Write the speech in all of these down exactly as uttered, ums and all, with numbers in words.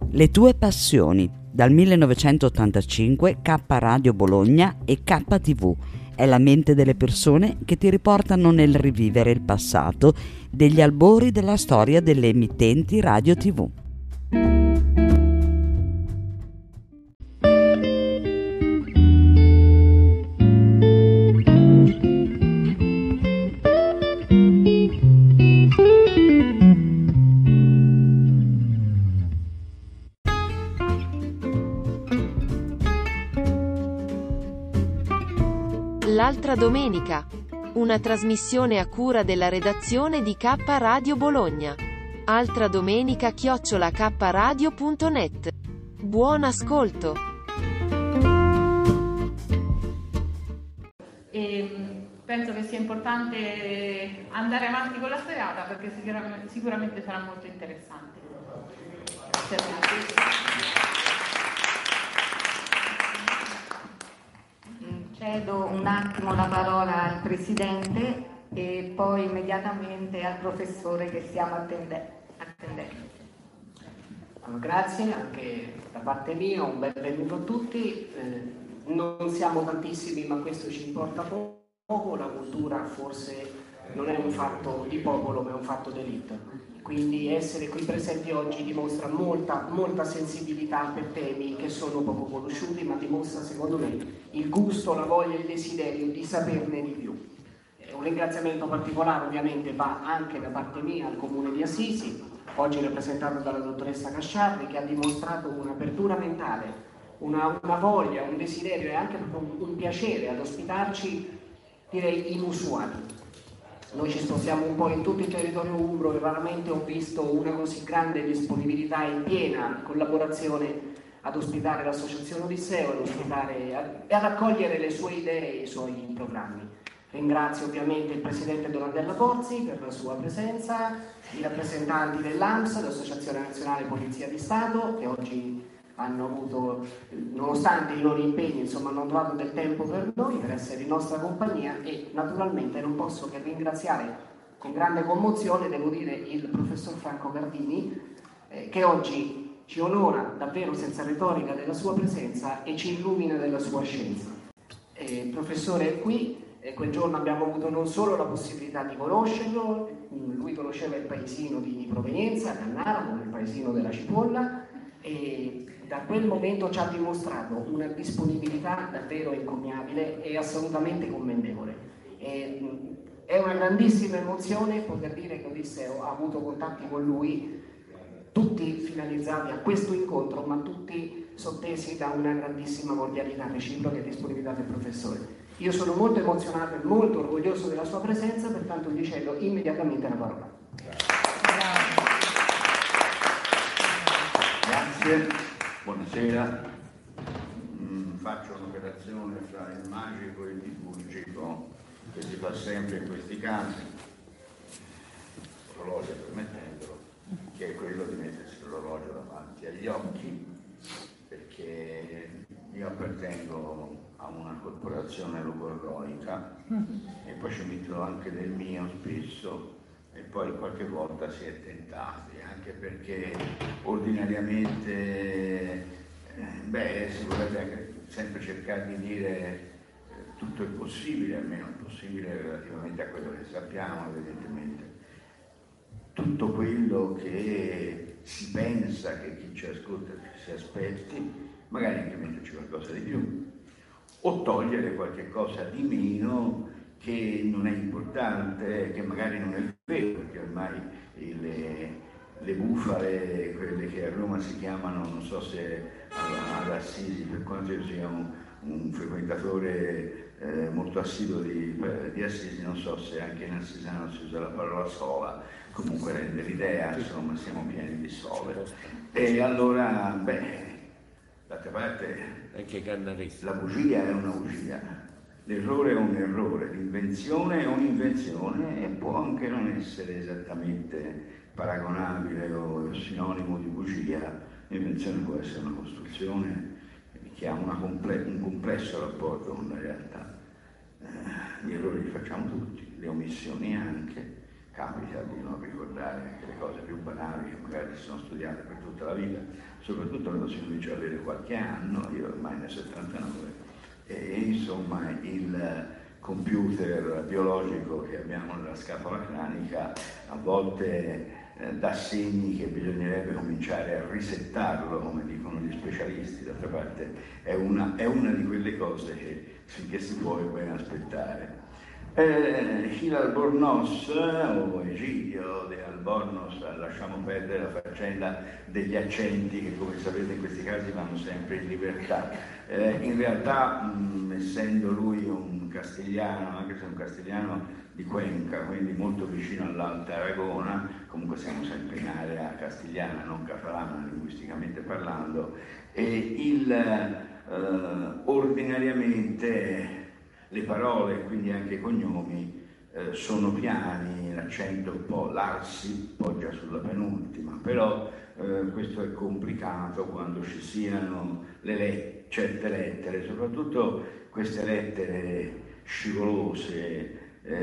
Le tue passioni, dal millenovecentottantacinque K Radio Bologna e K T V. È la mente delle persone che ti riportano nel rivivere il passato degli albori della storia delle emittenti radio tivù. L'altra domenica, una trasmissione a cura della redazione di K Radio Bologna. Altra domenica chiocciola k radio punto net. Buon ascolto. E penso che sia importante andare avanti con la serata perché sicuramente, sicuramente sarà molto interessante. Cedo un attimo la parola al Presidente e poi immediatamente al professore che stiamo attende- attendendo. Allora, grazie anche da parte mia, un benvenuto a tutti. Eh, non siamo tantissimi, ma questo ci importa poco. La cultura forse non è un fatto di popolo, ma è un fatto d'élite. Quindi essere qui presenti oggi dimostra molta, molta sensibilità per temi che sono poco conosciuti, ma dimostra secondo me il gusto, la voglia e il desiderio di saperne di più. Eh, un ringraziamento particolare ovviamente va anche da parte mia al Comune di Assisi, oggi rappresentato dalla dottoressa Casciarri, che ha dimostrato un'apertura mentale, una, una voglia, un desiderio e anche un, un piacere ad ospitarci, direi inusuali. Noi ci spostiamo un po' in tutto il territorio umbro e raramente ho visto una così grande disponibilità in piena collaborazione ad ospitare l'associazione Odisseo, ad ospitare e ad accogliere le sue idee e i suoi programmi. Ringrazio ovviamente il Presidente Donatella Pozzi per la sua presenza, i rappresentanti dell'A M S, l'Associazione Nazionale Polizia di Stato, che oggi hanno avuto, nonostante i loro impegni, insomma, hanno trovato del tempo per noi, per essere in nostra compagnia e naturalmente non posso che ringraziare con grande commozione, devo dire, il professor Franco Gardini, eh, che oggi ci onora davvero senza retorica della sua presenza e ci illumina della sua scienza. Eh, il professore è qui e quel giorno abbiamo avuto non solo la possibilità di conoscerlo, lui conosceva il paesino di provenienza, Cannaro, il paesino della Cipolla, e da quel momento ci ha dimostrato una disponibilità davvero incommiabile e assolutamente commendevole. E, mh, è una grandissima emozione poter dire che Odisseo ha avuto contatti con lui, tutti finalizzati a questo incontro, ma tutti sottesi da una grandissima cordialità reciproca e disponibilità del professore. Io sono molto emozionato e molto orgoglioso della sua presenza, pertanto gli cedo immediatamente la parola. Grazie, buonasera. Mm, faccio un'operazione fra il magico e il liturgico che si fa sempre in questi casi, l'orologio permettendolo, che è quello di mettersi l'orologio davanti agli occhi, perché io appartengo a una corporazione logorroica e poi ci metto anche del mio spesso e poi qualche volta si è tentati, anche perché ordinariamente eh, beh, si vorrebbe sempre cercare di dire eh, tutto il possibile, almeno il possibile relativamente a quello che sappiamo, evidentemente. Tutto quello che si pensa che chi ci ascolta si aspetti, magari anche metterci qualcosa di più, o togliere qualche cosa di meno che non è importante, che magari non è vero, perché ormai le, le bufale, quelle che a Roma si chiamano, non so se ad Assisi, per quanto io sia un, un frequentatore eh, molto assiduo di, di Assisi, non so se anche in assisano si usa la parola sola, comunque rende l'idea, insomma, siamo pieni di sole. E allora, beh, d'altra parte, la bugia è una bugia, l'errore è un errore, l'invenzione è un'invenzione e può anche non essere esattamente paragonabile o sinonimo di bugia. L'invenzione può essere una costruzione che ha una comple- un complesso rapporto con la realtà. Eh, gli errori li facciamo tutti, le omissioni anche, capita di non ricordare anche le cose più banali che magari si sono studiate per tutta la vita, soprattutto quando si comincia ad avere qualche anno, io ormai nel settantanove, e insomma il computer biologico che abbiamo nella scapola cranica a volte eh, dà segni che bisognerebbe cominciare a risettarlo, come dicono gli specialisti. D'altra parte è una, è una di quelle cose che finché si può è bene aspettare. Eh, Gil Albornoz o Egidio de Albornoz, lasciamo perdere la faccenda degli accenti che, come sapete, in questi casi vanno sempre in libertà. Eh, in realtà, mh, essendo lui un castigliano, anche se un castigliano di Cuenca, quindi molto vicino all'Alta Aragona, comunque siamo sempre in area castigliana, non catalana linguisticamente parlando, e il, eh, ordinariamente le parole, quindi anche i cognomi, eh, sono piani, l'accento un po' l'arsi poggia sulla penultima, però eh, questo è complicato quando ci siano le let- certe lettere, soprattutto queste lettere scivolose,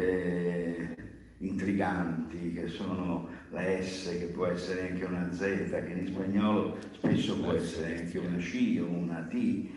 eh, intriganti, che sono la S, che può essere anche una Z, che in spagnolo spesso può essere anche una C o una T.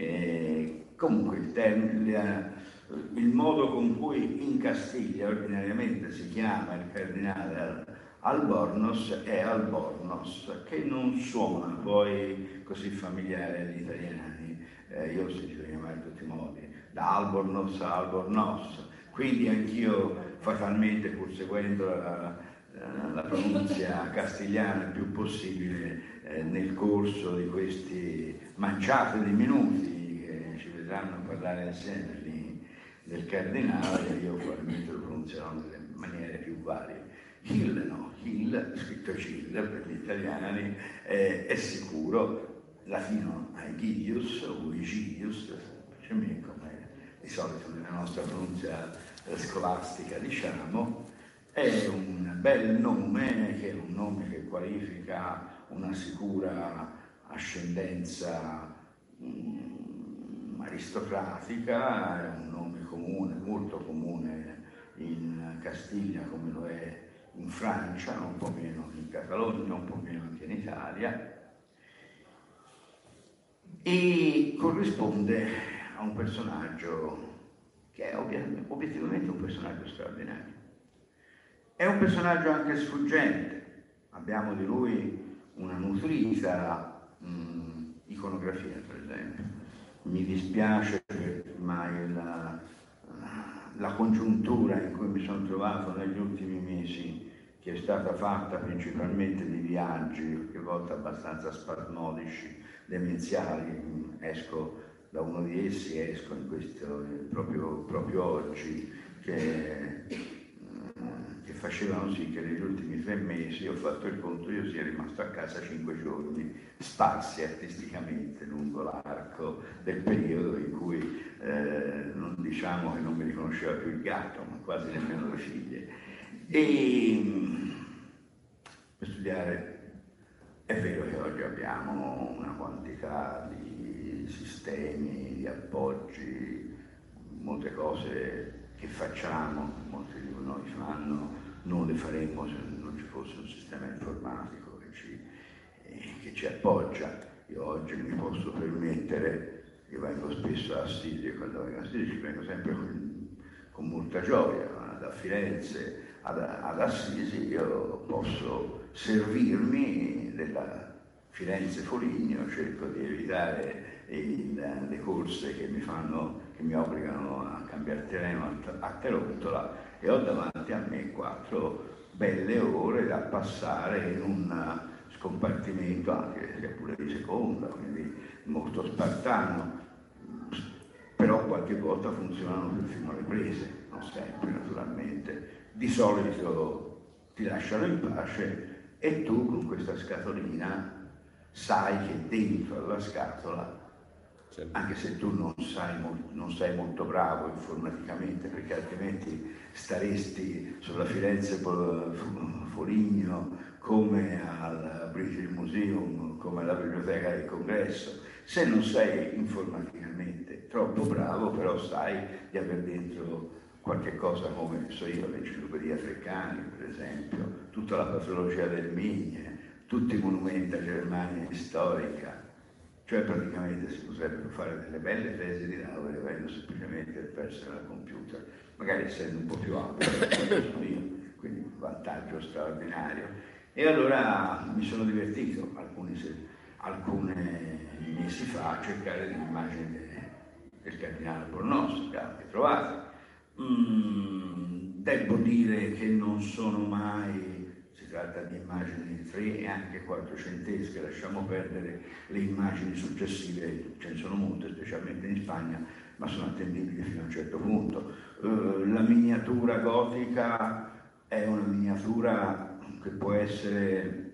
Eh, comunque il termine, il modo con cui in Castiglia ordinariamente si chiama il cardinale Albornoz è Albornoz, che non suona poi così familiare agli italiani. Eh, io ho sentito chiamare in tutti i modi, da Albornoz a Albornoz, quindi anch'io fatalmente, pur seguendo la, la pronuncia castigliana il più possibile, eh, nel corso di questi manciate di minuti che ci vedranno parlare insieme del cardinale, io probabilmente lo pronunzierò nelle maniere più varie. Gil no, Gil, scritto Gil per gli italiani, eh, è sicuro, latino Aegidius o Egidius, semplicemente come di solito nella nostra pronuncia scolastica diciamo, è un bel nome, che è un nome che qualifica una sicura ascendenza mh, aristocratica, è un nome comune, molto comune in Castiglia come lo è in Francia, un po' meno in Catalogna, un po' meno anche in Italia, e corrisponde a un personaggio che è obiettivamente un personaggio straordinario. È un personaggio anche sfuggente, abbiamo di lui una nutrita mh, iconografia, per esempio. Mi dispiace, ma la, la congiuntura in cui mi sono trovato negli ultimi mesi, che è stata fatta principalmente di viaggi, qualche volta abbastanza spasmodici, demenziali, esco da uno di essi, esco in questo, proprio, proprio oggi, che, che facevano sì che negli ultimi tre mesi, ho fatto il conto, io sia rimasto a casa cinque giorni, sparsi artisticamente lungo l'arco del periodo in cui eh, non diciamo che non mi riconosceva più il gatto, ma quasi nemmeno le figlie. E per studiare, è vero che oggi abbiamo una quantità di sistemi, di appoggi, molte cose che facciamo, molti di noi fanno, non le faremmo se non ci fosse un sistema informatico che ci, eh, che ci appoggia. Io oggi mi posso permettere, io vengo spesso a Assisi, e quando vengo a Assisi ci vengo sempre con, con molta gioia, da Firenze ad, ad Assisi io posso servirmi della Firenze-Foligno, cerco di evitare il, le corse che mi fanno, che mi obbligano a cambiare terreno a Terottola, e ho davanti a me quattro belle ore da passare in un scompartimento anche se pure di seconda, quindi molto spartano, però qualche volta funzionano perfino le prese, non sempre naturalmente. Di solito ti lasciano in pace e tu con questa scatolina sai che dentro alla scatola, anche se tu non, sai, non sei molto bravo informaticamente, perché altrimenti staresti sulla Firenze Foligno come al British Museum, come alla Biblioteca del Congresso. Se non sei informaticamente troppo bravo, però sai di aver dentro qualche cosa come, so io, l'enciclopedia Treccani, per esempio, tutta la patologia del Migne, tutti i monumenti a Germania storica, cioè praticamente si potrebbero fare delle belle tesi di laurea avendo semplicemente il personal computer, magari essendo un po' più alto, sono io, quindi un vantaggio straordinario. E allora mi sono divertito alcuni, alcuni mesi fa a cercare l'immagine del cardinale Albornoz, che anche trovate. Mm, devo dire che non sono mai, si tratta di immagini tre e anche quattrocentesche, lasciamo perdere le immagini successive, ce ne sono molte, specialmente in Spagna, ma sono attendibili fino a un certo punto. Uh, la miniatura gotica è una miniatura che può essere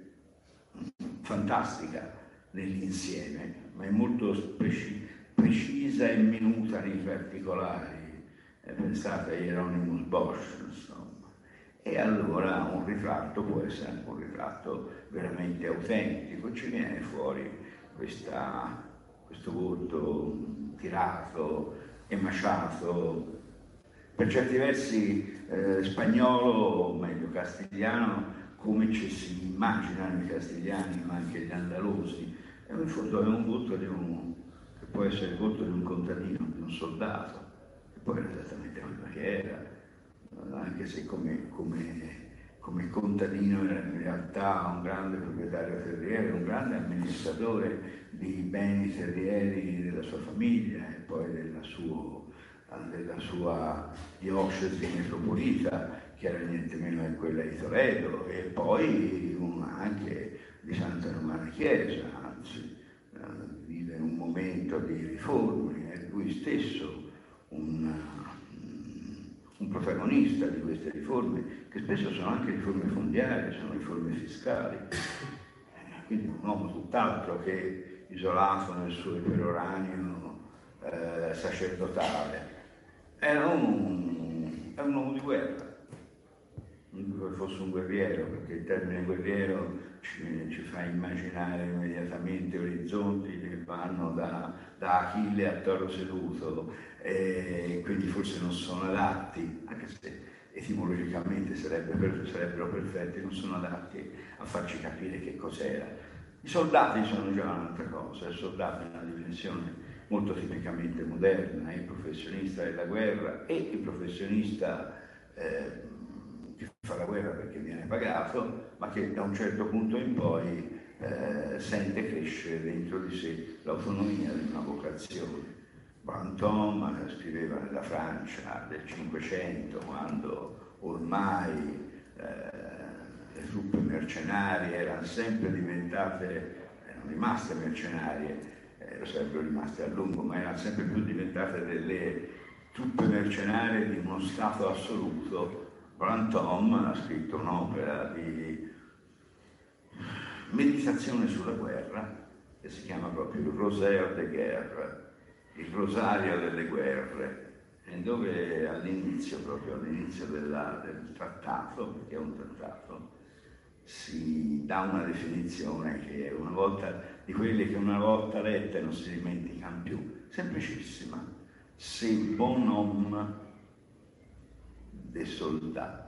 fantastica nell'insieme, ma è molto preci- precisa e minuta nei particolari. Eh, pensate a Hieronymus Bosch, insomma. E allora un ritratto può essere anche un ritratto veramente autentico, ci viene fuori questa, questo volto tirato, emaciato, per certi versi eh, spagnolo, o meglio castigliano, come ci si immaginano i castigliani, ma anche gli andalusi. E in fondo è un volto di un, che può essere il volto di un contadino, di un soldato, che poi era esattamente quello che era, anche se come, come, come contadino era in realtà un grande proprietario terriero, un grande amministratore di beni terrieri della sua famiglia e poi della sua, della sua diocesi metropolita, che era niente meno che quella di Toledo, e poi un, anche di Santa Romana Chiesa, anzi vive un momento di riforme, è lui stesso un, un protagonista di queste riforme, che spesso sono anche riforme fondiarie, sono riforme fiscali, quindi un uomo tutt'altro che isolato nel suo peroranio eh, sacerdotale. Era un, era un uomo di guerra, non che fosse un guerriero, perché il termine guerriero ci, ci fa immaginare immediatamente orizzonti che vanno da, da Achille a Toro Seduto, e quindi forse non sono adatti, anche se etimologicamente sarebbe, sarebbero perfetti, non sono adatti a farci capire che cos'era. I soldati sono già un'altra cosa, il soldato è una dimensione molto tipicamente moderna, il professionista della guerra e il professionista eh, che fa la guerra perché viene pagato, ma che da un certo punto in poi eh, sente crescere dentro di sé l'autonomia di una vocazione. Brantôme scriveva nella Francia del Cinquecento, quando ormai eh, le truppe mercenarie erano sempre diventate, erano rimaste mercenarie, eh, lo sarebbero rimaste a lungo, ma erano sempre più diventate delle truppe mercenarie di uno stato assoluto. Brantôme ha scritto un'opera di meditazione sulla guerra che si chiama proprio il Rosaire de Guerre, il rosario delle guerre, dove all'inizio, proprio all'inizio della, del trattato, perché è un trattato, si dà una definizione che è una volta di quelle che una volta lette non si dimenticano più, semplicissima: c'est bon homme des soldats.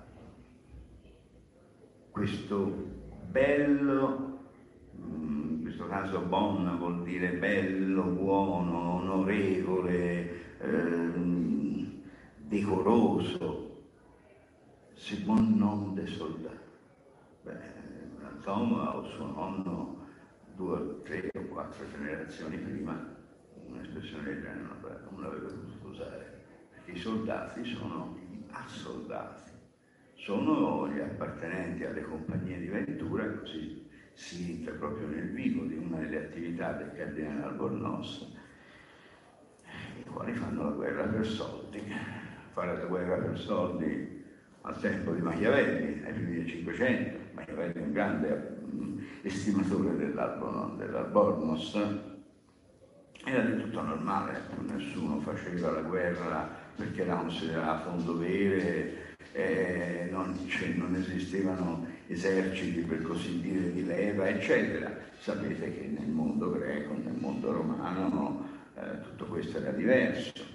Questo bello, in questo caso bon vuol dire bello, buono, onorevole, ehm, decoroso, c'est bon homme des soldats. Brantôme o suo nonno, due o tre o quattro generazioni prima, un'espressione del genere non l'aveva potuto usare, perché i soldati sono gli assoldati, sono gli appartenenti alle compagnie di ventura, e così si entra proprio nel vivo di una delle attività del cardinale Albornoz, i quali fanno la guerra per soldi. Fare la guerra per soldi al tempo di Machiavelli, ai primi del Cinquecento, Machiavelli è un grande estimatore dell'Albornoz, era di tutto normale, nessuno faceva la guerra perché era considerato un dovere, eh, non, cioè, non esistevano eserciti per così dire di leva, eccetera. Sapete che nel mondo greco, nel mondo romano, eh, tutto questo era diverso.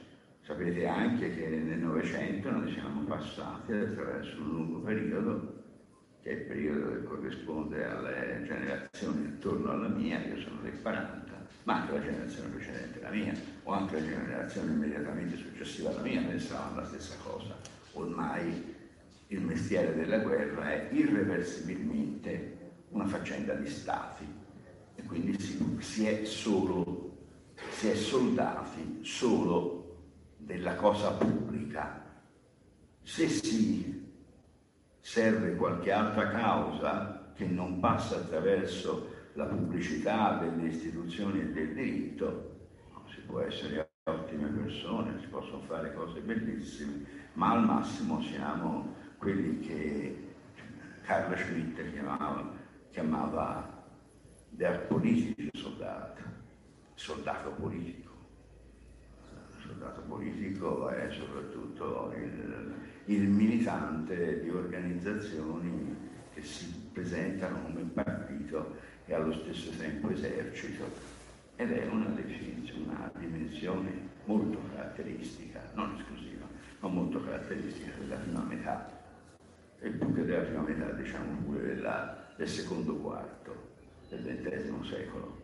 Sapete anche che nel Novecento noi siamo passati attraverso un lungo periodo, che è il periodo che corrisponde alle generazioni intorno alla mia, io sono del quaranta, ma anche la generazione precedente alla mia, o anche la generazione immediatamente successiva alla mia, pensavano la stessa cosa. Ormai il mestiere della guerra è irreversibilmente una faccenda di stati e quindi si, si è solo, si è soldati solo della cosa pubblica. Se si serve qualche altra causa che non passa attraverso la pubblicità delle istituzioni e del diritto, si può essere ottime persone, si possono fare cose bellissime, ma al massimo siamo quelli che Carl Schmitt chiamava, chiamava der politische Soldat, soldato politico. Il soldato politico è soprattutto il, il militante di organizzazioni che si presentano come partito e allo stesso tempo esercito, ed è una definizione, una dimensione molto caratteristica, non esclusiva, ma molto caratteristica della prima metà, e più che della prima metà, diciamo pure della, del secondo quarto del ventesimo secolo,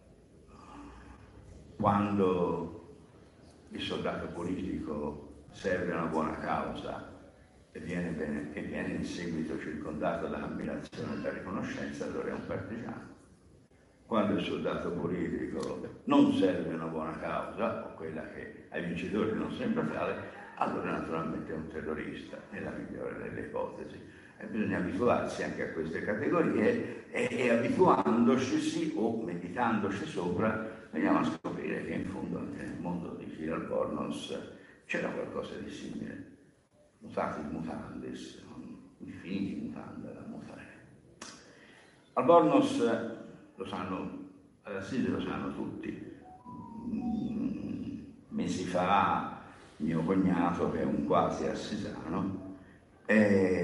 quando il soldato politico serve a una buona causa e viene, bene, e viene in seguito circondato dall'ammirazione e dalla riconoscenza, allora è un partigiano. Quando il soldato politico non serve a una buona causa, o quella che ai vincitori non sembra tale, allora naturalmente è un terrorista, nella migliore delle ipotesi. E bisogna abituarsi anche a queste categorie e, e abituandoci o meditandoci sopra veniamo a scoprire che in fondo anche nel mondo di Phil Albornoz c'era qualcosa di simile. Mutatis mutandis, infiniti mutanda da mutare. Albornoz lo sanno, ad Assisi lo sanno tutti. Mesi fa mio cognato, che è un quasi assisano, e,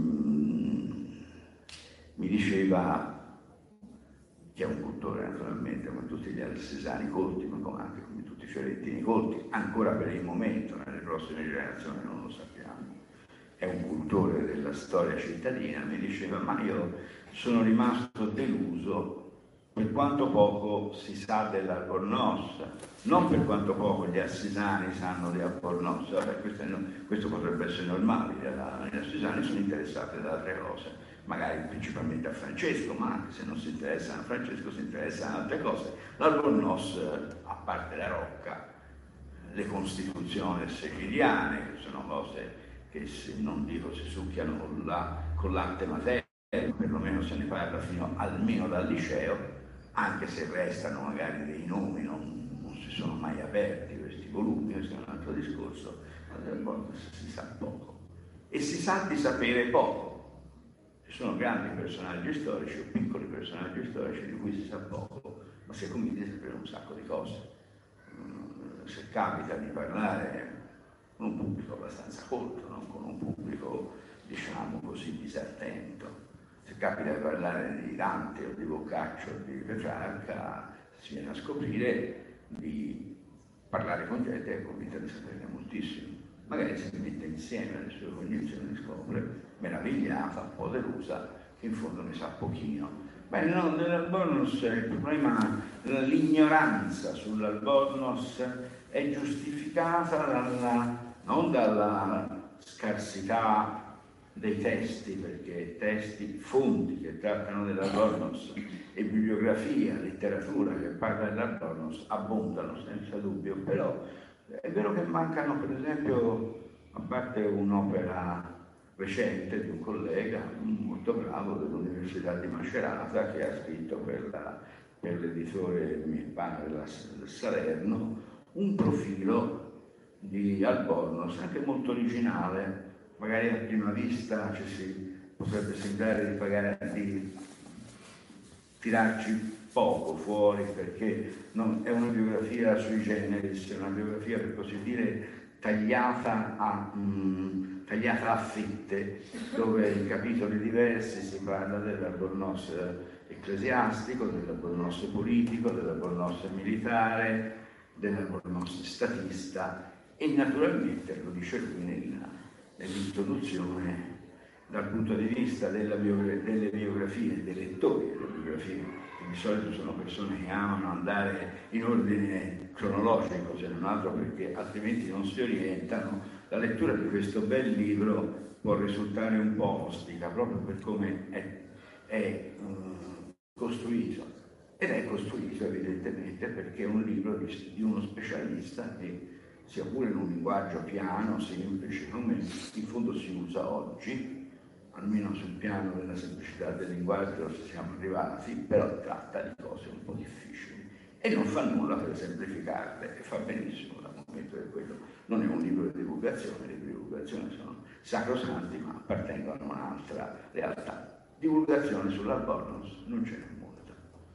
mi diceva, che è un cultore naturalmente come tutti gli assisani colti, ma come anche come tutti i fiorentini colti, ancora per il momento, nelle prossime generazioni non lo sappiamo, è un cultore della storia cittadina, mi diceva, ma io sono rimasto deluso per quanto poco si sa dell'Albornoz, non per quanto poco gli assisani sanno di Albornoz. Vabbè, questo, è, questo potrebbe essere normale, gli assisani sono interessati ad altre cose, magari principalmente a Francesco, ma anche se non si interessano a Francesco si interessano ad altre cose. L'Albornoz, a parte la Rocca, le Costituzioni siciliane, che sono cose che se, non dico si succhiano con, la, con latte materno, perlomeno se ne parla fino almeno dal liceo, anche se restano magari dei nomi, non, non si sono mai aperti questi volumi, questo è un altro discorso, ma si sa poco. E si sa di sapere poco. Ci sono grandi personaggi storici o piccoli personaggi storici di cui si sa poco, ma si è convinti di sapere un sacco di cose. Se capita di parlare con un pubblico abbastanza colto, non con un pubblico, diciamo così, disattento. Se capita di parlare di Dante o di Boccaccio o di Petrarca, si viene a scoprire di parlare con gente che è convinta di saperne moltissimo. Magari si mette insieme alle sue cognizioni e scopre, meravigliata, un po' delusa, che in fondo ne sa pochino. Beh, no, nell'Albornoz il problema, l'ignoranza sull'Albornoz è giustificata dalla, non dalla scarsità dei testi, perché testi, fonti che trattano dell'Albornoz e bibliografia, letteratura che parla dell'Albornoz abbondano senza dubbio, però è vero che mancano, per esempio, a parte un'opera recente di un collega molto bravo dell'Università di Macerata che ha scritto per, la, per l'editore Milpano del Salerno un profilo di Albornoz anche molto originale. Magari a prima vista ci si potrebbe sembrare di, pagare, di tirarci poco fuori, perché non, è una biografia sui generis, è una biografia per così dire tagliata a, mh, tagliata a fette, dove in capitoli diversi si parla dell'Albornoz ecclesiastico, dell'Albornoz politico, dell'Albornoz militare, dell'Albornoz statista E naturalmente, lo dice lui nella, nell'introduzione, dal punto di vista della biogra- delle biografie, dei lettori delle biografie, che di solito sono persone che amano andare in ordine cronologico, se non altro perché altrimenti non si orientano, la lettura di questo bel libro può risultare un po' ostica, proprio per come è, è um, costruito. Ed è costruito evidentemente perché è un libro di, di uno specialista che, sia pure in un linguaggio piano, semplice, come in fondo si usa oggi, almeno sul piano della semplicità del linguaggio siamo arrivati, però tratta di cose un po' difficili e non fa nulla per semplificarle, e fa benissimo, dal momento che quello non è un libro di divulgazione, le libri di divulgazione sono sacrosanti ma appartengono a un'altra realtà. Divulgazione sull'albornoz non ce n'è molta,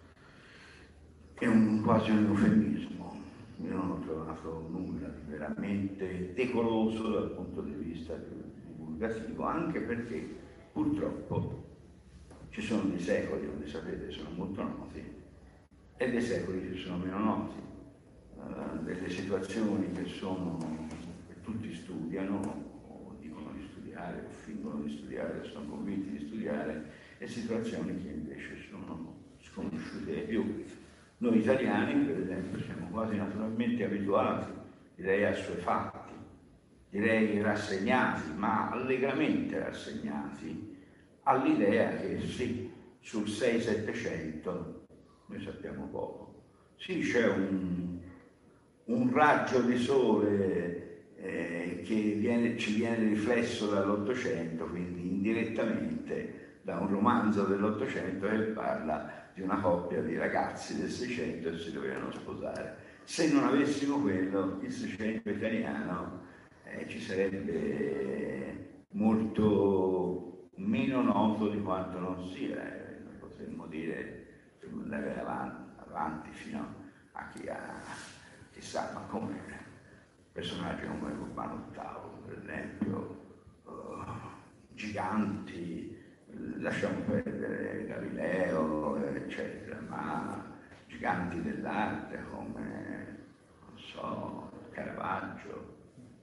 è un, quasi un eufemismo. Io non ho trovato nulla di veramente decoroso dal punto di vista divulgativo, anche perché purtroppo ci sono dei secoli, come sapete, sono molto noti, e dei secoli che sono meno noti, uh, delle situazioni che sono, che tutti studiano, o dicono di studiare, o fingono di studiare, sono convinti di studiare, e situazioni che invece sono sconosciute ai più. Noi italiani, per esempio, siamo quasi naturalmente abituati, direi assuefatti, direi rassegnati, ma allegramente rassegnati, all'idea che sì, sul sei settecento noi sappiamo poco. Sì, c'è un, un raggio di sole eh, che viene, ci viene riflesso dall'Ottocento, quindi indirettamente da un romanzo dell'Ottocento che parla di una coppia di ragazzi del Seicento che si dovevano sposare. Se non avessimo quello, il Seicento italiano eh, ci sarebbe molto meno noto di quanto non sia. Eh, noi potremmo dire, potremmo andare avanti, avanti fino a chi ha, chissà, ma come personaggi come Urbano ottavo, per esempio, uh, giganti, lasciamo perdere Galileo, eccetera, ma giganti dell'arte come, non so, Caravaggio,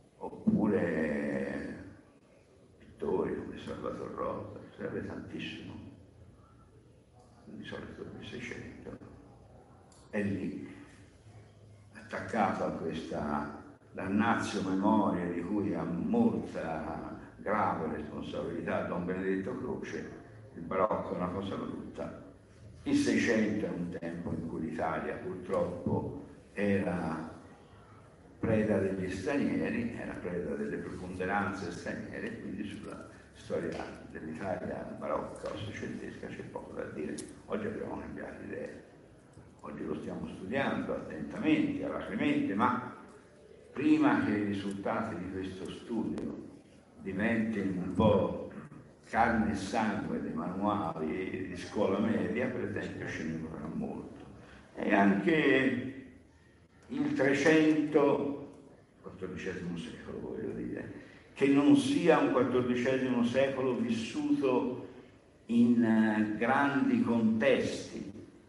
oppure pittori come Salvatore Rosa, sarebbe tantissimo, di solito del Seicento. È lì, attaccato a questa dannazio memoria di cui ha molta grave responsabilità Don Benedetto Croce, il barocco è una cosa brutta. Il Seicento è un tempo in cui l'Italia purtroppo era preda degli stranieri, era preda delle preponderanze straniere, quindi sulla storia dell'Italia barocca o seicentesca c'è poco da dire. Oggi abbiamo cambiato idea, oggi lo stiamo studiando attentamente, alacremente, ma prima che i risultati di questo studio diventino un po' carne e sangue dei manuali di scuola media, per esempio, ce ne vorrà molto. E anche il trecento, quattordicesimo secolo, voglio dire, che non sia un quattordicesimo secolo vissuto in grandi contesti.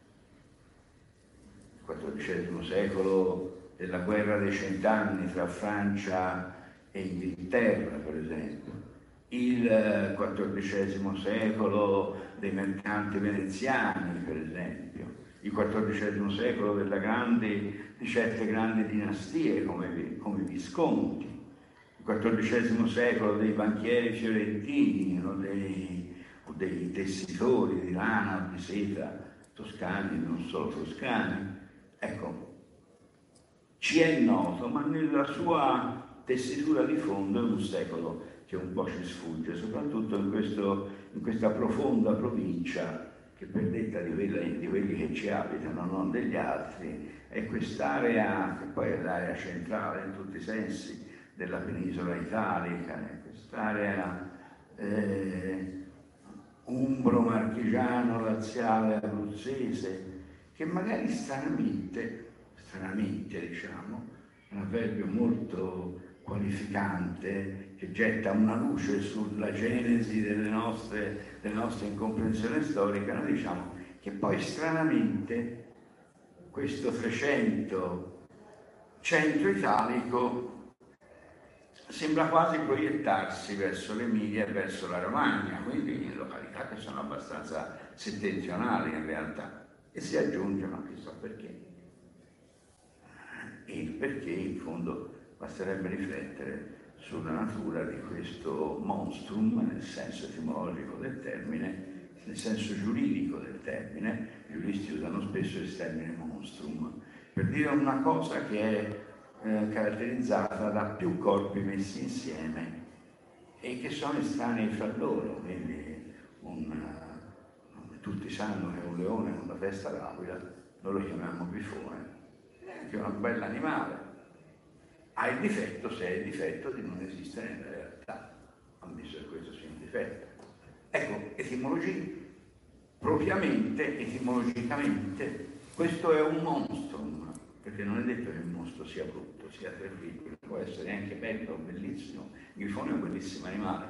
Il quattordicesimo secolo della guerra dei cent'anni tra Francia e Inghilterra, per esempio, il quattordicesimo secolo dei mercanti veneziani, per esempio, il quattordicesimo secolo della grandi, di certe grandi dinastie come, come Visconti, il quattordicesimo secolo dei banchieri fiorentini o dei, o dei tessitori di lana o di seta toscani, non solo toscani. Ecco, ci è noto, ma nella sua tessitura di fondo è un secolo che un po' ci sfugge, soprattutto in, questo, in questa profonda provincia che, per detta di quelli, di quelli che ci abitano, non degli altri, è quest'area che poi è l'area centrale in tutti i sensi della penisola italica, è quest'area eh, umbro, marchigiano, laziale, abruzzese, che magari stranamente, stranamente diciamo, è un avverbio molto qualificante che getta una luce sulla genesi delle nostre, delle nostre incomprensioni storiche. Noi diciamo che poi stranamente questo trecento centro italico sembra quasi proiettarsi verso l'Emilia e verso la Romagna, quindi in località che sono abbastanza settentrionali in realtà, e si aggiungono, chissà perché. E il perché in fondo basterebbe riflettere sulla natura di questo monstrum nel senso etimologico del termine, nel senso giuridico del termine. I giuristi usano spesso il termine monstrum per dire una cosa che è eh, caratterizzata da più corpi messi insieme e che sono estranei fra loro, quindi un, uh, tutti sanno che un leone con la testa d'aquila noi lo chiamiamo bifone, che è un bell'animale. Ha il difetto, se è il difetto, di non esistere nella realtà, ammesso che questo sia un difetto. Ecco, etimologia, propriamente, etimologicamente, questo è un monstrum, perché non è detto che il mostro sia brutto, sia terribile, può essere anche bello, bellissimo. Il grifone è un bellissimo animale.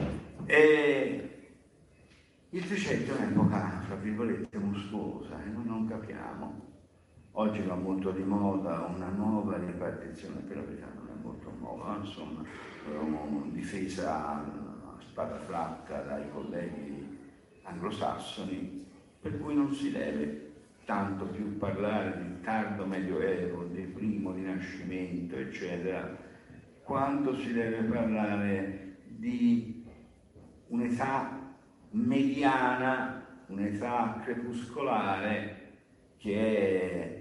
E il Trecento è un'epoca, fra virgolette, mostruosa, e noi non capiamo. Oggi va molto di moda una nuova ripartizione, per la verità non è molto nuova, insomma, una difesa a spada flatta dai colleghi anglosassoni, per cui non si deve tanto più parlare di tardo medioevo, di primo rinascimento, eccetera, quanto si deve parlare di un'età mediana, un'età crepuscolare, che è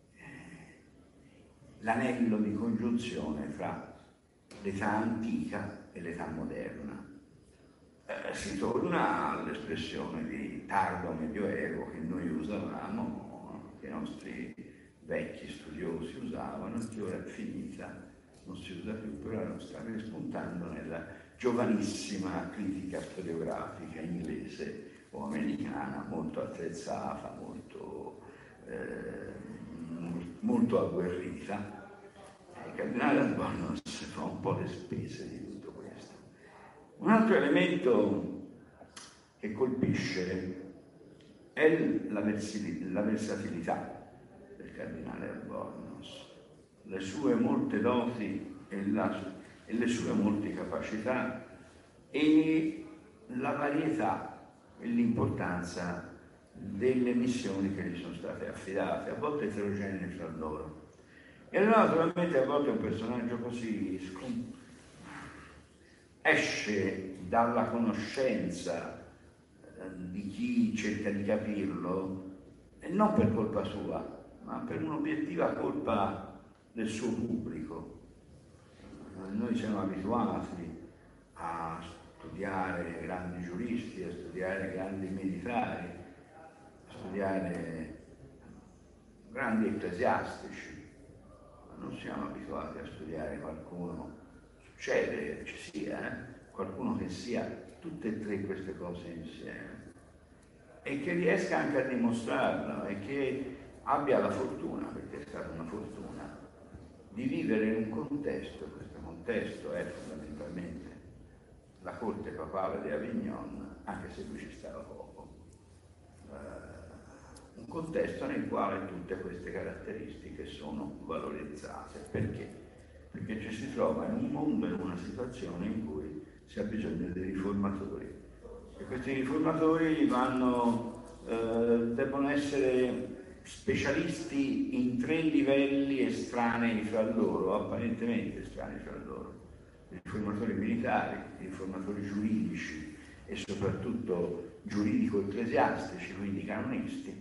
l'anello di congiunzione tra l'età antica e l'età moderna. Eh, si torna all'espressione di tardo medioevo che noi usavamo, che i nostri vecchi studiosi usavano, che ora è finita, non si usa più, però sta rispuntando nella giovanissima critica storiografica inglese o americana, molto attrezzata, molto Eh, molto agguerrita. Il cardinale Albornoz fa un po' le spese di tutto questo. Un altro elemento che colpisce è la, versi- la versatilità del cardinale Albornoz, le sue molte doti e, la, e le sue molte capacità e la varietà e l'importanza delle missioni che gli sono state affidate, a volte eterogenee fra loro. E allora naturalmente a volte un personaggio così scom- esce dalla conoscenza eh, di chi cerca di capirlo, e non per colpa sua, ma per un'obiettiva colpa del suo pubblico. Noi siamo abituati a studiare grandi giuristi, a studiare grandi militari, studiare grandi ecclesiastici, ma non siamo abituati a studiare qualcuno, succede, ci sia, eh? qualcuno che sia tutte e tre queste cose insieme e che riesca anche a dimostrarlo e che abbia la fortuna, perché è stata una fortuna, di vivere in un contesto. Questo contesto è fondamentalmente la corte papale di Avignon, anche se lui ci stava poco. Uh, un contesto nel quale tutte queste caratteristiche sono valorizzate. Perché? Perché ci si trova in un mondo, in una situazione in cui si ha bisogno di riformatori. E questi riformatori vanno, eh, debbono essere specialisti in tre livelli estranei fra loro, apparentemente estranei fra loro. I riformatori militari, i riformatori giuridici e soprattutto giuridico-ecclesiastici, quindi canonisti,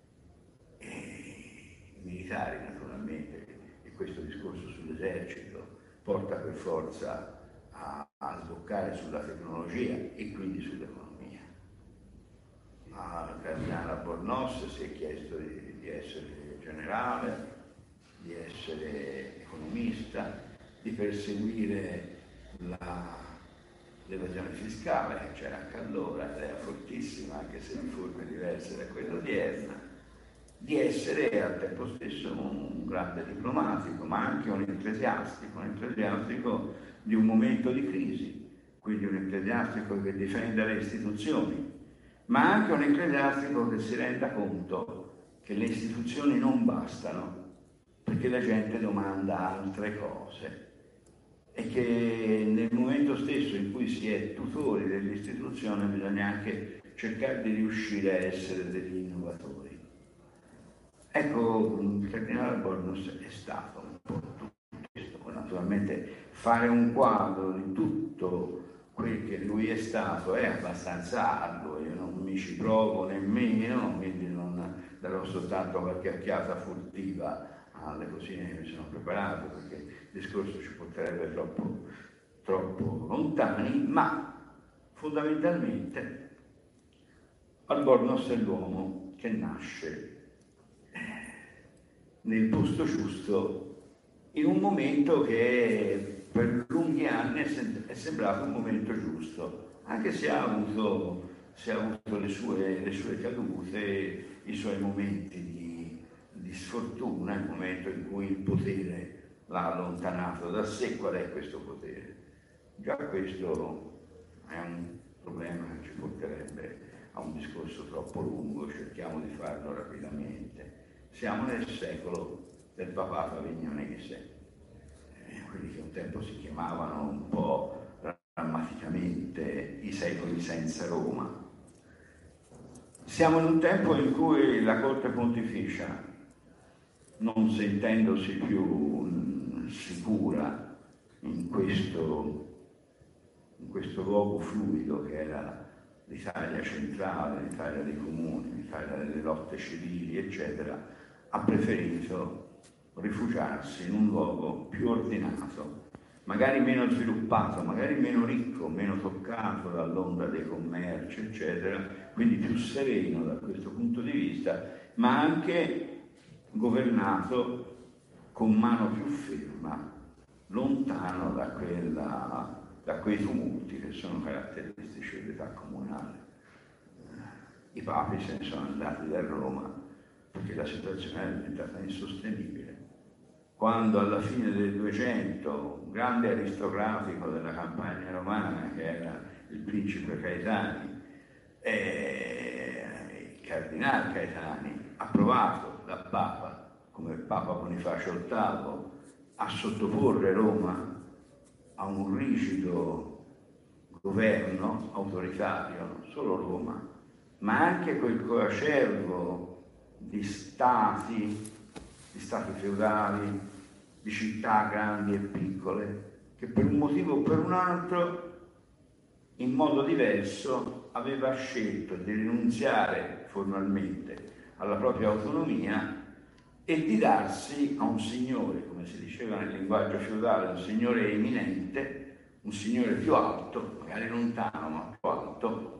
i militari naturalmente, e questo discorso sull'esercito porta per forza a, a sboccare sulla tecnologia e quindi sull'economia. Al cardinale Albornoz si è chiesto di, di essere generale, di essere economista, di perseguire la, l'evasione fiscale, che c'era anche allora, ed era fortissima, anche se in forme diverse da quella odierna, di essere al tempo stesso un grande diplomatico, ma anche un ecclesiastico, un ecclesiastico di un momento di crisi, quindi un ecclesiastico che difenda le istituzioni, ma anche un ecclesiastico che si renda conto che le istituzioni non bastano, perché la gente domanda altre cose. e che nel momento stesso in cui si è tutori dell'istituzione bisogna anche cercare di riuscire a essere degli innovatori. Ecco, il cardinale Albornoz è stato un po' tutto questo. Naturalmente fare un quadro di tutto quel che lui è stato è abbastanza arduo, io non mi ci provo nemmeno, quindi non darò soltanto qualche occhiata furtiva alle cosine che mi sono preparato, perché il discorso ci porterebbe troppo, troppo lontani, ma fondamentalmente Albornoz è l'uomo che nasce nel posto giusto in un momento che per lunghi anni è sembrato un momento giusto, anche se ha avuto, se ha avuto le, sue, le sue cadute, i suoi momenti di, di sfortuna, il momento in cui il potere l'ha allontanato da sé. Qual è questo potere? Già questo è un problema che ci porterebbe a un discorso troppo lungo, cerchiamo di farlo rapidamente. Siamo nel secolo del papato Avignonese, eh, quelli che un tempo si chiamavano un po' drammaticamente i secoli senza Roma. Siamo in un tempo in cui la Corte Pontificia, non sentendosi più sicura in questo, in questo luogo fluido che era l'Italia centrale, l'Italia dei comuni, l'Italia delle lotte civili, eccetera, ha preferito rifugiarsi in un luogo più ordinato, magari meno sviluppato, magari meno ricco, meno toccato dall'onda dei commerci, eccetera, quindi più sereno da questo punto di vista, ma anche governato con mano più ferma, lontano da, quella, da quei tumulti che sono caratteristici dell'età comunale. I papi se ne sono andati da Roma perché la situazione è diventata insostenibile. Quando alla fine del duecento un grande aristocratico della campagna romana, che era il principe Caetani, e il cardinale Caetani, approvato dal Papa come il Papa Bonifacio ottavo a sottoporre Roma a un rigido governo autoritario, non solo Roma, ma anche quel coacervo di stati, di stati feudali, di città grandi e piccole, che per un motivo o per un altro, in modo diverso, aveva scelto di rinunziare formalmente alla propria autonomia e di darsi a un signore, come si diceva nel linguaggio feudale, un signore eminente, un signore più alto, magari lontano ma più alto,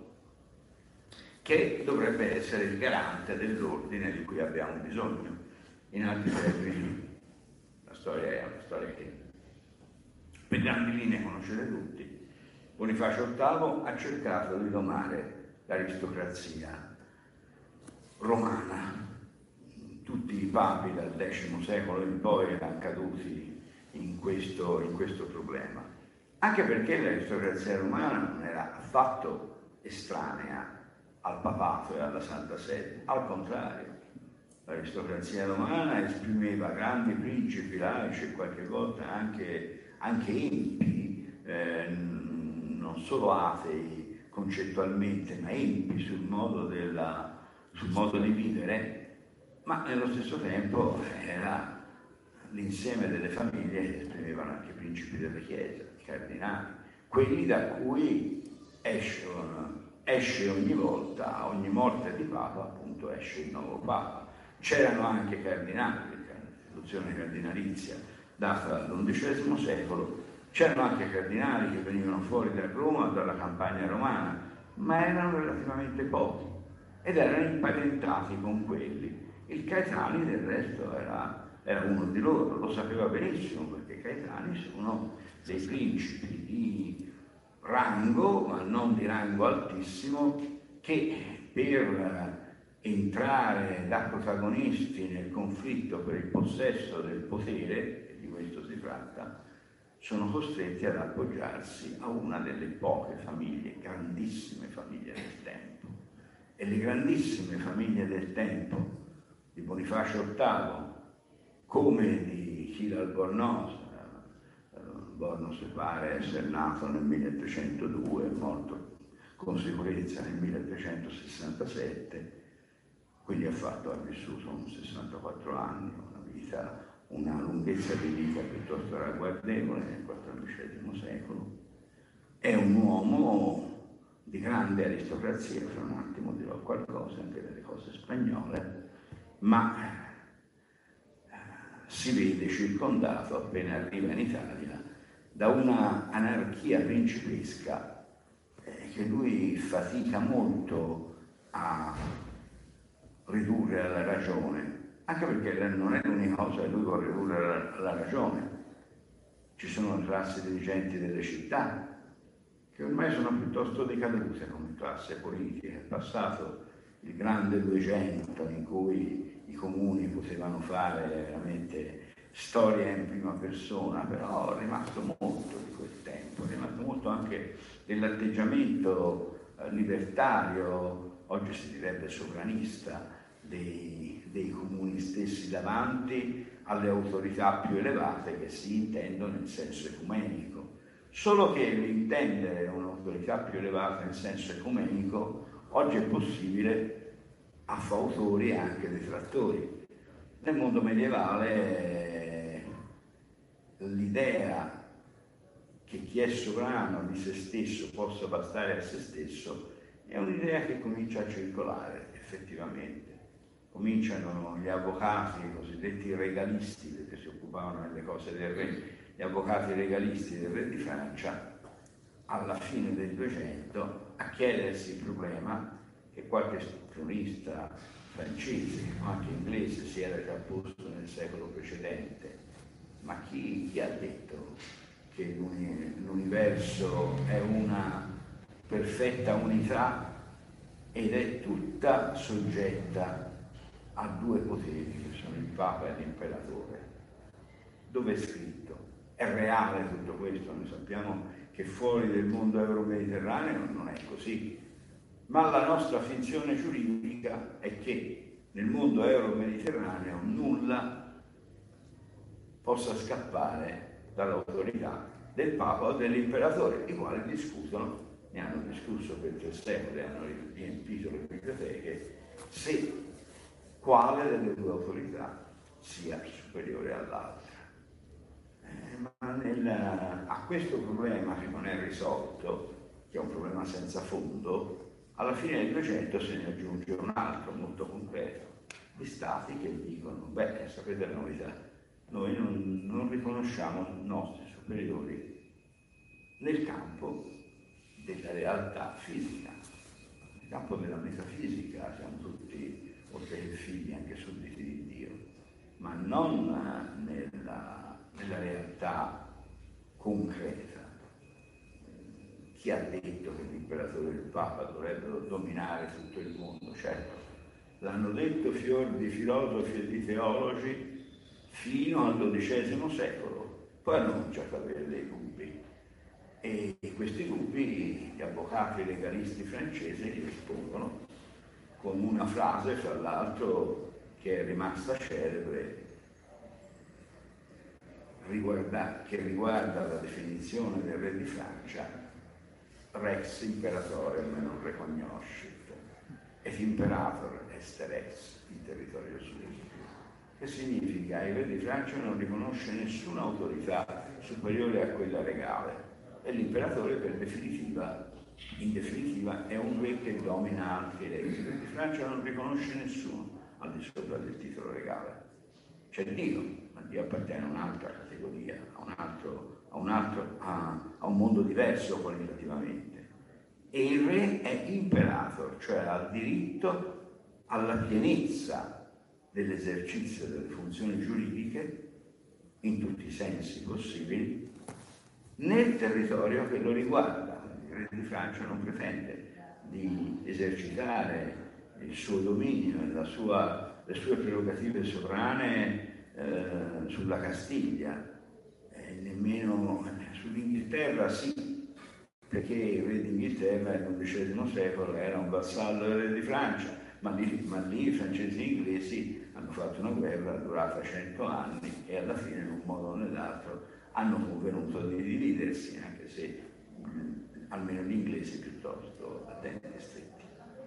che dovrebbe essere il garante dell'ordine di cui abbiamo bisogno. In altri termini, la storia è una storia che per grandi linee conoscete tutti. Bonifacio ottavo ha cercato di domare l'aristocrazia romana. Tutti i papi dal X secolo in poi erano caduti in questo, in questo problema, anche perché l'aristocrazia romana non era affatto estranea al papato e alla Santa Sede, al contrario, l'aristocrazia romana esprimeva grandi principi laici e qualche volta anche, anche empi, eh, non solo atei concettualmente, ma empi sul modo, della, sul modo di vivere, ma nello stesso tempo era l'insieme delle famiglie che esprimevano anche i principi della Chiesa, i cardinali, quelli da cui escono esce ogni volta, a ogni morte di Papa, appunto esce il nuovo Papa. C'erano anche cardinali, perché l'istituzione cardinalizia data dall'undicesimo secolo, c'erano anche cardinali che venivano fuori da Roma, dalla campagna romana, ma erano relativamente pochi ed erano imparentati con quelli. Il Caetani del resto era, era uno di loro, lo sapeva benissimo, perché i Caetani sono dei principi di rango, ma non di rango altissimo, che per entrare da protagonisti nel conflitto per il possesso del potere, e di questo si tratta, sono costretti ad appoggiarsi a una delle poche famiglie, grandissime famiglie del tempo. E le grandissime famiglie del tempo di Bonifacio ottavo, come di Achille Albornoz, Albornoz pare essere nato nel milletrecentodue, è morto con sicurezza nel milletrecentosessantasette, quindi ha, fatto, ha vissuto sessantaquattro anni, una vita, una lunghezza di vita piuttosto ragguardevole nel quattordicesimo secolo. È un uomo di grande aristocrazia, fra un attimo dirò qualcosa anche delle cose spagnole, ma si vede circondato, appena arriva in Italia, da una anarchia principesca eh, che lui fatica molto a ridurre alla ragione, anche perché non è l'unica cosa che lui vuole ridurre alla ragione. Ci sono le classi dirigenti delle città che ormai sono piuttosto decadute come classe politica. È passato il grande Duecento in cui i comuni potevano fare veramente storia in prima persona, però è rimasto molto di quel tempo, è rimasto molto anche dell'atteggiamento eh, libertario, oggi si direbbe sovranista, dei, dei comuni stessi davanti alle autorità più elevate che si intendono in senso ecumenico. Solo che l'intendere un'autorità più elevata in senso ecumenico oggi è possibile a fautori e anche detrattori. Nel mondo medievale l'idea che chi è sovrano di se stesso possa bastare a se stesso è un'idea che comincia a circolare effettivamente. Cominciano gli avvocati, i cosiddetti regalisti, che si occupavano delle cose del re, gli avvocati regalisti del re di Francia, alla fine del Duecento, a chiedersi il problema che qualche cronista francese o anche inglese si era già posto nel secolo precedente. Ma chi, chi ha detto che l'universo è una perfetta unità ed è tutta soggetta a due poteri, che sono il Papa e l'Imperatore? Dove è scritto? È reale tutto questo? Noi sappiamo che fuori del mondo euro-mediterraneo non è così, ma la nostra finzione giuridica è che nel mondo euro-mediterraneo nulla possa scappare dall'autorità del Papa o dell'Imperatore, i quali discutono, ne hanno discusso per tre secoli, hanno riempito le biblioteche, se quale delle due autorità sia superiore all'altra. Eh, ma nel, a questo problema che non è risolto, che è un problema senza fondo, alla fine del Duecento se ne aggiunge un altro molto concreto, di stati che dicono, beh, sapete la novità, noi non, non riconosciamo i nostri superiori nel campo della realtà fisica, nel campo della metafisica, siamo tutti oltre che figli anche sudditi di Dio, ma non nella, nella realtà concreta. Chi ha detto che l'imperatore e il Papa dovrebbero dominare tutto il mondo? Certo, l'hanno detto fior di filosofi e di teologi fino al dodicesimo secolo, poi hanno cominciato ad avere dei dubbi e questi dubbi gli avvocati legalisti francesi gli rispondono con una frase, fra l'altro, che è rimasta celebre, riguarda, che riguarda la definizione del re di Francia: Rex imperatorem non recognoscit, et imperator est rex in territorio suo. Che significa? Il re di Francia non riconosce nessuna autorità superiore a quella legale e l'imperatore per definitiva in definitiva è un re che domina anche lei. Il re di Francia non riconosce nessuno al di sopra del titolo regale. C'è Dio, ma Dio appartiene a un'altra categoria, a un altro, a un, altro, a, a un mondo diverso qualitativamente. E il re è imperator, cioè ha diritto alla pienezza dell'esercizio delle funzioni giuridiche in tutti i sensi possibili nel territorio che lo riguarda. Il re di Francia non pretende di esercitare il suo dominio e la sua, le sue prerogative sovrane eh, sulla Castiglia, eh, nemmeno sull'Inghilterra sì, perché il re d'Inghilterra nell'undicesimo secolo era un vassallo del re di Francia, ma lì, ma lì i francesi e gli inglesi hanno fatto una guerra durata cento anni e alla fine in un modo o nell'altro hanno convenuto di dividersi, anche se almeno gli inglesi piuttosto a denti stretti.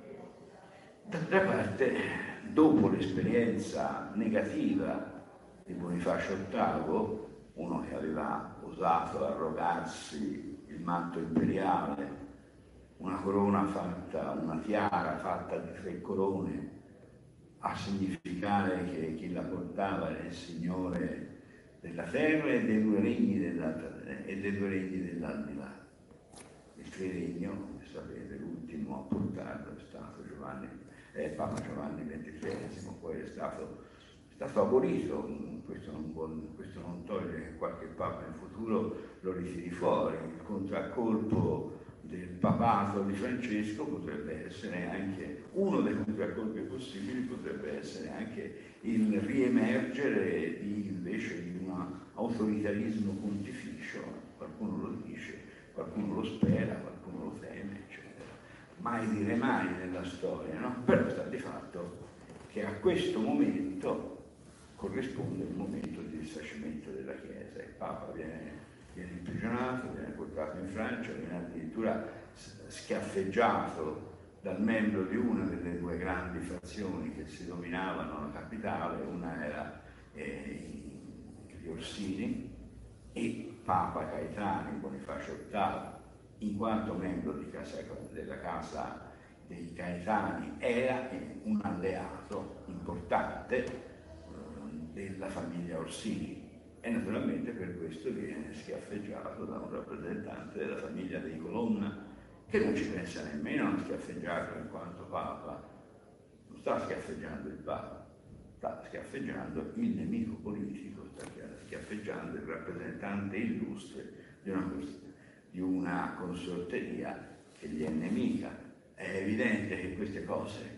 D'altra parte, dopo l'esperienza negativa di Bonifacio ottavo, uno che aveva osato arrogarsi il manto imperiale, una corona fatta, una tiara fatta di tre corone, a significare che chi la portava era il signore della terra e dei due regni dell'altra, e dei due regni dell'aldilà. Il triregno, come sapete, l'ultimo a portarlo è stato Giovanni, eh, Papa Giovanni ventitreesimo, poi è stato, è stato abolito. Questo non, può, questo non toglie che qualche Papa in futuro lo ritiri fuori. Il contraccolpo del papato di Francesco potrebbe essere anche, uno dei contraccolpi possibili potrebbe essere anche il riemergere di, invece di un autoritarismo pontificio. Qualcuno lo dice, qualcuno lo spera, qualcuno lo teme, eccetera. Mai dire mai nella storia, no? Però sta di fatto che a questo momento corrisponde il momento di risarcimento della Chiesa. Il Papa viene viene imprigionato, viene portato in Francia, viene addirittura schiaffeggiato dal membro di una delle due grandi fazioni che si dominavano la capitale. Una era eh, gli Orsini, e Papa Caetano, Bonifacio ottavo, in quanto membro di casa, della casa dei Caetani, era un alleato importante eh, della famiglia Orsini. E naturalmente per questo viene schiaffeggiato da un rappresentante della famiglia dei Colonna, che non ci pensa nemmeno a schiaffeggiarlo in quanto Papa. Non sta schiaffeggiando il Papa, sta schiaffeggiando il nemico politico, sta schiaffeggiando il rappresentante illustre di una, di una consorteria che gli è nemica. È evidente che queste cose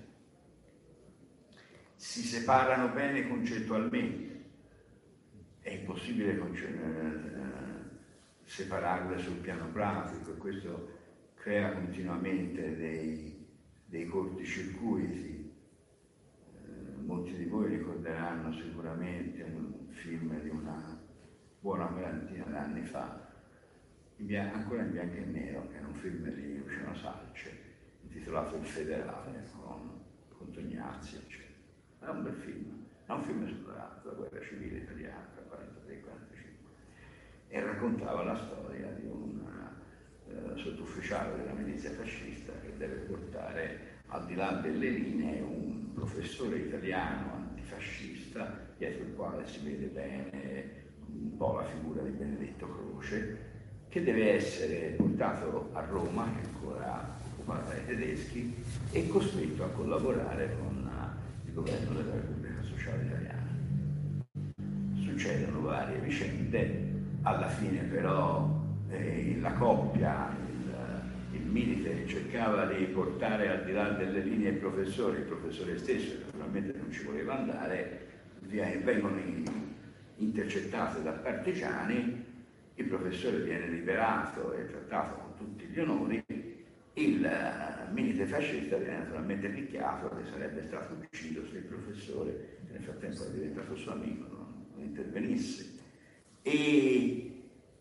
si separano bene concettualmente. È impossibile eh, separarle sul piano pratico, e questo crea continuamente dei, dei corticircuiti. Eh, molti di voi ricorderanno sicuramente un film di una buona quarantina d'anni fa, in bia- ancora in bianco e nero, che era un film di Luciano Salce, intitolato Il Federale, con, con Tognazzi, eccetera. Era un bel film, è un film esplorato, la guerra civile italiana, quarantatré quarantacinque, e raccontava la storia di un uh, sottufficiale della milizia fascista che deve portare al di là delle linee un professore italiano antifascista, dietro il quale si vede bene un po' la figura di Benedetto Croce, che deve essere portato a Roma, che è ancora occupata dai tedeschi, e costretto a collaborare con uh, il governo della Repubblica Sociale Italiana. Succedono varie vicende, alla fine però eh, la coppia, il, il milite che cercava di portare al di là delle linee il professore, il professore stesso naturalmente non ci voleva andare, vengono in, intercettate da partigiani, il professore viene liberato e trattato con tutti gli onori, il uh, milite fascista viene naturalmente picchiato, che sarebbe stato ucciso se il professore, che nel frattempo è diventato suo amico, no? intervenisse. E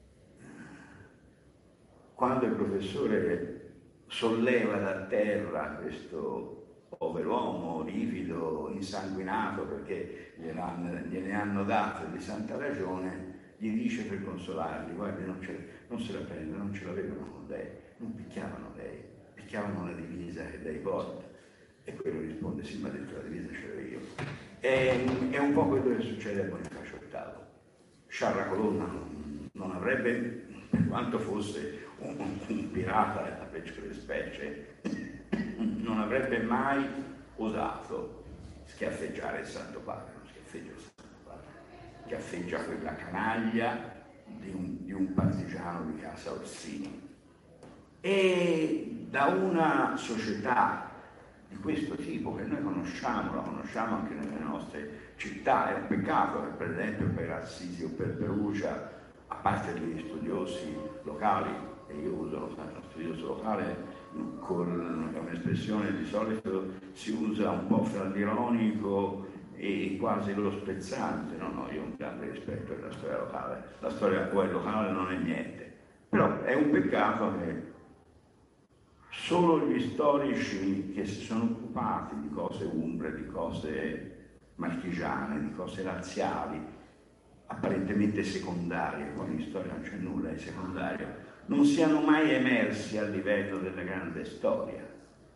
quando il professore solleva da terra questo pover'uomo rivido, insanguinato, perché gliene hanno dato di santa ragione, gli dice per consolarli: guardi, non, non se la prende, non ce l'avevano con lei, non picchiavano lei, picchiavano la divisa che lei porta. E quello risponde: sì, ma dentro la divisa ce l'avevo io. È, è un po' quello che succede a Bonifacio ottavo. Sciarra Colonna non, non avrebbe, per quanto fosse un, un pirata della peggiore specie, non avrebbe mai osato schiaffeggiare il Santo Padre, non schiaffeggia il Santo Padre, schiaffeggia quella canaglia di un, di un partigiano di casa Orsini. E da una società di questo tipo, che noi conosciamo, la conosciamo anche nelle nostre città, è un peccato che per esempio per Assisi o per Perugia, a parte gli studiosi locali, e io uso lo studioso locale con un'espressione di solito si usa un po' fra l'ironico e quasi lo spezzante. No, no, io ho un grande rispetto per la storia locale, la storia poi locale non è niente, però è un peccato che solo gli storici che si sono occupati di cose umbre, di cose marchigiane, di cose razziali, apparentemente secondarie, poi in storia non c'è nulla di secondario, non siano mai emersi a livello della grande storia.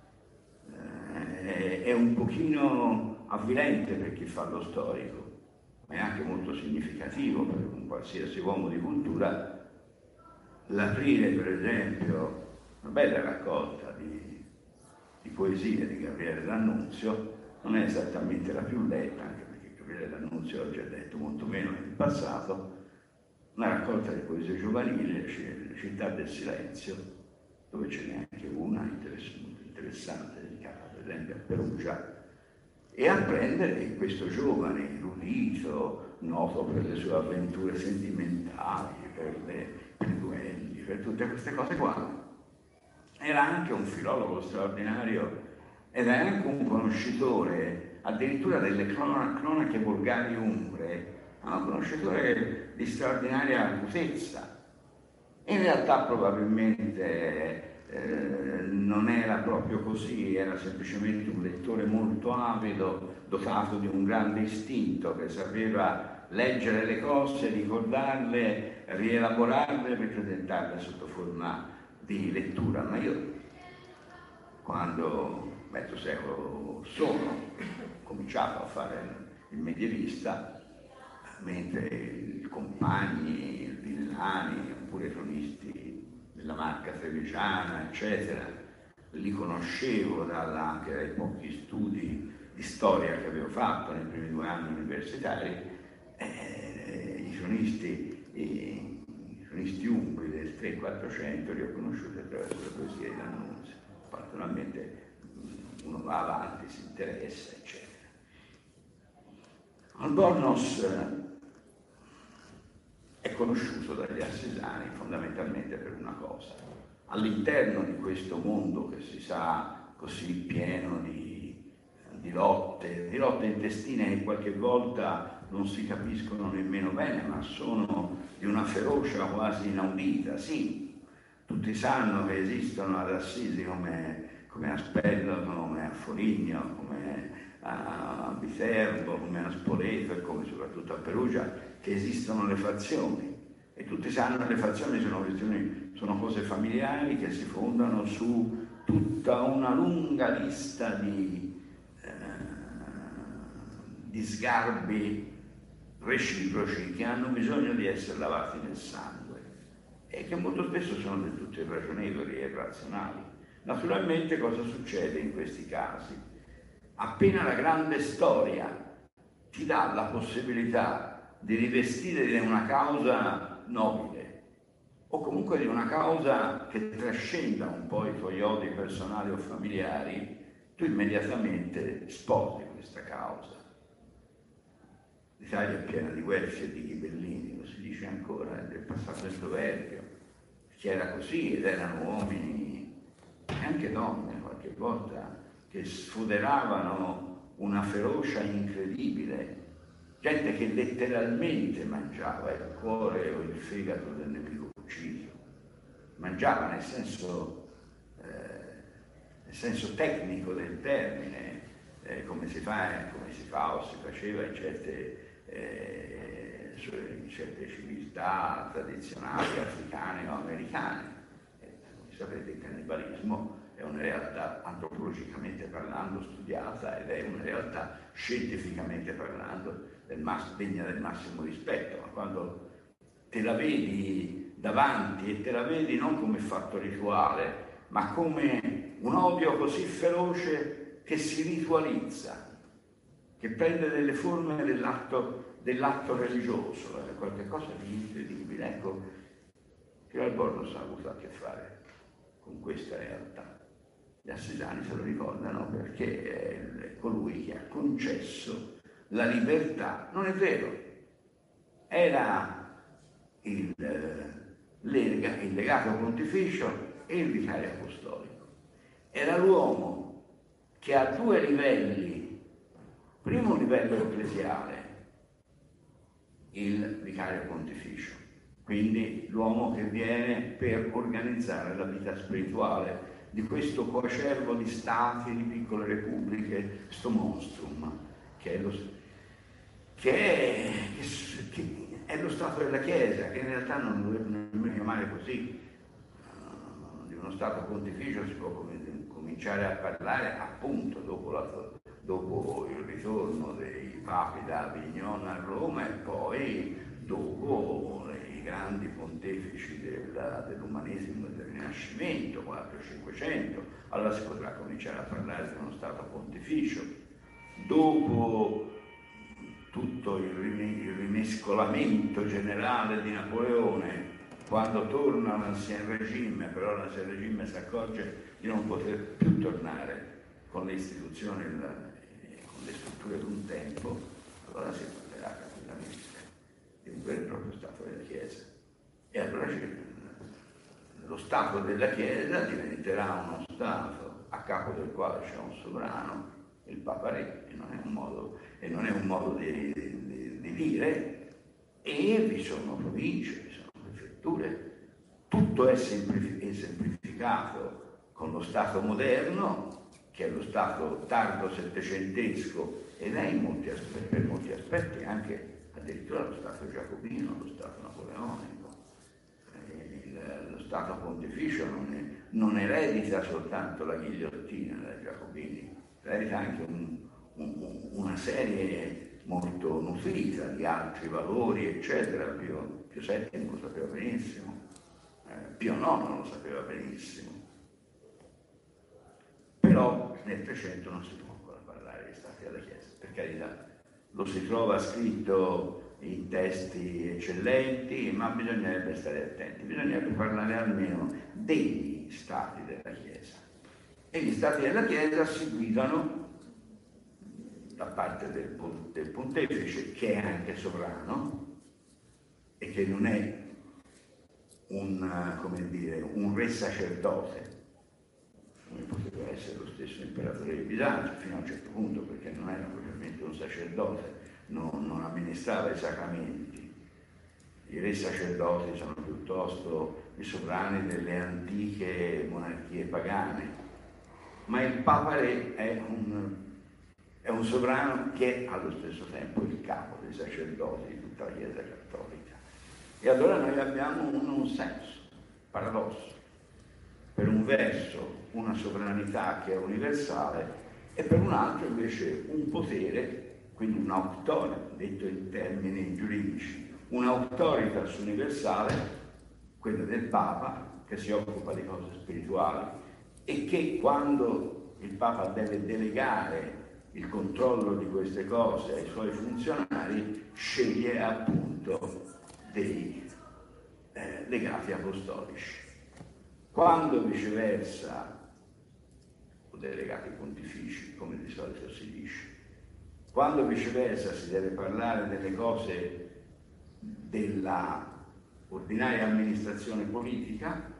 Eh, è un pochino avvilente per chi fa lo storico, ma è anche molto significativo per un qualsiasi uomo di cultura l'aprire, per esempio, una bella raccolta di, di poesie di Gabriele D'Annunzio. Non è esattamente la più letta, anche perché Gabriele D'Annunzio oggi ha detto molto meno nel passato, una raccolta di poesie giovanili, La città del silenzio, dove ce n'è anche una molto interessante, dedicata per esempio a Perugia, e apprendere questo giovane erudito, noto per le sue avventure sentimentali, per, le, per i duelli, per tutte queste cose qua. Era anche un filologo straordinario ed è anche un conoscitore addirittura delle cronache volgari umbre, un conoscitore di straordinaria acutezza. In realtà probabilmente eh, non era proprio così, era semplicemente un lettore molto avido, dotato di un grande istinto, che sapeva leggere le cose, ricordarle, rielaborarle e ripresentarle sotto forma di lettura. Ma io, quando mezzo secolo sono cominciato a fare il medievista, mentre i compagni, i villani, oppure i cronisti della Marca trevigiana, eccetera, li conoscevo dalla, anche dai pochi studi di storia che avevo fatto nei primi due anni universitari, eh, i cronisti, i, i cronisti umbri del trecento quattrocento li ho conosciuti attraverso le poesie di D'Annunzio. Naturalmente uno va avanti, si interessa, eccetera. Albornoz è conosciuto dagli assesani fondamentalmente per una cosa. All'interno di questo mondo che si sa così pieno di, di lotte, di lotte intestine che qualche volta non si capiscono nemmeno bene, ma sono di una ferocia quasi inaudita. Sì, tutti sanno che esistono ad Assisi come, come a Spello, come a Foligno, come a Viterbo, come a Spoleto e come soprattutto a Perugia, che esistono le fazioni. E tutti sanno che le fazioni sono, questioni, sono cose familiari che si fondano su tutta una lunga lista di, eh, di sgarbi reciproci che hanno bisogno di essere lavati nel sangue e che molto spesso sono del tutto irragionevoli e irrazionali. Naturalmente cosa succede in questi casi? Appena la grande storia ti dà la possibilità di rivestire di una causa nobile o comunque di una causa che trascenda un po' i tuoi odi personali o familiari, tu immediatamente sposi questa causa. L'Italia è piena di guelfi e di ghibellini, lo si dice ancora, è del passato del proverbio, che era così ed erano uomini e anche donne qualche volta che sfoderavano una ferocia incredibile, gente che letteralmente mangiava il cuore o il fegato del nemico ucciso, mangiava nel senso, eh, nel senso tecnico del termine, eh, come si fa, eh, come si fa o si faceva in certe, eh, in certe civiltà tradizionali africane o americane. Eh, come sapete, il cannibalismo è una realtà antropologicamente parlando studiata ed è una realtà scientificamente parlando del mass- degna del massimo rispetto, ma quando te la vedi davanti e te la vedi non come fatto rituale, ma come un odio così feroce che si ritualizza, che prende delle forme dell'atto, dell'atto religioso, è qualcosa di incredibile. Ecco, che Albornoz ha avuto a che fare con questa realtà. Gli assesani se lo ricordano perché è colui che ha concesso la libertà. Non è vero, era il, lega, il legato pontificio e il vicario apostolico. Era l'uomo che a due livelli Primo livello ecclesiale, il vicario pontificio, quindi l'uomo che viene per organizzare la vita spirituale di questo coacervo di stati, di piccole repubbliche, sto monstrum, che è lo, che è, che, che è lo Stato della Chiesa, che in realtà non dovrebbe nemmeno chiamare così. Uh, di uno Stato pontificio si può com- cominciare a parlare appunto dopo, la, dopo il ritorno dei papi da Avignon a Roma e poi dopo i grandi pontefici della, dell'umanesimo e del Rinascimento, quattrocento cinquecento, allora si potrà cominciare a parlare di uno Stato pontificio. Dopo tutto il rimescolamento generale di Napoleone, quando torna all'Ancien Regime, però l'Ancien Regime si accorge di non poter più tornare con le istituzioni, con le strutture di un tempo, allora si parlerà tranquillamente di un vero e proprio Stato della Chiesa. E allora lo Stato della Chiesa diventerà uno Stato a capo del quale c'è un sovrano, il Papa Re, e non è un modo, e non è un modo di, di, di dire, e vi sono province, vi sono prefetture, tutto è, semplific- è semplificato con lo Stato moderno, che è lo Stato tardo settecentesco ed è in molti aspetti, per molti aspetti anche addirittura lo Stato giacobino, lo Stato napoleonico. Il, lo Stato pontificio non, è, non eredita soltanto la ghigliottina dai giacobini, eredita anche un, un, una serie molto nutrita di altri valori, eccetera. Pio, Pio settimo lo sapeva benissimo, eh, Pio nono lo sapeva benissimo. Però nel Trecento non si può ancora parlare di Stati della Chiesa, per carità. Lo si trova scritto in testi eccellenti, ma bisognerebbe stare attenti, bisognerebbe parlare almeno degli Stati della Chiesa. E gli Stati della Chiesa si guidano da parte del, del pontefice, che è anche sovrano e che non è un, come dire, un re sacerdote, come poteva essere lo stesso imperatore di Bisanzio fino a un certo punto, perché non era propriamente un sacerdote, non, non amministrava i sacramenti. I re sacerdoti sono piuttosto i sovrani delle antiche monarchie pagane, ma il Papa Re è un, è un sovrano che è allo stesso tempo il capo dei sacerdoti di tutta la Chiesa cattolica. E allora noi abbiamo un non senso, paradosso. Per un verso una sovranità che è universale e per un altro invece un potere, quindi un'autorità, detto in termini giuridici, un'autoritas universale, quella del Papa, che si occupa di cose spirituali e che quando il Papa deve delegare il controllo di queste cose ai suoi funzionari sceglie appunto dei eh, legati apostolici. Quando viceversa, o delegati pontifici, come di solito si dice, quando viceversa si deve parlare delle cose della ordinaria amministrazione politica,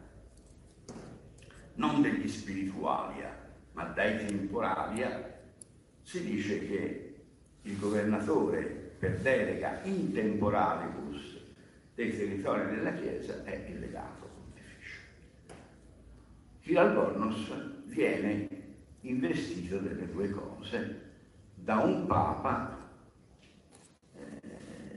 non degli spiritualia, ma dai temporalia, si dice che il governatore per delega in temporalibus dei territori della Chiesa è il legato. Albornoz viene investito delle due cose da un Papa, eh,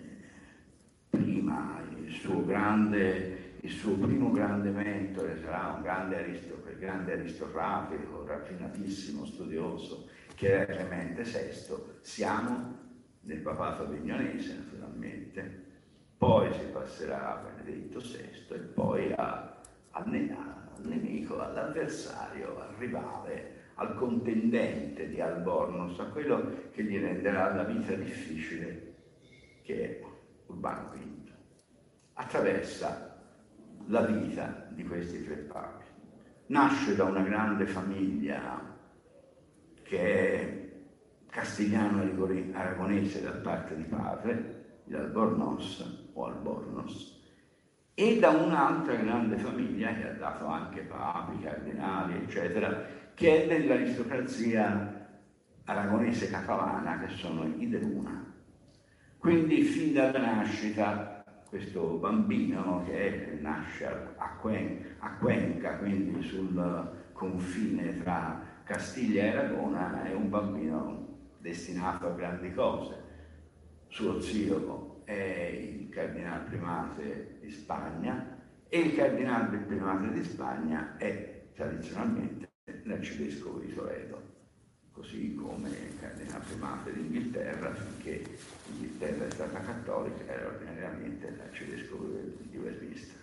prima il suo, grande, il suo primo grande mentore sarà un grande, aristoc- grande aristocratico, raffinatissimo studioso, che era Clemente sesto. Siamo nel papato avignonese naturalmente, poi si passerà a Benedetto sesto e poi a, a, a al nemico, all'avversario, al rivale, al contendente di Albornoz, a quello che gli renderà la vita difficile, che è Urbano quinto. Attraversa la vita di questi tre papi. Nasce da una grande famiglia che è castigliano-aragonese da parte di padre, di Albornoz o Albornoz, e da un'altra grande famiglia che ha dato anche papi, cardinali, eccetera, che è dell'aristocrazia aragonese catalana, che sono i De Luna. Quindi fin dalla nascita questo bambino, che nasce a Cuenca, quindi sul confine tra Castiglia e Aragona, è un bambino destinato a grandi cose. Suo zio è il cardinale primate di Spagna e il cardinale primate di Spagna è tradizionalmente l'arcivescovo di Toledo, così come il cardinale primate d'Inghilterra, finché l'Inghilterra è stata cattolica, era ordinariamente l'arcivescovo di Westminster.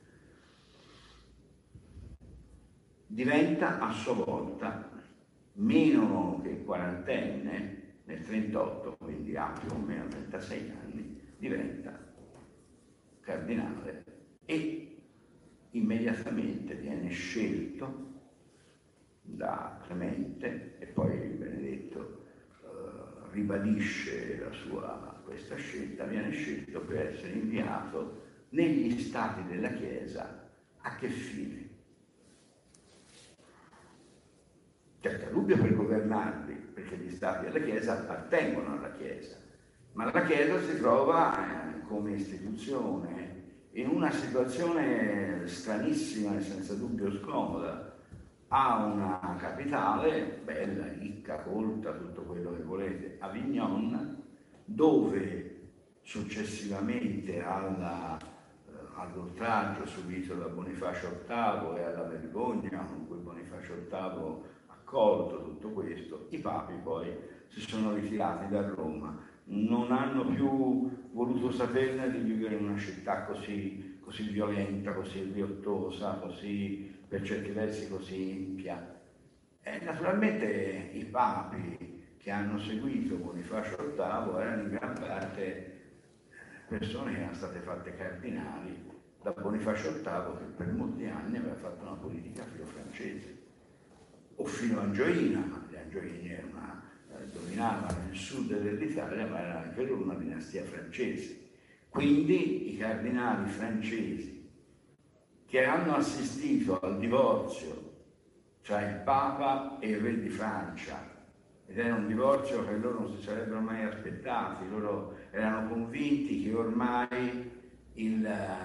Diventa a sua volta, meno che quarantenne, nel trentotto, quindi ha più o meno trentasei anni, diventa cardinale e immediatamente viene scelto da Clemente, e poi Benedetto eh, ribadisce la sua, questa scelta, viene scelto per essere inviato negli stati della Chiesa. A che fine? Certo, Rubio per governarli, perché gli stati della Chiesa appartengono alla Chiesa, ma la Chiesa si trova eh, come istituzione in una situazione stranissima e senza dubbio scomoda. Ha una capitale bella, ricca, colta, tutto quello che volete, Avignon, dove successivamente alla, eh, all'oltraggio subito da Bonifacio ottavo e alla vergogna con cui Bonifacio ottavo ha accolto tutto questo, i papi poi si sono ritirati da Roma, non hanno più voluto saperne di vivere in una città così, così violenta, così riottosa, così per certi versi così impia. E naturalmente i papi che hanno seguito Bonifacio ottavo erano in gran parte persone che erano state fatte cardinali da Bonifacio ottavo, che per molti anni aveva fatto una politica filo-francese, o fino a Angioina, ma gli Angioini erano, eh, dominavano il sud dell'Italia, ma era anche loro una dinastia francese. Quindi i cardinali francesi che hanno assistito al divorzio tra il Papa e il Re di Francia, ed era un divorzio che loro non si sarebbero mai aspettati, loro erano convinti che ormai il,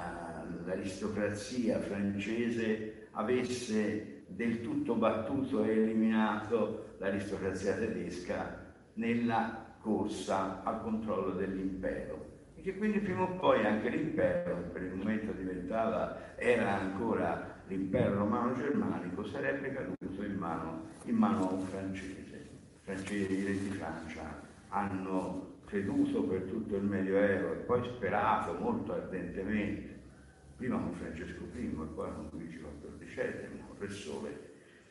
l'aristocrazia francese avesse del tutto battuto e eliminato l'aristocrazia tedesca nella corsa al controllo dell'impero. E che quindi prima o poi anche l'impero, che per il momento diventava, era ancora l'impero romano-germanico, sarebbe caduto in mano, in mano a un francese. I francesi, i re di Francia, hanno creduto per tutto il Medioevo e poi sperato molto ardentemente, prima con Francesco primo e poi con Luigi quattordicesimo, Re Sole,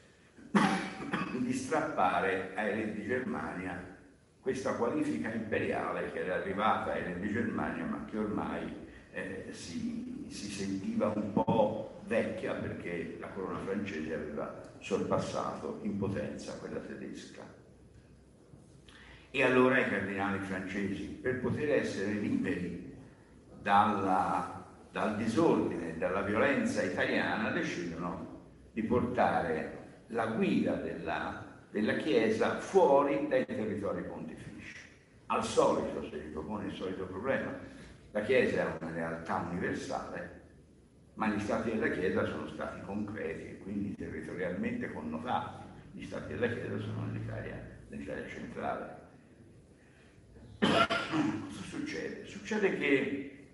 di strappare ai re di Germania questa qualifica imperiale che era arrivata ai re di Germania, ma che ormai eh, si, si sentiva un po' vecchia, perché la corona francese aveva sorpassato in potenza quella tedesca. E allora i cardinali francesi, per poter essere liberi dalla, dal disordine, dalla violenza italiana, decidono di portare la guida della, della Chiesa fuori dai territori pontifici. Al solito si ripropone il solito problema. La Chiesa è una realtà universale, ma gli stati della Chiesa sono stati concreti e quindi territorialmente connotati. Gli stati della Chiesa sono nell'Italia, nell'Italia centrale. Cosa succede? Succede che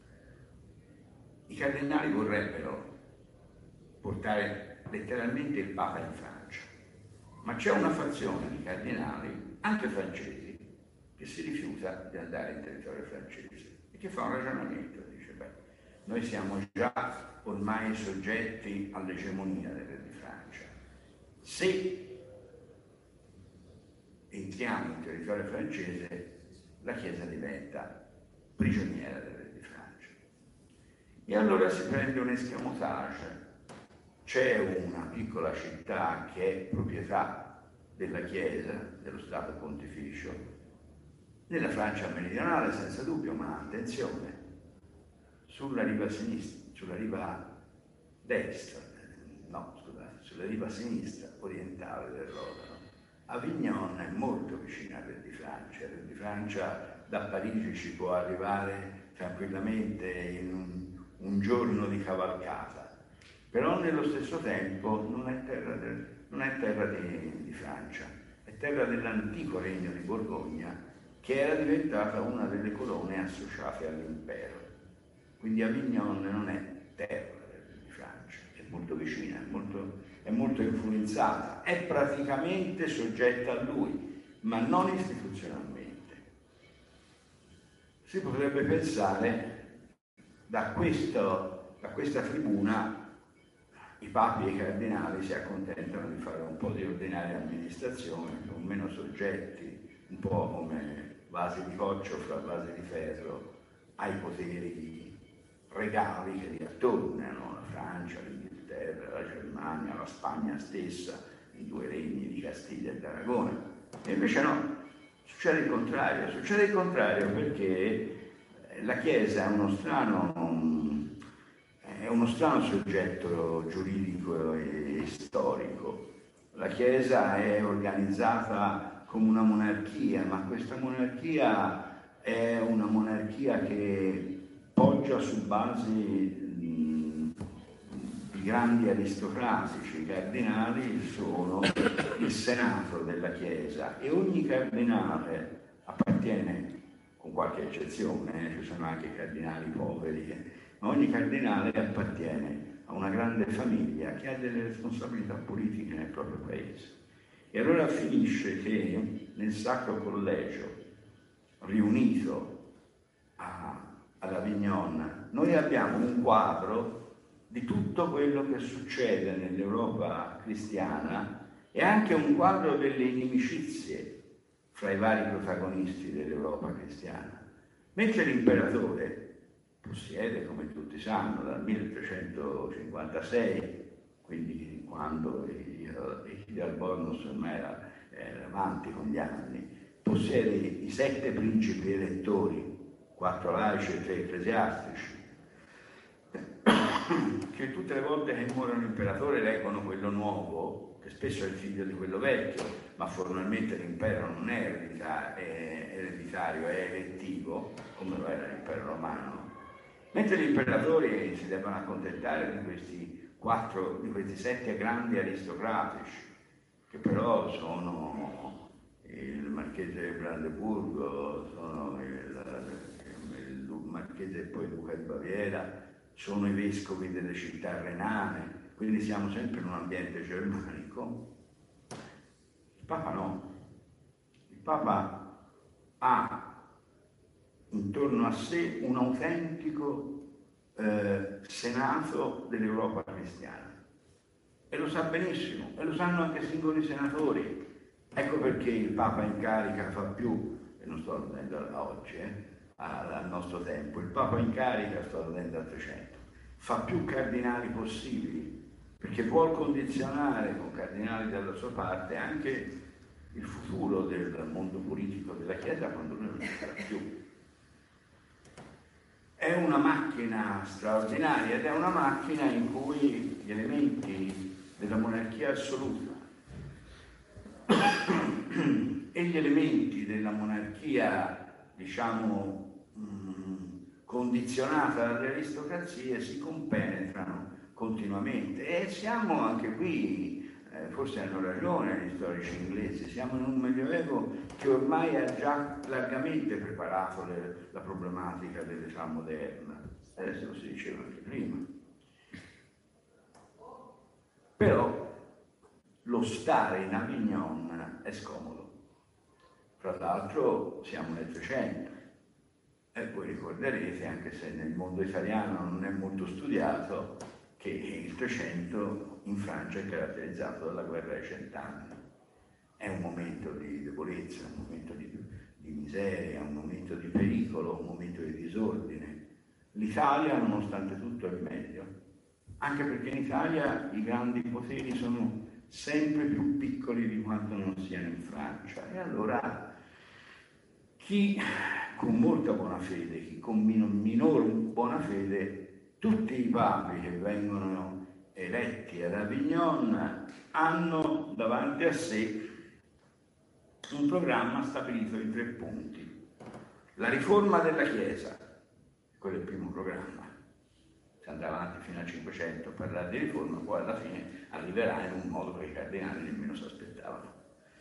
i cardinali vorrebbero portare letteralmente il Papa in Francia, ma c'è una fazione di cardinali, anche francesi, che si rifiuta di andare in territorio francese e che fa un ragionamento, dice: beh, noi siamo già ormai soggetti all'egemonia del re di Francia. Se entriamo in territorio francese, la Chiesa diventa prigioniera del re di Francia. E allora si prende un escamotage. C'è una piccola città che è proprietà della Chiesa, dello Stato Pontificio, nella Francia meridionale senza dubbio, ma attenzione, sulla riva sinistra, sulla riva destra, no scusate, sulla riva sinistra orientale del Rodano, Avignon è molto vicina al Re di Francia. Il Re di Francia da Parigi ci può arrivare tranquillamente in un, un giorno di cavalcata, però nello stesso tempo non è terra, del, non è terra di, di Francia, è terra dell'antico regno di Borgogna, che era diventata una delle colonne associate all'impero. Quindi Avignon non è terra di Francia, è molto vicina, è molto, è molto influenzata, è praticamente soggetta a lui, ma non istituzionalmente. Si potrebbe pensare da, questo, da questa tribuna i papi e i cardinali si accontentano di fare un po' di ordinaria amministrazione, con meno soggetti, un po' come vasi di coccio fra vasi di ferro, ai poteri regali che li attornano, la Francia, l'Inghilterra, la Germania, la Spagna stessa, i due regni di Castiglia e d'Aragona. E invece no, succede il contrario, succede il contrario perché la Chiesa è uno strano, è uno strano soggetto giuridico e storico. La Chiesa è organizzata come una monarchia, ma questa monarchia è una monarchia che poggia su basi di, di grandi aristocratici. I cardinali sono il senato della Chiesa e ogni cardinale appartiene, con qualche eccezione, eh, ci sono anche cardinali poveri, eh, ma ogni cardinale appartiene a una grande famiglia che ha delle responsabilità politiche nel proprio paese. E allora finisce che nel Sacro Collegio, riunito a, ad Avignon, noi abbiamo un quadro di tutto quello che succede nell'Europa cristiana e anche un quadro delle inimicizie fra i vari protagonisti dell'Europa cristiana. Mentre l'imperatore possiede, come tutti sanno, dal milletrecentocinquantasei, quindi quando Igi Albornoz ormai era, era avanti con gli anni, possiede i sette principi elettori, quattro laici e tre ecclesiastici, che tutte le volte che muore un imperatore eleggono quello nuovo, che spesso è il figlio di quello vecchio, ma formalmente l'impero non è ereditario, è elettivo, come lo era l'impero romano. Mentre gli imperatori si devono accontentare di questi quattro, di questi sette grandi aristocratici, che però sono il marchese di Brandeburgo, sono il, il marchese e poi il duca di Baviera, sono i vescovi delle città renane, quindi siamo sempre in un ambiente germanico. Il Papa no. Il Papa ha intorno a sé un autentico eh, senato dell'Europa cristiana. E lo sa benissimo, e lo sanno anche singoli senatori. Ecco perché il Papa in carica fa più, e non sto alludendo a oggi, eh, al nostro tempo, il Papa in carica, sto alludendo al trecento, fa più cardinali possibili, perché vuol condizionare con cardinali dalla sua parte anche il futuro del mondo politico della Chiesa quando lui non ci sarà più. È una macchina straordinaria ed è una macchina in cui gli elementi della monarchia assoluta e gli elementi della monarchia, diciamo, mh, condizionata dalle aristocrazie si compenetrano continuamente. E siamo anche qui, eh, forse hanno ragione gli storici inglesi, siamo in un medioevo che ormai ha già largamente preparato le, la problematica dell'età moderna. Adesso lo si diceva anche prima. Però lo stare in Avignon è scomodo. Tra l'altro siamo nel trecento e voi ricorderete, anche se nel mondo italiano non è molto studiato, che il trecento in Francia è caratterizzato dalla guerra dei cent'anni. È un momento di debolezza, un momento di, di miseria, un momento di pericolo, un momento di disordine. L'Italia, nonostante tutto, è meglio, anche perché in Italia i grandi poteri sono sempre più piccoli di quanto non siano in Francia. E allora chi con molta buona fede, chi con minor buona fede, tutti i papi che vengono eletti ad Avignon hanno davanti a sé un programma stabilito in tre punti. La riforma della Chiesa, quello è il primo programma, si andrà avanti fino al Cinquecento a parlare di riforma, poi alla fine arriverà in un modo che i cardinali nemmeno si aspettavano.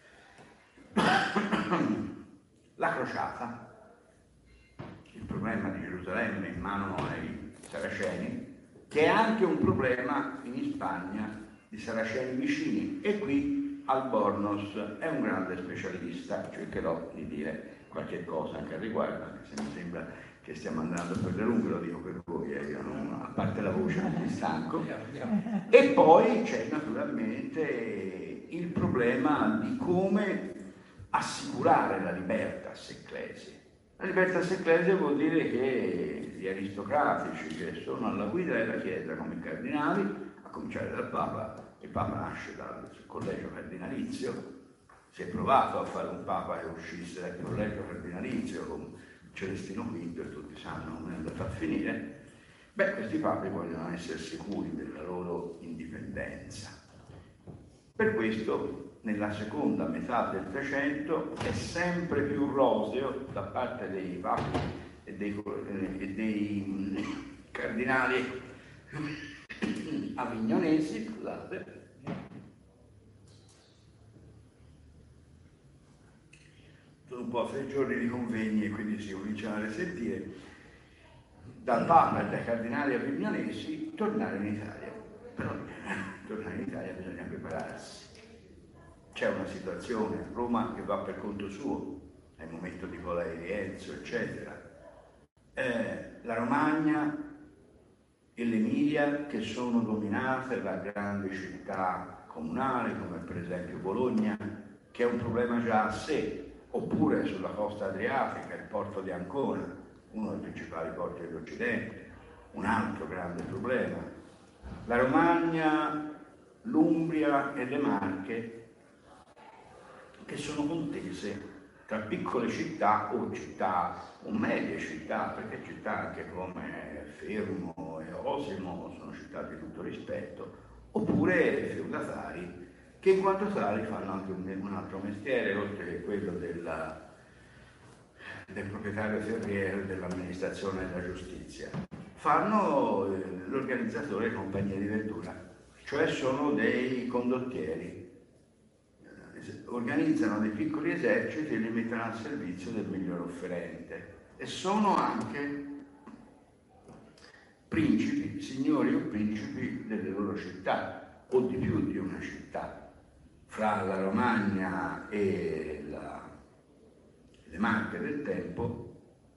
La crociata, il problema di Gerusalemme in mano ai saraceni, che è anche un problema in Spagna di saraceni vicini, e qui Albornoz è un grande specialista, cercherò di dire qualche cosa anche al riguardo, anche se mi sembra che stiamo andando per le lunghe, lo dico per voi, eh, io non, a parte la voce non mi stanco. E poi c'è naturalmente il problema di come assicurare la libertas ecclesia. La libertas ecclesia vuol dire che gli aristocratici che sono alla guida della Chiesa, come i cardinali, a cominciare dal Papa, il Papa nasce dal collegio cardinalizio, si è provato a fare un Papa che uscisse dal collegio cardinalizio con Celestino quinto, e tutti sanno come è andato a finire. Beh, questi papi vogliono essere sicuri della loro indipendenza. Per questo, nella seconda metà del Trecento è sempre più roseo da parte dei papi e dei, e dei cardinali avignonesi, scusate, sono un po' a tre giorni di convegni e quindi si cominciano a risentire, dal Papa e dai cardinali avignonesi tornare in Italia. Però tornare in Italia bisogna prepararsi. C'è una situazione a Roma che va per conto suo, è il momento di Colei di Enzo, eccetera. Eh, la Romagna e l'Emilia, che sono dominate da grandi città comunali, come per esempio Bologna, che è un problema già a sé, oppure sulla costa adriatica, il porto di Ancona, uno dei principali porti dell'Occidente, un altro grande problema. La Romagna, l'Umbria e le Marche, che sono contese tra piccole città o città o medie città, perché città anche come Fermo e Osimo sono città di tutto rispetto, oppure feudatari che in quanto tali fanno anche un, un altro mestiere, oltre che quello della, del proprietario terriero dell'amministrazione della giustizia. Fanno eh, l'organizzatore di compagnie di vettura, cioè sono dei condottieri. Organizzano dei piccoli eserciti e li mettono al servizio del miglior offerente, e sono anche principi, signori o principi delle loro città, o di più di una città. Fra la Romagna e la, le Marche del tempo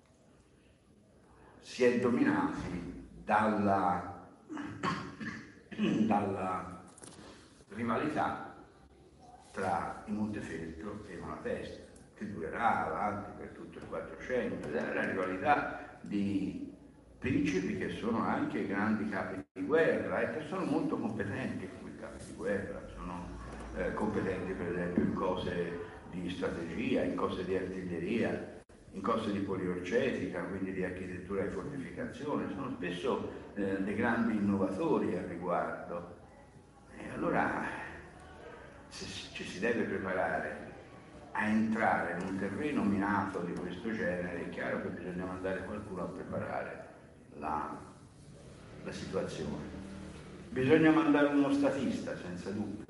si è dominati dalla, dalla rivalità tra i Montefeltro e i Malatesta, che durerà avanti per tutto il Quattrocento, ed è la rivalità di principi che sono anche grandi capi di guerra e che sono molto competenti come capi di guerra, sono eh, competenti per esempio in cose di strategia, in cose di artiglieria, in cose di poliorcetica, quindi di architettura e fortificazione, sono spesso eh, dei grandi innovatori al riguardo. E allora, se ci si deve preparare a entrare in un terreno minato di questo genere, è chiaro che bisogna mandare qualcuno a preparare la, la situazione. Bisogna mandare uno statista, senza dubbio.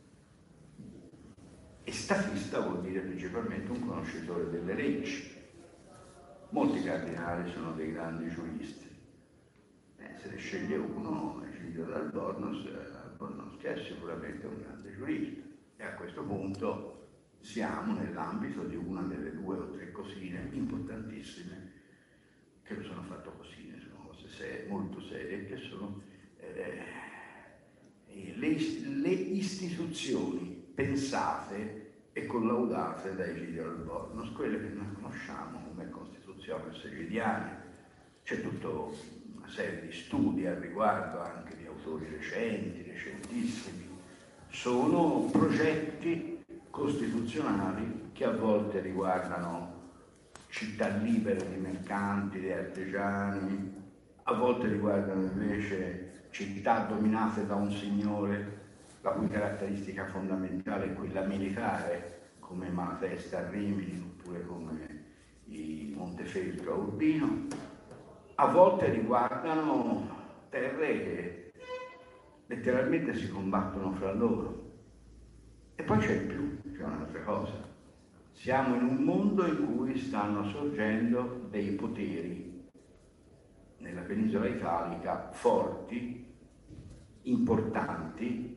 E statista vuol dire principalmente un conoscitore delle leggi. Molti cardinali sono dei grandi giuristi. Eh, se ne sceglie uno, Egidio d'Albornoz, Albornoz che è sicuramente un grande giurista. E a questo punto siamo nell'ambito di una delle due o tre cosine importantissime, che non sono affatto cosine, sono cose serie, molto serie, che sono eh, le, le istituzioni pensate e collaudate da Egidio d'Albornoz, quelle che noi conosciamo come Costituzione segediana. C'è tutta una serie di studi al riguardo, anche di autori recenti, recentissimi. Sono progetti costituzionali che a volte riguardano città libere di mercanti, di artigiani, a volte riguardano invece città dominate da un signore la cui caratteristica fondamentale è quella militare, come Malatesta a Rimini oppure come i Montefeltro a Urbino, a volte riguardano terre che letteralmente si combattono fra loro. E poi c'è più, c'è un'altra cosa. Siamo in un mondo in cui stanno sorgendo dei poteri nella penisola italica forti, importanti,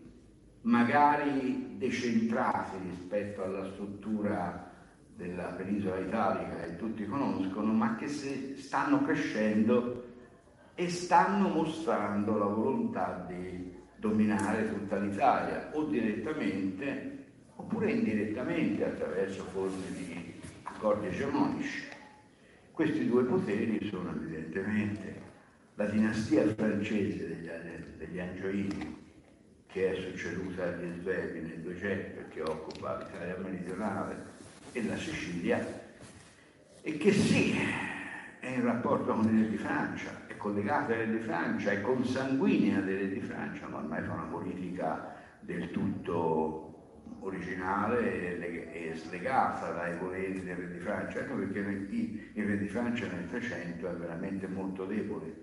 magari decentrati rispetto alla struttura della penisola italica che tutti conoscono, ma che si stanno crescendo e stanno mostrando la volontà di dominare tutta l'Italia, o direttamente oppure indirettamente attraverso forme di accordi egemonici. Questi due poteri sono evidentemente la dinastia francese degli, degli Angioini, che è succeduta agli Svevi nel duecento e che occupa l'Italia meridionale e la Sicilia, e che sì, è in rapporto con il Re di Francia, è collegata al Re di Francia, è consanguinea del Re di Francia, ma ormai fa una politica del tutto originale e slegata dai voleri del Re di Francia, ecco perché il Re di Francia nel trecento è veramente molto debole,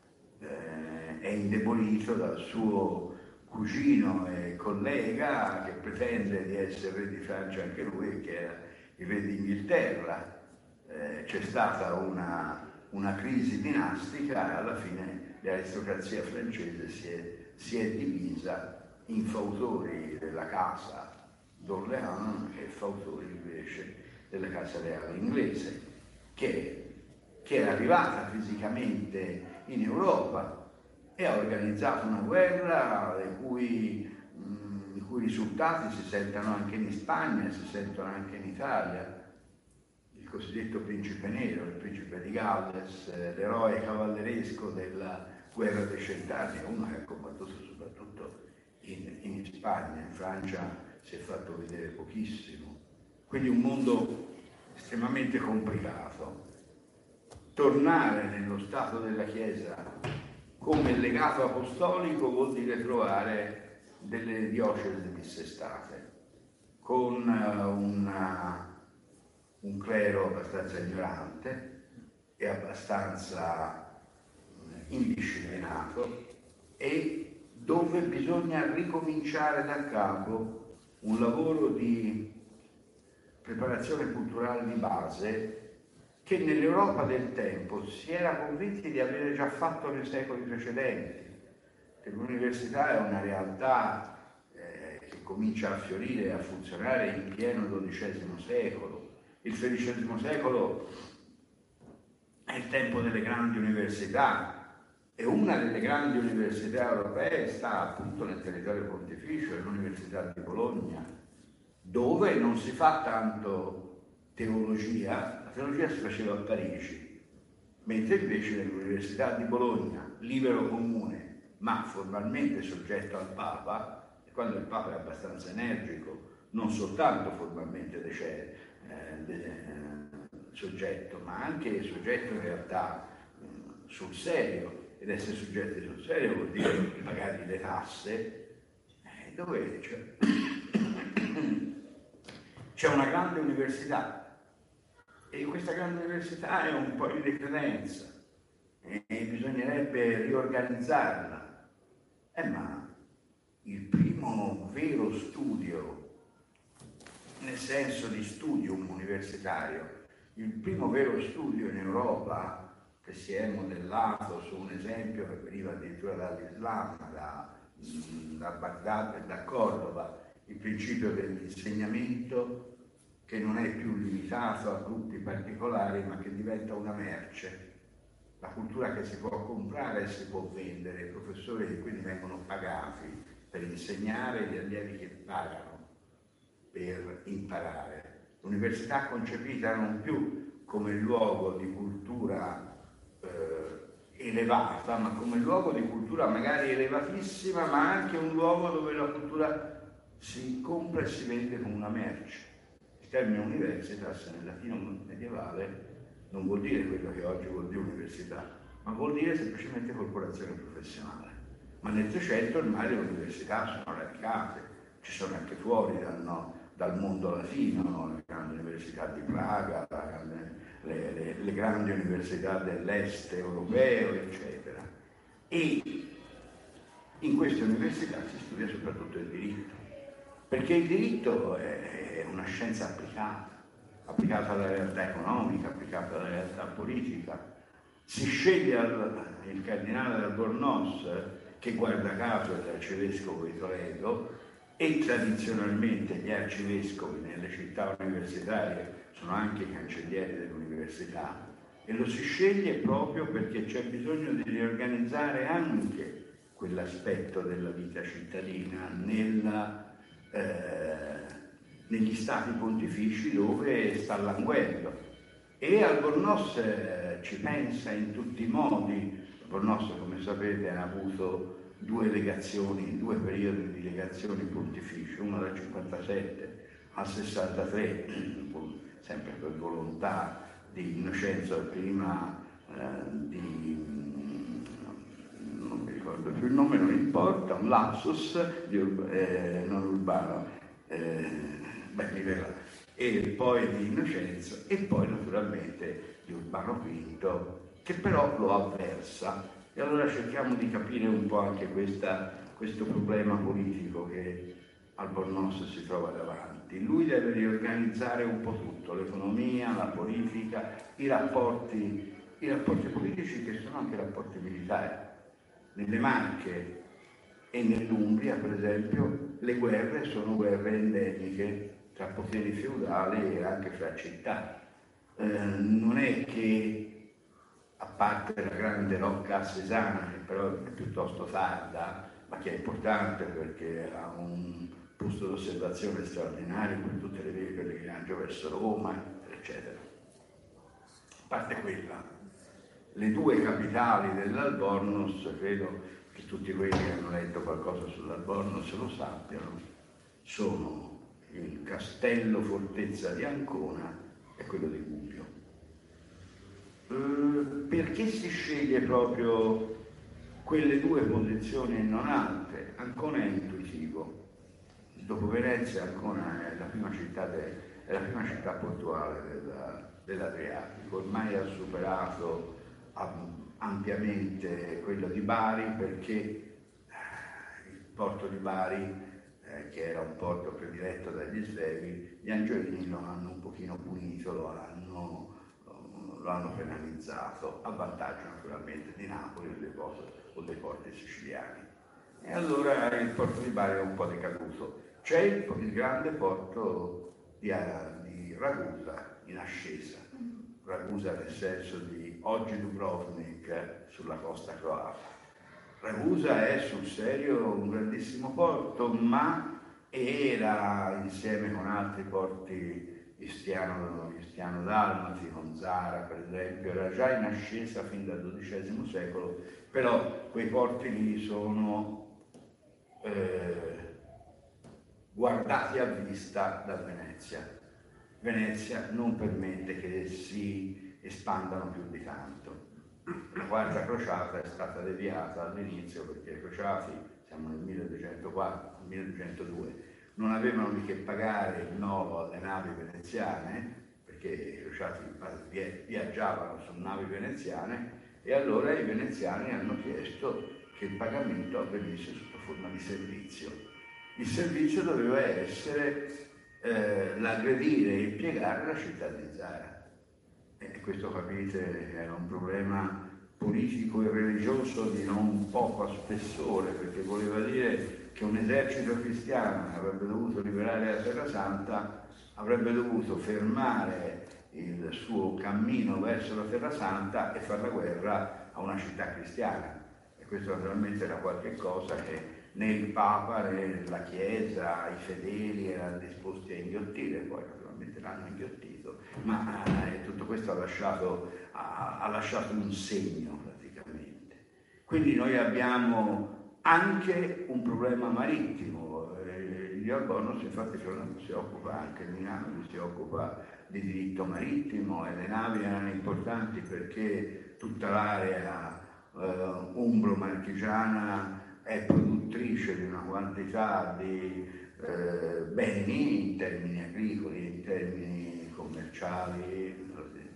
eh, è indebolito dal suo cugino e collega che pretende di essere Re di Francia anche lui, che era il Re d'Inghilterra. Eh, c'è stata una, una crisi dinastica e alla fine l'aristocrazia francese si è, si è divisa in fautori della casa d'Orléans e fautori invece della casa reale inglese, che, che era arrivata fisicamente in Europa e ha organizzato una guerra i cui, mh, i cui risultati si sentono anche in Spagna, si sentono anche in Italia. Il cosiddetto principe nero, il principe di Galles, eh, l'eroe cavalleresco della guerra dei cent'anni, uno che ha combattuto soprattutto in, in Spagna, in Francia si è fatto vedere pochissimo. Quindi un mondo estremamente complicato. Tornare nello stato della Chiesa come legato apostolico vuol dire trovare delle diocesi dissestate, con una, un clero abbastanza ignorante e abbastanza indisciplinato, e dove bisogna ricominciare da capo un lavoro di preparazione culturale di base che nell'Europa del tempo si era convinti di avere già fatto nei secoli precedenti, che l'università è una realtà eh, che comincia a fiorire e a funzionare in pieno dodicesimo secolo. Il tredicesimo secolo è il tempo delle grandi università, e una delle grandi università europee sta appunto nel territorio pontificio, l'Università di Bologna, dove non si fa tanto teologia. La teologia si faceva a Parigi, mentre invece nell'Università di Bologna, libero comune, ma formalmente soggetto al Papa, e quando il Papa è abbastanza energico, non soltanto formalmente de- eh, de- soggetto, ma anche soggetto in realtà eh, sul serio, ed essere soggetti sul serio vuol dire pagare le tasse, eh, dove c'è, c'è una grande università. E questa grande università è un po' in decadenza e bisognerebbe riorganizzarla. Eh, ma il primo vero studio, nel senso di studium universitario, il primo vero studio in Europa che si è modellato su un esempio che veniva addirittura dall'Islam, da, da Baghdad e da Cordova, il principio dell'insegnamento che non è più limitato a gruppi particolari, ma che diventa una merce. La cultura che si può comprare e si può vendere, i professori che quindi vengono pagati per insegnare, gli allievi che pagano per imparare. L'università concepita non più come luogo di cultura eh, elevata, ma come luogo di cultura magari elevatissima, ma anche un luogo dove la cultura si compra e si vende come una merce. Il termine universitas nel latino medievale non vuol dire quello che oggi vuol dire università, ma vuol dire semplicemente corporazione professionale. Ma nel Trecento ormai le università sono radicate, ci sono anche fuori dal, no, dal mondo latino, no? Le grandi università di Praga, grande, le, le, le grandi università dell'est europeo, eccetera. E in queste università si studia soprattutto il diritto, perché il diritto è una scienza applicata, applicata alla realtà economica, applicata alla realtà politica. Si sceglie al, il cardinale d'Albornoz, che guarda caso è l'arcivescovo di Toledo, e tradizionalmente gli arcivescovi nelle città universitarie sono anche i cancellieri dell'università, e lo si sceglie proprio perché c'è bisogno di riorganizzare anche quell'aspetto della vita cittadina nella, eh, negli stati pontifici dove sta languendo. E Albornoz eh, ci pensa in tutti i modi. Albornoz, come sapete, ha avuto due legazioni, due periodi di legazioni pontificie, uno dal cinquantasette al sessantatré, sempre per volontà di Innocenzo, prima eh, di, non mi ricordo più il nome, non importa, un lapsus, di, eh, non Urbano, eh, beh, mi verrà, e poi di Innocenzo, e poi naturalmente di Urbano quinto, che però lo avversa. E allora cerchiamo di capire un po' anche questa, questo problema politico che Albornoz si trova davanti. Lui deve riorganizzare un po' tutto, l'economia, la politica, i rapporti, i rapporti politici, che sono anche rapporti militari. Nelle Marche e nell'Umbria, per esempio, le guerre sono guerre endemiche tra poteri feudali e anche fra città. Eh, non è che, a parte la grande Rocca Assesana, che però è piuttosto tarda, ma che è importante perché ha un posto d'osservazione straordinario per tutte le vie di pellegrinaggio verso Roma, eccetera. A parte quella, le due capitali dell'Albornoz, credo che tutti quelli che hanno letto qualcosa sull'Albornoz lo sappiano, sono il castello fortezza di Ancona e quello di Gubbio. Perché si sceglie proprio quelle due posizioni e non altre? Ancona è intuitivo. Dopo Venezia, Ancona è la prima città, de, è la prima città portuale della, dell'Adriatico. Ormai ha superato ampiamente quella di Bari, perché il porto di Bari, eh, che era un porto prediletto dagli Svevi, gli Angioini lo hanno un pochino punito, lo hanno... lo hanno penalizzato, a vantaggio naturalmente di Napoli o dei, o dei porti siciliani. E allora il porto di Bari è un po' decaduto. C'è il, il grande porto di, di Ragusa in ascesa, Ragusa nel senso di oggi Dubrovnik sulla costa croata. Ragusa è sul serio un grandissimo porto, ma era, insieme con altri porti Istiano, Istiano Dalmati, con Zara per esempio, era già in ascesa fin dal dodicesimo secolo, però quei porti lì sono eh, guardati a vista da Venezia. Venezia non permette che si espandano più di tanto. La quarta crociata è stata deviata all'inizio perché i crociati, siamo nel milleduecentoquattro, milleduecentodue, non avevano di che pagare il nodo alle navi veneziane, perché i crociati viaggiavano su navi veneziane, e allora i veneziani hanno chiesto che il pagamento avvenisse sotto forma di servizio. Il servizio doveva essere eh, l'aggredire e impiegare la città di Zara. E questo, capite, era un problema politico e religioso di non poco spessore, perché voleva dire che un esercito cristiano che avrebbe dovuto liberare la Terra Santa avrebbe dovuto fermare il suo cammino verso la Terra Santa e fare la guerra a una città cristiana. E questo naturalmente era qualche cosa che né il Papa né la Chiesa, i fedeli erano disposti a inghiottire, poi naturalmente l'hanno inghiottito, ma eh, tutto questo ha lasciato, ha, ha lasciato un segno praticamente. Quindi noi abbiamo anche un problema marittimo. Gli Albornoz infatti si occupa anche di navi, si occupa di diritto marittimo, e le navi erano importanti perché tutta l'area eh, umbro-marchigiana è produttrice di una quantità di eh, beni in termini agricoli, in termini commerciali,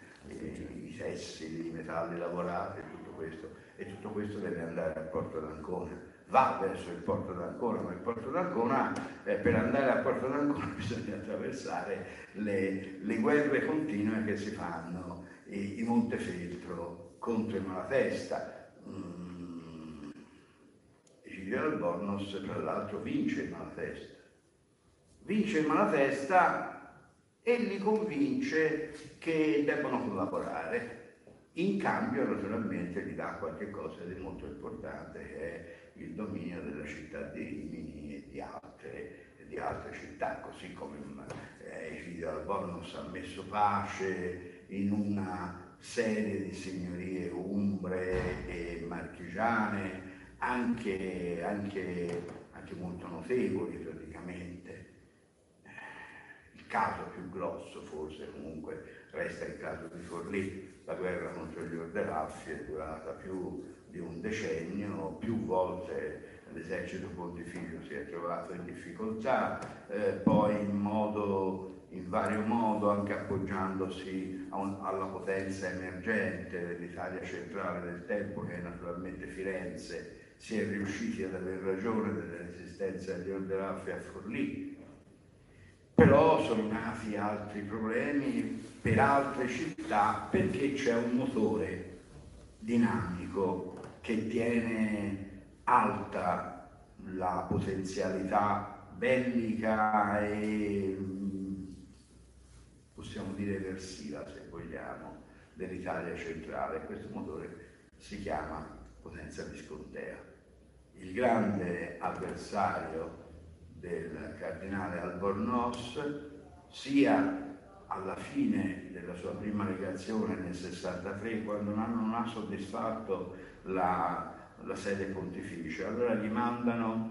i tessili, i metalli lavorati, tutto questo, e tutto questo deve andare al porto d'Ancona. Va verso il porto d'Ancona, ma il porto d'Ancona, eh, per andare al porto d'Ancona bisogna attraversare le, le guerre continue che si fanno, i, i Montefeltro contro i Malatesta. Mm, Egidio Albornoz, tra l'altro, vince il Malatesta. Vince il Malatesta e li convince che debbano collaborare. In cambio, naturalmente, gli dà qualche cosa di molto importante, che è il dominio della città di Rimini e di altre, di altre città, così come eh, Egidio Albornoz ha messo pace in una serie di signorie umbre e marchigiane, anche, anche, anche molto notevoli praticamente. Il caso più grosso forse comunque resta il caso di Forlì. La guerra contro gli Ordelaffi è durata più di un decennio, più volte l'esercito pontificio si è trovato in difficoltà, eh, poi in, modo, in vario modo, anche appoggiandosi a un, alla potenza emergente dell'Italia centrale del tempo, che è naturalmente Firenze, si è riusciti ad aver ragione della resistenza degli Ordelaffi a Forlì. Però sono nati altri problemi per altre città, perché c'è un motore dinamico che tiene alta la potenzialità bellica e, possiamo dire, eversiva, se vogliamo, dell'Italia centrale. Questo motore si chiama potenza viscontea. Il grande avversario del cardinale Albornoz, sia alla fine della sua prima legazione nel sessantatré, quando non ha soddisfatto la, la sede pontificia, allora gli mandano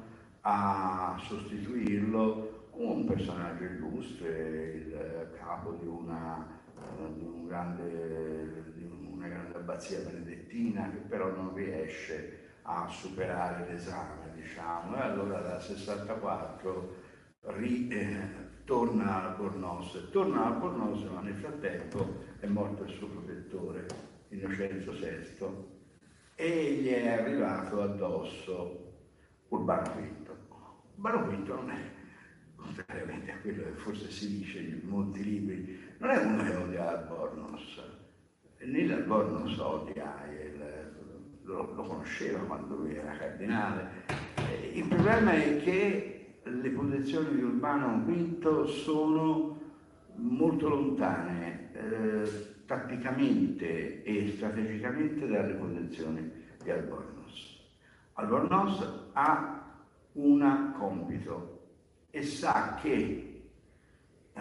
a sostituirlo con un personaggio illustre, il capo di una, di un grande, di una grande abbazia benedettina, che però non riesce a superare l'esame, diciamo, e allora dal sessantaquattro ri, eh, torna al Albornoz, torna al Albornoz, ma nel frattempo è morto il suo protettore, Innocenzo sesto, e gli è arrivato addosso Urbano quinto. Urbano quinto non è, contrariamente a quello che forse si dice in molti libri, non è uno che odia Albornoz, né l'Albornoz odia il Lo, lo conosceva quando lui era cardinale. Eh, il problema è che le posizioni di Urbano quinto sono molto lontane eh, tatticamente e strategicamente dalle posizioni di Albornoz. Albornoz ha un compito e sa che eh,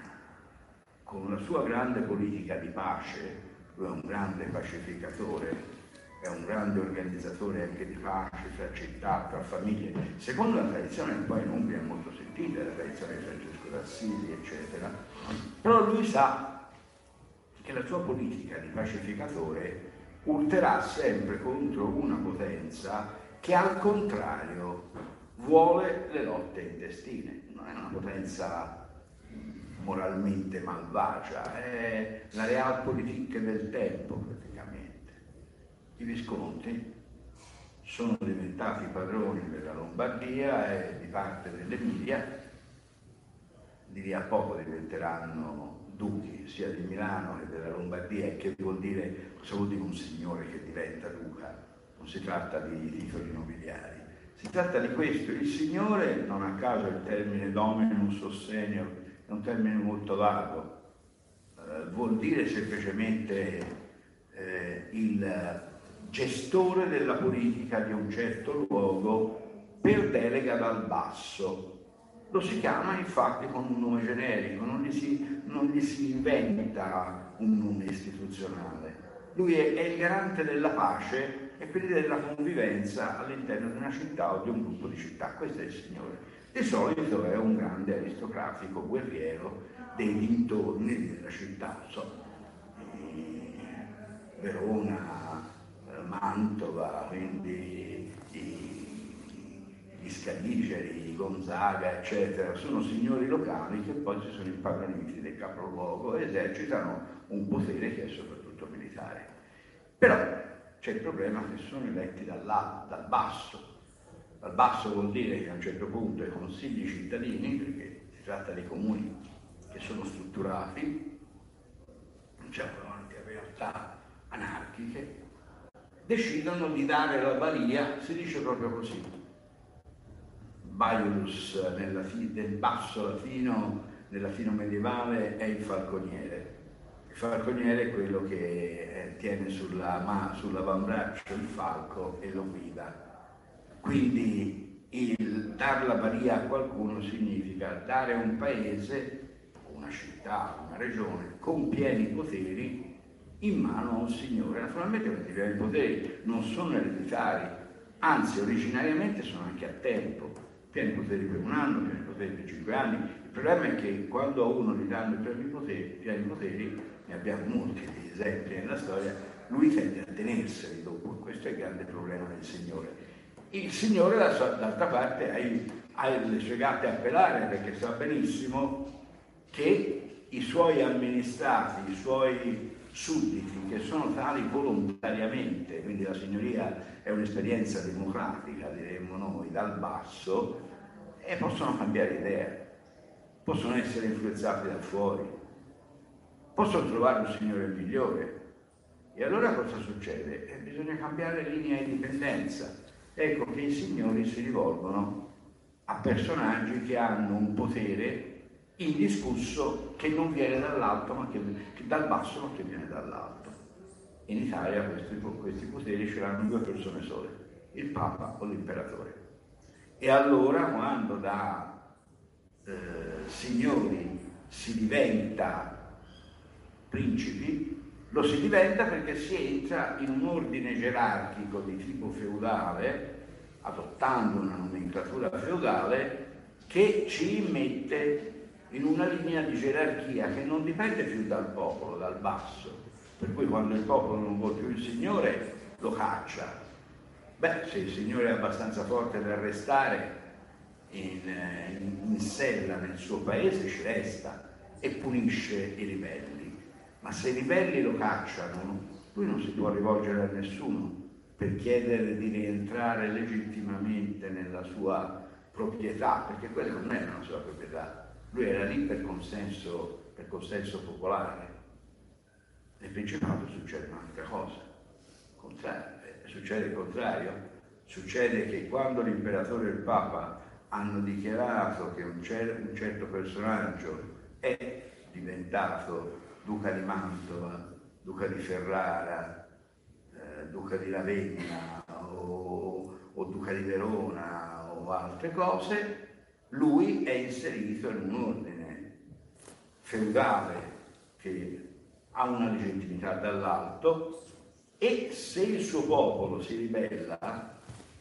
con la sua grande politica di pace, lui è un grande pacificatore, è un grande organizzatore anche di pace tra città, tra famiglie, secondo la tradizione che poi in Umbria è molto sentita, la tradizione di Francesco d'Assisi, eccetera. Però lui sa che la sua politica di pacificatore urterà sempre contro una potenza che al contrario vuole le lotte intestine. Non è una potenza moralmente malvagia, è la realpolitik del tempo praticamente. I Visconti sono diventati padroni della Lombardia e di parte dell'Emilia, di lì a poco diventeranno duchi sia di Milano che della Lombardia. E che vuol dire, cosa vuol dire un signore che diventa duca? Non si tratta di titoli nobiliari, si tratta di questo. Il signore, non a caso il termine dominus o senior è un termine molto vago, eh, vuol dire semplicemente eh, il gestore della politica di un certo luogo per delega dal basso. Lo si chiama infatti con un nome generico, non gli si, non gli si inventa un nome istituzionale. Lui è, è il garante della pace e quindi della convivenza all'interno di una città o di un gruppo di città. Questo è il signore. Di solito è un grande aristocratico guerriero dei dintorni della città, so, Verona, Mantova, quindi i, i Scaligeri, Gonzaga, eccetera, sono signori locali che poi si sono impadroniti del capoluogo e esercitano un potere che è soprattutto militare. Però c'è il problema che sono eletti dall'alto, dal basso. Dal basso vuol dire che a un certo punto i consigli cittadini, perché si tratta di comuni che sono strutturati, non c'è una realtà anarchiche, decidono di dare la balia, si dice proprio così, Baius nella, nel basso latino, nel latino medievale, è il falconiere. Il falconiere è quello che tiene sulla, sull'avambraccio il falco e lo guida. Quindi il dar la balia a qualcuno significa dare un paese, una città, una regione con pieni poteri in mano a un signore. Naturalmente questi pieni poteri non sono ereditari, anzi originariamente sono anche a tempo. Pieni poteri per un anno, pieni poteri per cinque anni. Il problema è che quando a uno gli danno i pieni poteri, pieni poteri, ne abbiamo molti di esempi nella storia, lui tende a tenerseli dopo. Questo è il grande problema del Signore. Il Signore, d'altra parte, ha, ha le sue gatte a pelare, perché sa benissimo che i suoi amministrati, i suoi sudditi, che sono tali volontariamente, quindi la signoria è un'esperienza democratica, diremmo noi, dal basso, e possono cambiare idea, possono essere influenzati da fuori, possono trovare un signore migliore. E allora cosa succede? Eh, bisogna cambiare linea di dipendenza. Ecco che i signori si rivolgono a personaggi che hanno un potere indiscusso che non viene dall'alto, ma che, che dal basso, ma che viene dall'alto. In Italia questi, questi poteri ce l'hanno due persone sole, il Papa o l'Imperatore. E allora quando da eh, signori si diventa principi, lo si diventa perché si entra in un ordine gerarchico di tipo feudale, adottando una nomenclatura feudale, che ci mette in una linea di gerarchia che non dipende più dal popolo, dal basso. Per cui quando il popolo non vuole più il Signore, lo caccia. Beh, se il Signore è abbastanza forte da restare in, in, in sella nel suo paese, ci resta e punisce i ribelli. Ma se i ribelli lo cacciano, lui non si può rivolgere a nessuno per chiedere di rientrare legittimamente nella sua proprietà, perché quella non era la sua proprietà. Lui era lì per consenso, per consenso popolare. Nel Principato succede un'altra cosa, contrario. Succede il contrario. Succede che quando l'imperatore e il Papa hanno dichiarato che un, cer- un certo personaggio è diventato Duca di Mantova, Duca di Ferrara, eh, Duca di Ravenna o, o Duca di Verona o altre cose, lui è inserito in un ordine feudale che ha una legittimità dall'alto e se il suo popolo si ribella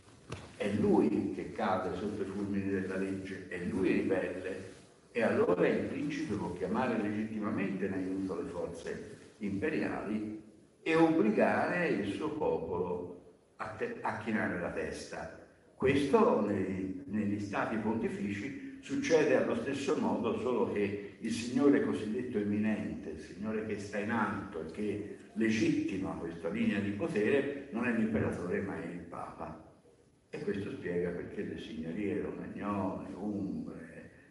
è lui che cade sotto i fulmini della legge, è lui ribelle. E allora il principe può chiamare legittimamente in aiuto le forze imperiali e obbligare il suo popolo a, te- a chinare la testa. Questo nei, negli stati pontifici succede allo stesso modo, solo che il signore cosiddetto eminente, il signore che sta in alto e che legittima questa linea di potere, non è l'imperatore ma è il Papa. E questo spiega perché le signorie romagnole, umbre,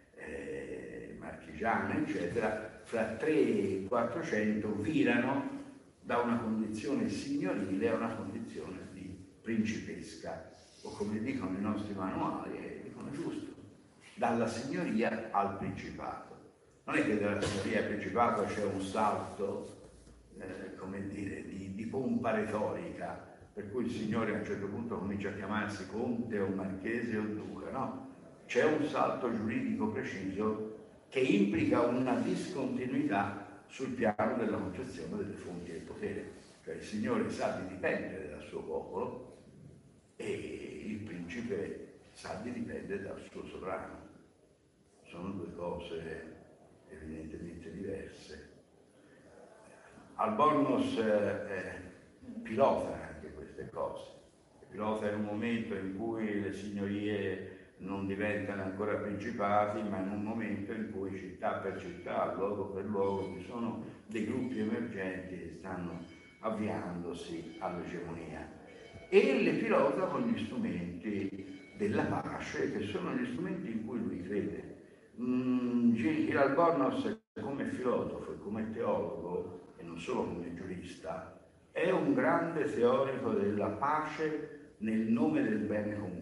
Eh, marchigiane, eccetera, fra trecento e quattrocento virano da una condizione signorile a una condizione di principesca, o come dicono i nostri manuali, e dicono giusto, dalla signoria al principato. Non è che dalla signoria al principato c'è un salto, eh, come dire, di, di pompa retorica, per cui il signore a un certo punto comincia a chiamarsi conte o marchese o duca, no? C'è un salto giuridico preciso che implica una discontinuità sul piano della concezione delle fonti del potere. Cioè il signore sa di dipendere dal suo popolo e il principe sa di dipendere dal suo sovrano. Sono due cose evidentemente diverse. Albornoz eh, pilota anche queste cose. Pilota in un momento in cui le signorie non diventano ancora principati, ma in un momento in cui città per città, luogo per luogo, ci sono dei gruppi emergenti che stanno avviandosi all'egemonia e le pilota con gli strumenti della pace, che sono gli strumenti in cui lui crede. Mm, Gil Albornoz, come filosofo e come teologo, e non solo come giurista, è un grande teorico della pace nel nome del bene comune.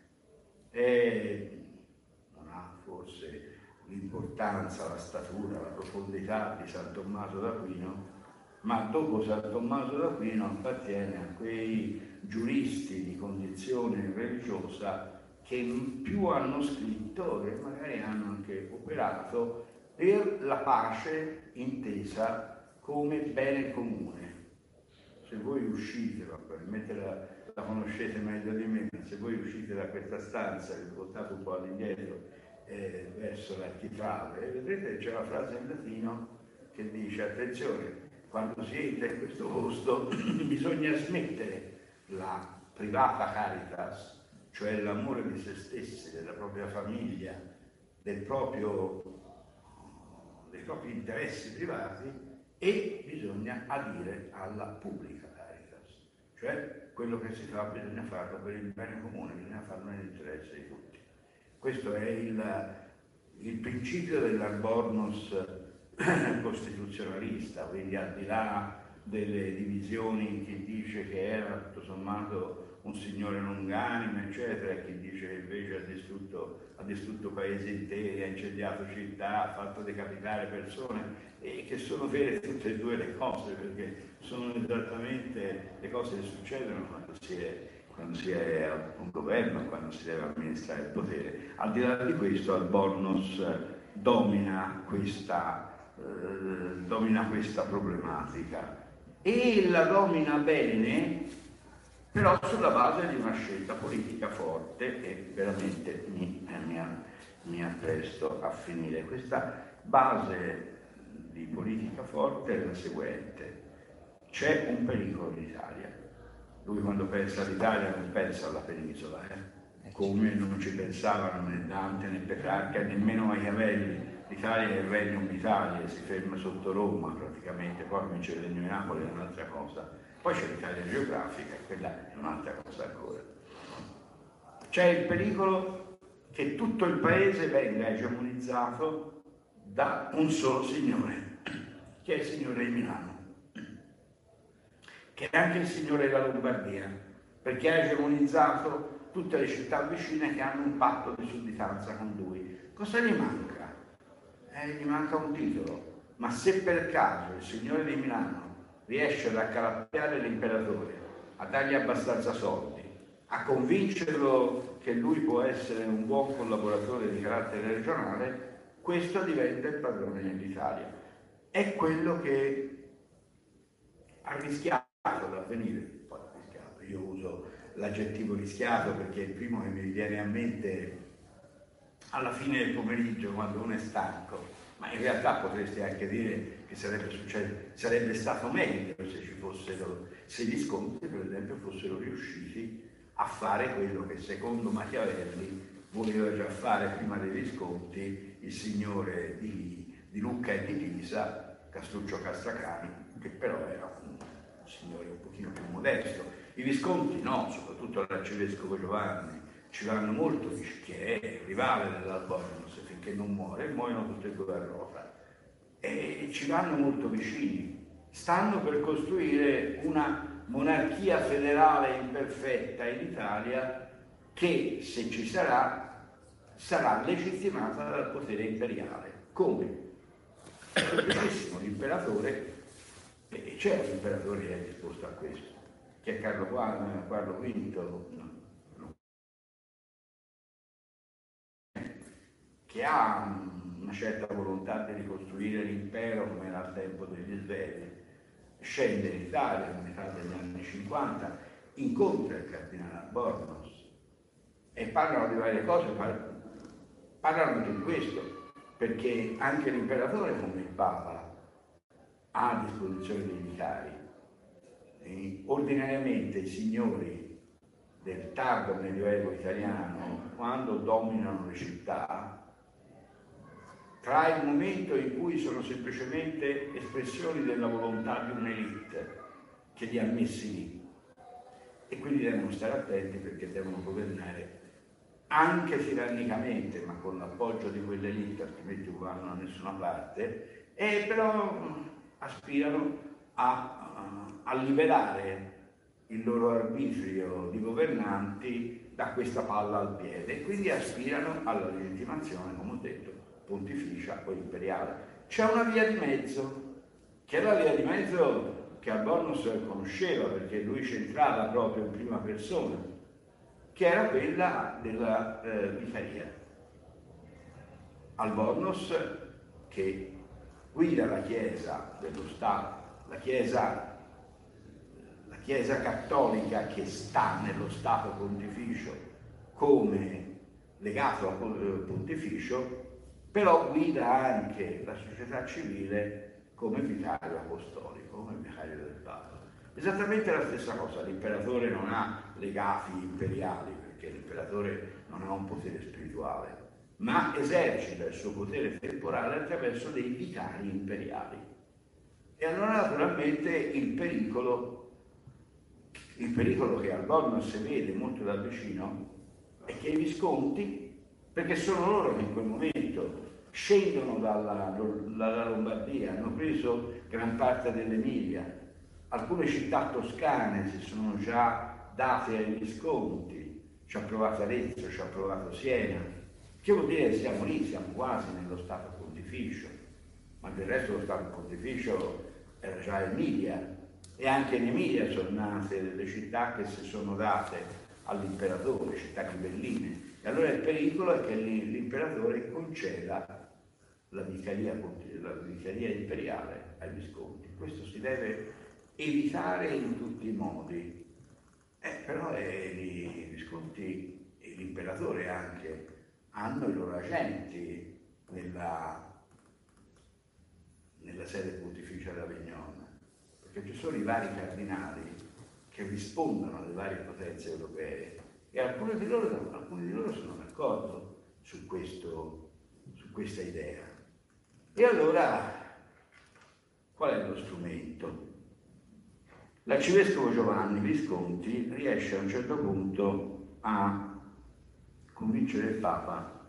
E non ha forse l'importanza, la statura, la profondità di San Tommaso d'Aquino, ma dopo San Tommaso d'Aquino appartiene a quei giuristi di condizione religiosa che più hanno scritto e magari hanno anche operato per la pace intesa come bene comune. Se voi uscite, probabilmente la, la conoscete meglio di me, ma se voi uscite da questa stanza, vi portate un po' all'indietro eh, verso l'architrave, vedrete c'è la frase in latino che dice: attenzione, quando si entra in questo posto bisogna smettere la privata caritas, cioè l'amore di se stessi, della propria famiglia, del proprio, dei propri interessi privati, e bisogna adire alla pubblica caritas, cioè quello che si fa bisogna farlo per il bene comune, bisogna farlo nell'interesse di tutti. Questo è il, il principio dell'Albornoz costituzionalista, quindi al di là delle divisioni, chi dice che era tutto sommato un signore longanime, eccetera, e chi dice che invece ha distrutto, ha distrutto paesi interi, ha incendiato città, ha fatto decapitare persone, e che sono vere tutte e due le cose, perché sono esattamente le cose che succedono quando si è, quando si è un governo, quando si deve amministrare il potere. Al di là di questo, Albornoz domina questa, eh, domina questa problematica e la domina bene, però sulla base di una scelta politica forte, e veramente mi, eh, mi, mi appresto a finire. Questa base di politica forte è la seguente: c'è un pericolo in Italia. Lui quando pensa all'Italia non pensa alla penisola, eh? Come non ci pensavano né Dante né Petrarca, nemmeno Machiavelli. L'Italia è il Regnum Italia, si ferma sotto Roma praticamente, poi comincia il Regno di Napoli, è un'altra cosa. Poi c'è l'Italia geografica, e quella è un'altra cosa ancora. C'è il pericolo che tutto il paese venga egemonizzato da un solo signore, che è il signore di Milano, che è anche il signore della Lombardia, perché ha egemonizzato tutte le città vicine che hanno un patto di sudditanza con lui. Cosa gli manca? Eh, gli manca un titolo, ma se per caso il signore di Milano riesce ad accalappiare l'imperatore, a dargli abbastanza soldi, a convincerlo che lui può essere un buon collaboratore di carattere regionale, questo diventa il padrone dell'Italia. È quello che ha rischiato di avvenire. Poi rischiato, io uso l'aggettivo rischiato perché è il primo che mi viene a mente alla fine del pomeriggio quando uno è stanco, ma in realtà potresti anche dire che sarebbe, successo, sarebbe stato meglio se ci fossero, se gli Visconti per esempio fossero riusciti a fare quello che secondo Machiavelli voleva già fare prima dei Visconti il signore di, di Lucca e di Pisa, Castruccio Castracani, che però era un signore un pochino più modesto. I Visconti no, soprattutto l'arcivescovo Giovanni, ci vanno molto vicini, che è il rivale dell'Albornoz finché non muore, e muoiono tutte e due a Rota, e ci vanno molto vicini. Stanno per costruire una monarchia federale imperfetta in Italia che, se ci sarà, sarà legittimata dal potere imperiale. Come? Semplicissimo, l'imperatore, e c'è un imperatore che è disposto a questo, che è Carlo quarto, Carlo quinto, no, che ha una certa volontà di ricostruire l'impero come era al tempo degli Sveti, scende in Italia a metà degli anni cinquanta, incontra il cardinale Albornoz e parlano di varie cose, parlano di questo, perché anche l'imperatore come il Papa ha a disposizione dei vicari. E ordinariamente i signori del tardo medioevo italiano, quando dominano le città, tra il momento in cui sono semplicemente espressioni della volontà di un'elite che li ha messi lì, e quindi devono stare attenti perché devono governare anche tirannicamente, ma con l'appoggio di quell'elite, altrimenti non vanno da nessuna parte, e però aspirano a, a liberare il loro arbitrio di governanti da questa palla al piede, e quindi aspirano alla legittimazione, come ho detto, pontificia o imperiale. C'è una via di mezzo, che è la via di mezzo che Albornoz conosceva, perché lui c'entrava proprio in prima persona, che era quella della eh, vicaria. Albornoz, che guida la Chiesa dello Stato, la Chiesa, la Chiesa cattolica che sta nello Stato pontificio come legato al pontificio, però guida anche la società civile come vicario apostolico, come vicario del Papa. Esattamente la stessa cosa, l'imperatore non ha legati imperiali, perché l'imperatore non ha un potere spirituale, ma esercita il suo potere temporale attraverso dei vicari imperiali. E allora naturalmente il pericolo, il pericolo che Albornoz vede molto da vicino è che i Visconti, perché sono loro che in quel momento scendono dalla, dalla Lombardia, hanno preso gran parte dell'Emilia, alcune città toscane si sono già date ai Visconti, ci ha provato Arezzo, ci ha provato Siena, che vuol dire che siamo lì, siamo quasi nello Stato pontificio, ma del resto lo Stato pontificio era già Emilia, e anche in Emilia sono nate delle città che si sono date all'imperatore, città ghibelline. E allora il pericolo è che l'imperatore conceda la vicaria, la vicaria imperiale ai Visconti. Questo si deve evitare in tutti i modi. Eh, però eh, i Visconti e l'imperatore anche hanno i loro agenti nella, nella sede pontificia di Avignon, perché ci sono i vari cardinali che rispondono alle varie potenze europee, e alcuni di loro, alcuni di loro sono d'accordo su, questo, su questa idea. E allora, qual è lo strumento? L'arcivescovo Giovanni Visconti riesce a un certo punto a convincere il Papa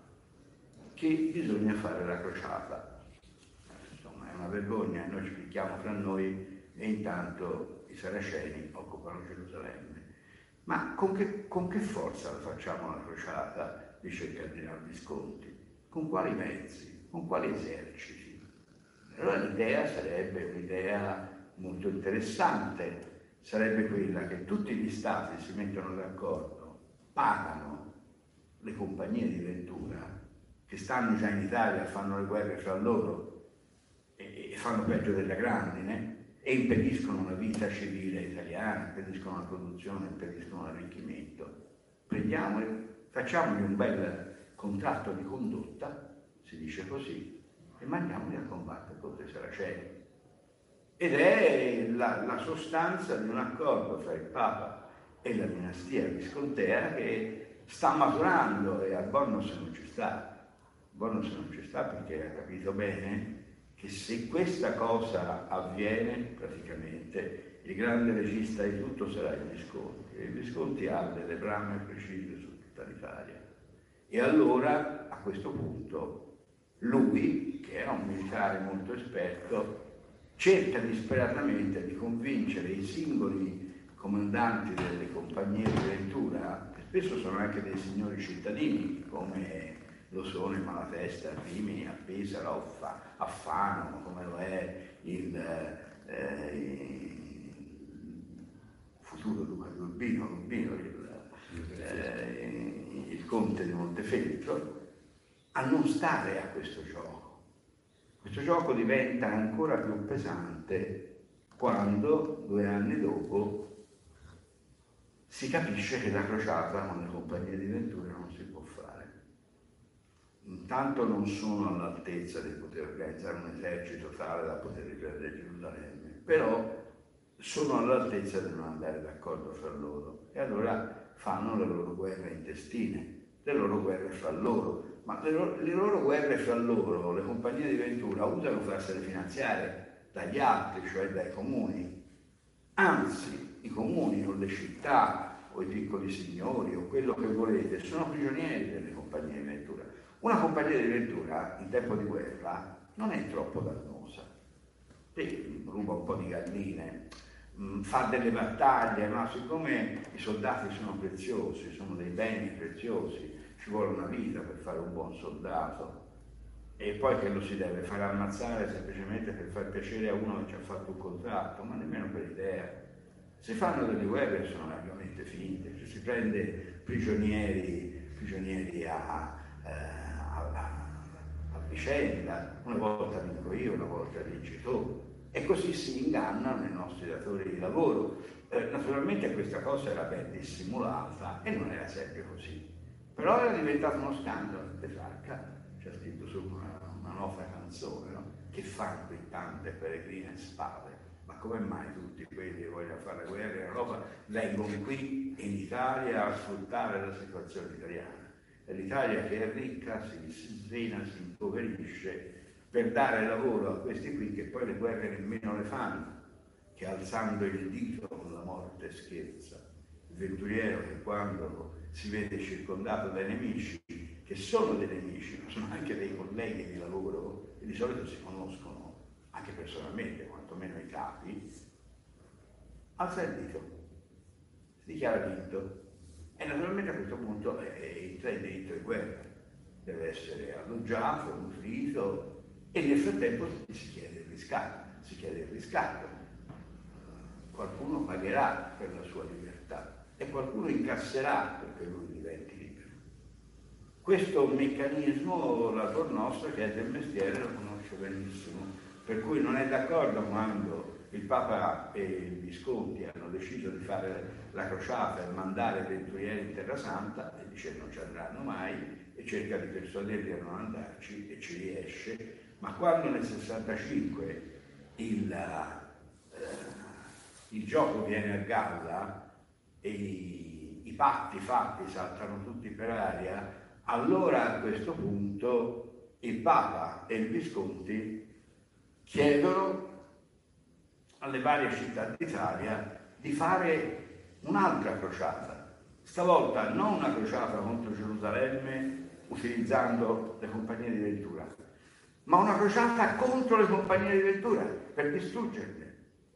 che bisogna fare la crociata. Insomma, è una vergogna, noi ci picchiamo fra noi e intanto i saraceni occupano Gerusalemme. Ma con che, con che forza la facciamo la crociata? Dice il cardinale Visconti. Con quali mezzi? Con quali eserciti? Allora l'idea sarebbe un'idea molto interessante, sarebbe quella che tutti gli stati si mettono d'accordo, pagano le compagnie di ventura che stanno già in Italia, fanno le guerre fra loro e, e fanno peggio della grandine, e impediscono una vita civile italiana, impediscono la produzione, impediscono l'arricchimento. Prendiamoli, facciamogli un bel contratto di condotta, si dice così, e mandiamoli a combattere contro i saraceni. Ed è la, la sostanza di un accordo fra il Papa e la dinastia viscontea che sta maturando, e Albornoz non ci sta. Albornoz non ci sta perché ha capito bene che se questa cosa avviene, praticamente il grande regista di tutto sarà il Visconti. E il Visconti ha delle bramme precise su tutta l'Italia. E allora, a questo punto, lui, che era un militare molto esperto, cerca disperatamente di convincere i singoli comandanti delle compagnie di ventura, che spesso sono anche dei signori cittadini, come lo sono in Malatesta, a Rimini, a Pesaro, a Fano, come lo è il, eh, il futuro Luca di Urbino, Urbino il, eh, il conte di Montefeltro, a non stare a questo gioco. Questo gioco diventa ancora più pesante quando, due anni dopo, si capisce che la crociata con le compagnie di ventura non si può fare. Intanto non sono all'altezza di poter organizzare un esercito tale da poter riprendere Gerusalemme, però sono all'altezza di non andare d'accordo fra loro e allora fanno le loro guerre intestine, le loro guerre fra loro, ma le loro, le loro guerre fra loro, le compagnie di Ventura usano farsele finanziare dagli altri, cioè dai comuni, anzi i comuni o le città o i piccoli signori o quello che volete sono prigionieri delle compagnie di Ventura. Una compagnia di Ventura in tempo di guerra non è troppo dannosa, sì, ruba un po' di galline, fa delle battaglie, ma siccome i soldati sono preziosi, sono dei beni preziosi, ci vuole una vita per fare un buon soldato, e poi che lo si deve fare ammazzare semplicemente per far piacere a uno che ci ha fatto un contratto, ma nemmeno per idea. Si fanno delle guerre che sono largamente finte, cioè si prende prigionieri, prigionieri a, eh, a, a, a vicenda, una volta vinco io, una volta vinci tu. E così si ingannano i nostri datori di lavoro. Eh, naturalmente questa cosa era ben dissimulata e non era sempre così. Però era diventato uno scandalo. Petrarca ci ha scritto su una, una nota canzone, no? Che fanno qui tante peregrine spade? Ma come mai tutti quelli che vogliono fare la guerra in Europa vengono qui in Italia a sfruttare la situazione italiana? E l'Italia che è ricca si svena, si impoverisce per dare lavoro a questi qui che poi le guerre nemmeno le fanno, che alzando il dito con la morte scherza. Il venturiero che quando si vede circondato dai nemici, che sono dei nemici, ma sono anche dei colleghi di lavoro, e di solito si conoscono anche personalmente, quantomeno i capi, alza il dito, si dichiara vinto. E naturalmente a questo punto entra in diritto di guerra, deve essere alloggiato, nutrito, e nel frattempo si chiede il riscatto, si chiede il riscatto. Qualcuno pagherà per la sua libertà e qualcuno incasserà perché lui diventi libero. Questo meccanismo la Tor Nostra, che è del mestiere, lo conosce benissimo, per cui non è d'accordo quando il Papa e i Visconti hanno deciso di fare la crociata e mandare i venturieri in Terra Santa, e dice non ci andranno mai, e cerca di persuaderli a non andarci e ci riesce. Ma quando nel sessantacinque il, eh, il gioco viene a galla e i, i patti fatti saltano tutti per aria, allora a questo punto il Papa e il Visconti chiedono alle varie città d'Italia di fare un'altra crociata, stavolta non una crociata contro Gerusalemme utilizzando le compagnie di Ventura, ma una crociata contro le compagnie di Ventura, per distruggerle.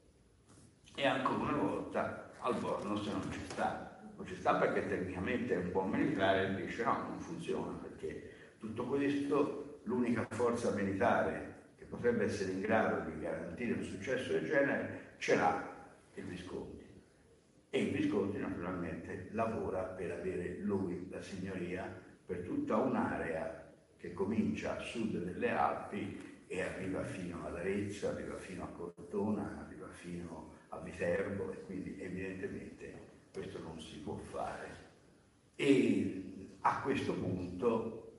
E ancora una volta Albornoz non ci sta, non ci sta perché tecnicamente è un po' militare e dice no, non funziona, perché tutto questo, l'unica forza militare che potrebbe essere in grado di garantire un successo del genere, ce l'ha il Visconti. E il Visconti naturalmente lavora per avere lui la signoria per tutta un'area che comincia a sud delle Alpi e arriva fino ad Arezzo, arriva fino a Cortona, arriva fino a Viterbo, e quindi evidentemente questo non si può fare. E a questo punto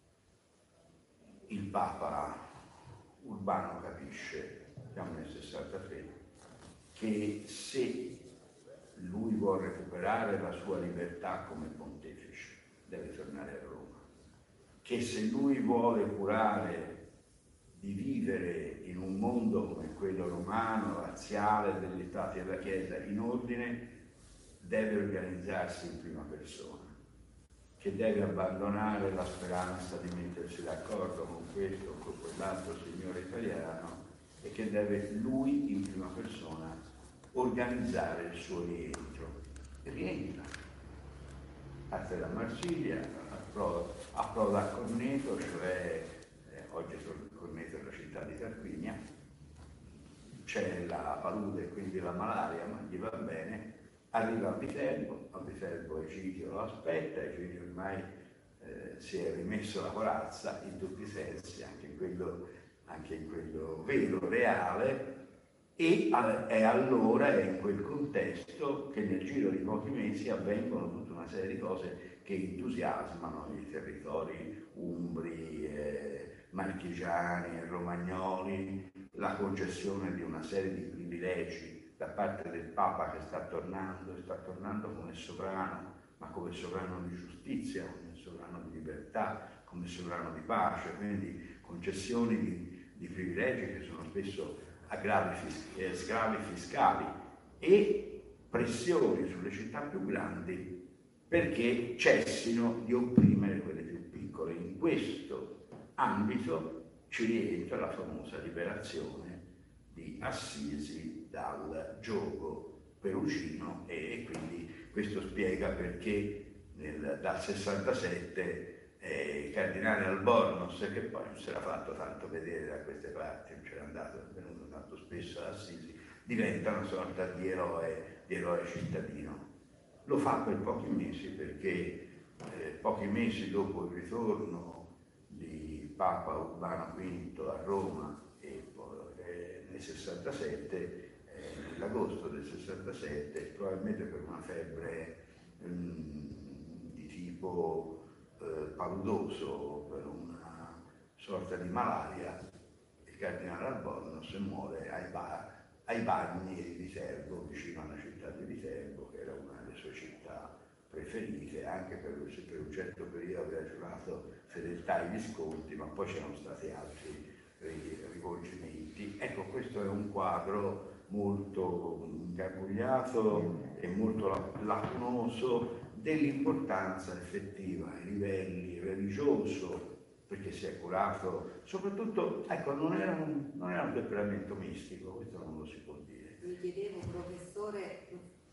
il Papa Urbano capisce, siamo nel sessantatré, che se lui vuole recuperare la sua libertà come pontefice deve tornare a Roma, che se lui vuole curare di vivere in un mondo come quello romano, razziale, degli stati della Chiesa in ordine, deve organizzarsi in prima persona, che deve abbandonare la speranza di mettersi d'accordo con questo o con quell'altro signore italiano, e che deve lui in prima persona organizzare il suo rientro. E rientra, parte da Marsiglia, approda a Corneto, cioè eh, oggi Corneto è la città di Tarquinia, c'è la palude e quindi la malaria, ma gli va bene, arriva a Viterbo, a Viterbo Egidio lo aspetta, Egidio ormai eh, si è rimesso la corazza in tutti i sensi, anche in quello, anche in quello vero, reale, e è allora, è in quel contesto che nel giro di pochi mesi avvengono tutta una serie di cose che entusiasmano i territori umbri, eh, marchigiani e romagnoli, la concessione di una serie di privilegi da parte del Papa che sta tornando, sta tornando come sovrano, ma come sovrano di giustizia, come sovrano di libertà, come sovrano di pace, quindi concessioni di, di privilegi che sono spesso aggravi fis- eh, sgravi fiscali e pressioni sulle città più grandi perché cessino di opprimere quelle più piccole. In questo ambito ci rientra la famosa liberazione di Assisi dal giogo perugino e quindi questo spiega perché nel, dal sessantasette eh, il cardinale Albornoz, che poi non si era fatto tanto vedere da queste parti, non c'era andato, è venuto tanto spesso ad Assisi, diventa una sorta di eroe, di eroe cittadino. Lo fa per pochi mesi perché eh, pochi mesi dopo il ritorno di Papa Urbano quinto a Roma e poi eh, nel sessantasette, eh, nell'agosto del sessantasette, probabilmente per una febbre mh, di tipo eh, paudoso, per una sorta di malaria, il cardinale Albornoz muore ai, ba- ai bagni di Viterbo, vicino alla città di Viterbo, che era una delle sue città preferite, anche per, per un certo periodo aveva giurato fedeltà ai Visconti, ma poi c'erano stati altri rivolgimenti. Ecco, questo è un quadro molto ingarbugliato e molto lacunoso dell'importanza effettiva ai livelli religioso, perché si è curato, soprattutto, ecco, non era un, non era un temperamento mistico, questo non lo si può dire. Mi chiedevo, professore,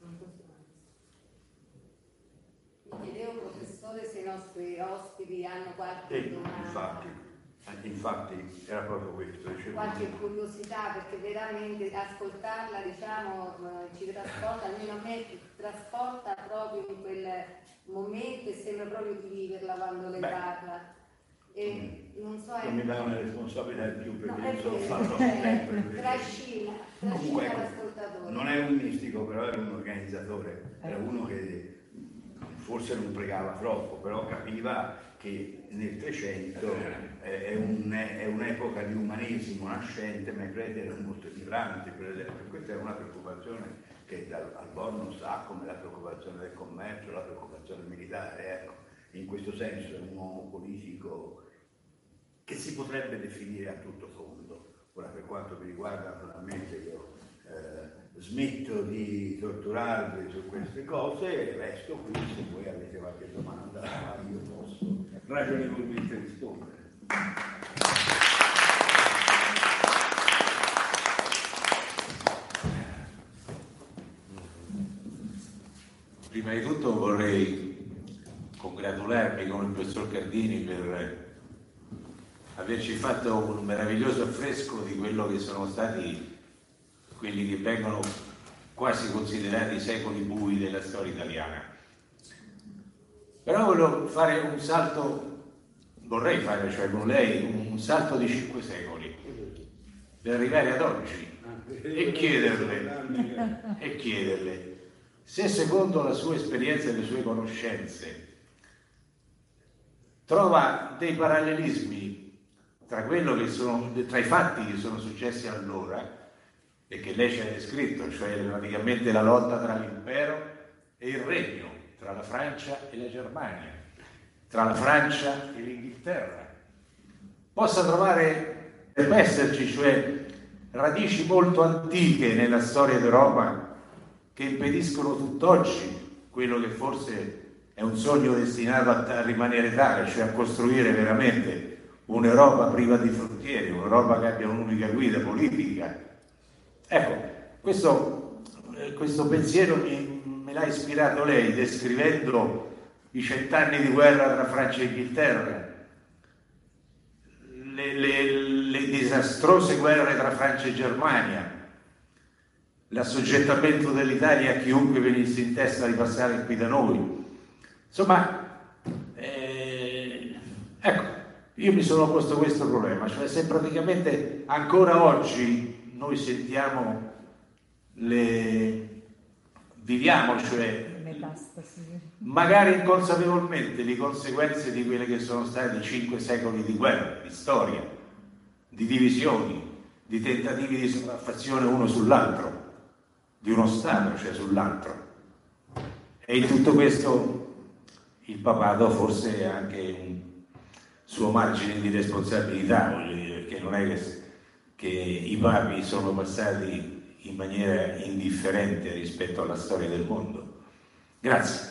mi chiedevo, professore, se i nostri ospiti hanno qualche E, domanda. infatti, infatti era proprio questo. Dicevo, qualche curiosità, perché veramente ascoltarla, diciamo, ci trasporta, almeno a me trasporta proprio in quel momento e sembra proprio di viverla quando le Beh, parla. E non so, non mi dà una responsabilità in più perché no, io sono vero, fatto cioè, sempre. trascina, Comunque, trascina l'ascoltatore. non è un mistico, però è un organizzatore, era uno che forse non pregava troppo, però capiva che nel Trecento eh, è, un, è un'epoca di umanesimo nascente, ma i preti erano molto ignoranti, per esempio. Questa è una preoccupazione che Albornoz ha, come la preoccupazione del commercio, la preoccupazione militare. Ecco. In questo senso è un uomo politico che si potrebbe definire a tutto tondo. Ora, per quanto mi riguarda, naturalmente io eh, smetto di torturarvi su queste cose e resto qui, se voi avete qualche domanda io posso ragionevolmente rispondere. Prima di tutto vorrei congratularmi con il professor Cardini per averci fatto un meraviglioso affresco di quello che sono stati quelli che vengono quasi considerati i secoli bui della storia italiana. Però volevo fare un salto, vorrei fare cioè con lei un salto di cinque secoli per arrivare ad oggi e chiederle, e chiederle se secondo la sua esperienza e le sue conoscenze trova dei parallelismi tra quello che sono, tra i fatti che sono successi allora e che lei ci ha descritto, cioè praticamente la lotta tra l'impero e il regno, tra la Francia e la Germania, tra la Francia e l'Inghilterra, possa trovare, per esserci, cioè radici molto antiche nella storia d'Europa che impediscono tutt'oggi quello che forse è un sogno destinato a rimanere tale, cioè a costruire veramente un'Europa priva di frontiere, un'Europa che abbia un'unica guida politica. Ecco, questo, questo pensiero mi, me l'ha ispirato lei descrivendo i cent'anni di guerra tra Francia e Inghilterra, le, le, le disastrose guerre tra Francia e Germania, l'assoggettamento dell'Italia a chiunque venisse in testa di passare qui da noi. Insomma, eh, ecco, io mi sono posto questo problema, cioè se praticamente ancora oggi noi sentiamo le viviamo, cioè magari inconsapevolmente le conseguenze di quelle che sono stati cinque secoli di guerra, di storia, di divisioni, di tentativi di sopraffazione uno sull'altro, di uno Stato, cioè sull'altro. E in tutto questo il papato forse ha anche un suo margine di responsabilità, voglio dire, perché non è che, che i papi sono passati in maniera indifferente rispetto alla storia del mondo. Grazie.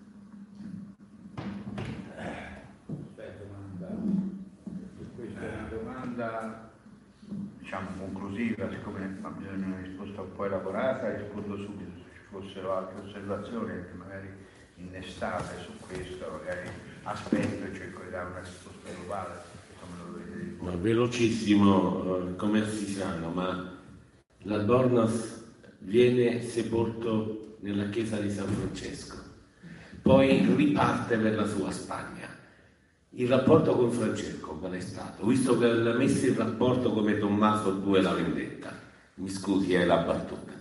Questa è una domanda, diciamo, conclusiva, siccome ha bisogno di una risposta un po' elaborata, rispondo subito se ci fossero altre osservazioni che magari innestate su questo, magari aspetto e cerco di dare una risposta globale, come lo dovete dire. No, velocissimo, eh, come assisiano, ma l'Albornoz viene sepolto nella chiesa di San Francesco, poi riparte per la sua Spagna. Il rapporto con Francesco qual è stato? Visto che l'ha messo in rapporto come Tommaso due la vendetta, mi scusi, è la battuta.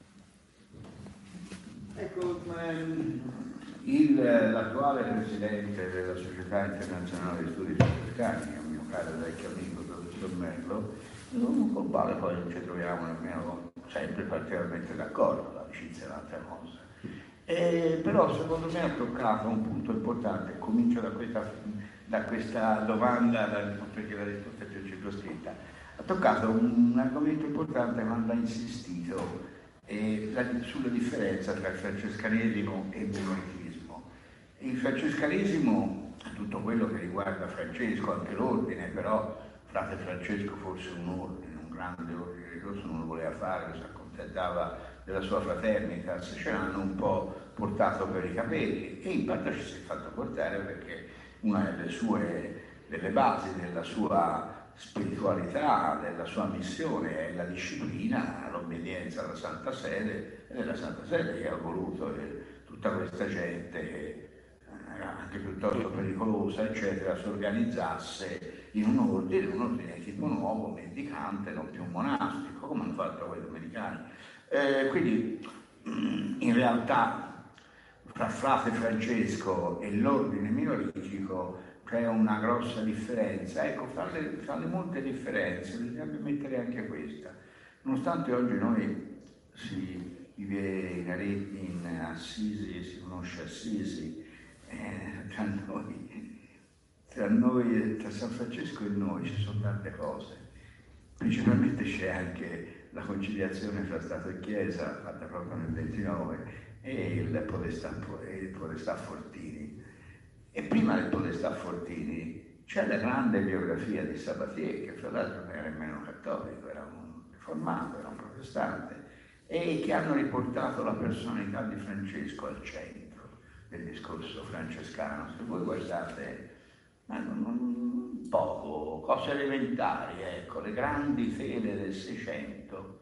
Ecco, ehm, il, l'attuale presidente della Società Internazionale di Studi Francescani, è un mio caro vecchio amico, professor Merlo, con il quale poi non ci troviamo nemmeno sempre particolarmente d'accordo, l'amicizia è un'altra cosa. Eh, però secondo me ha toccato un punto importante, comincio da questa, da questa domanda, perché la risposta è più circoscritta, ha toccato un, un argomento importante quando ha insistito eh, la, sulla differenza tra il francescanesimo e il monolitismo. Il francescanesimo, tutto quello che riguarda Francesco, anche l'ordine, però frate Francesco forse un ordine, un grande ordine religioso non lo voleva fare, si accontentava della sua fraternitas, ce l'hanno un po' portato per i capelli e in parte ci si è fatto portare perché una delle sue delle basi della sua spiritualità, della sua missione è la disciplina, l'obbedienza alla Santa Sede, ed è la Santa Sede che ha voluto che tutta questa gente anche piuttosto pericolosa, eccetera, si organizzasse in un ordine, un ordine tipo nuovo, mendicante, non più monastico, come hanno fatto quei domenicani. Eh, quindi in realtà fra frate Francesco e l'ordine minoristico c'è una grossa differenza. Ecco, fra le, fra le molte differenze bisognerebbe mettere anche questa. Nonostante oggi noi si vive in, in Assisi, si conosce Assisi, eh, tra noi, tra noi, tra San Francesco e noi ci sono tante cose. Principalmente c'è anche la conciliazione fra Stato e Chiesa, fatta proprio nel ventinove, e il Podestà, il Podestà Fortini. E prima del Podestà Fortini c'è la grande biografia di Sabatier, che fra l'altro non era nemmeno cattolico, era un riformato, era un protestante, e che hanno riportato la personalità di Francesco al centro del discorso francescano. Se voi guardate, ma non, non, poco, cose elementari, ecco, le grandi fede del Seicento,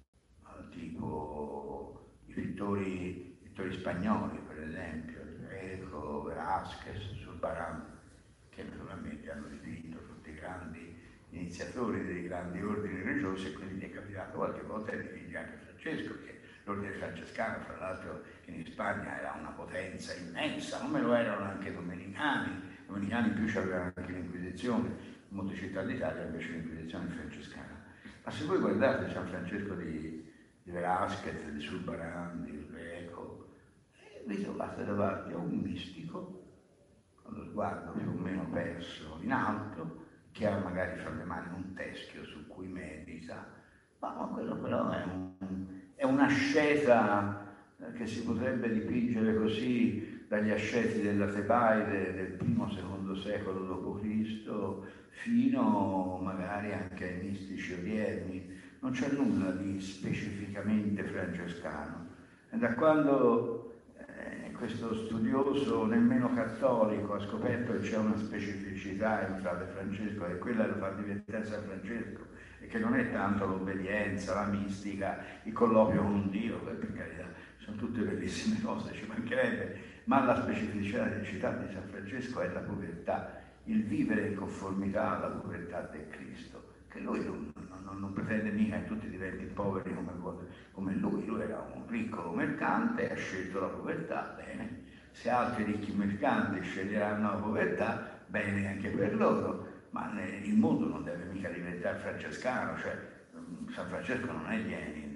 tipo i pittori, pittori spagnoli, per esempio, Greco, Velázquez, Zurbarán, che naturalmente hanno dipinto tutti i grandi iniziatori dei grandi ordini religiosi, e quindi mi è capitato qualche volta di dipingere anche Francesco, che l'ordine francescano, fra l'altro, in Spagna era una potenza immensa, come lo erano anche i domenicani. I domenicani più ci avevano anche l'Inquisizione, in molte città d'Italia invece l'Inquisizione francescana. Ma se voi guardate San Francesco di, di Velázquez, di Zurbarán, di Greco, eh, vi trovate davanti a un mistico, con lo sguardo più o meno perso in alto, che ha magari fra le mani un teschio su cui medita, ma quello però è, un, è un'asceta che si potrebbe dipingere così dagli asceti della Tebaide del primo secondo secolo dopo Cristo fino magari anche ai mistici odierni. Non c'è nulla di specificamente francescano. E da quando eh, questo studioso nemmeno cattolico ha scoperto che c'è una specificità in frate Francesco, e quella lo fa diventare San Francesco, e che non è tanto l'obbedienza, la mistica, il colloquio con un Dio, per carità, sono tutte bellissime cose, ci mancherebbe, ma la specificità di San Francesco è la povertà, il vivere in conformità alla povertà del Cristo, che lui non, non, non pretende mica che tutti diventino poveri come, come lui, lui era un ricco mercante e ha scelto la povertà, bene, se altri ricchi mercanti sceglieranno la povertà, bene anche per loro, ma il mondo non deve mica diventare francescano, cioè San Francesco non è Lenin,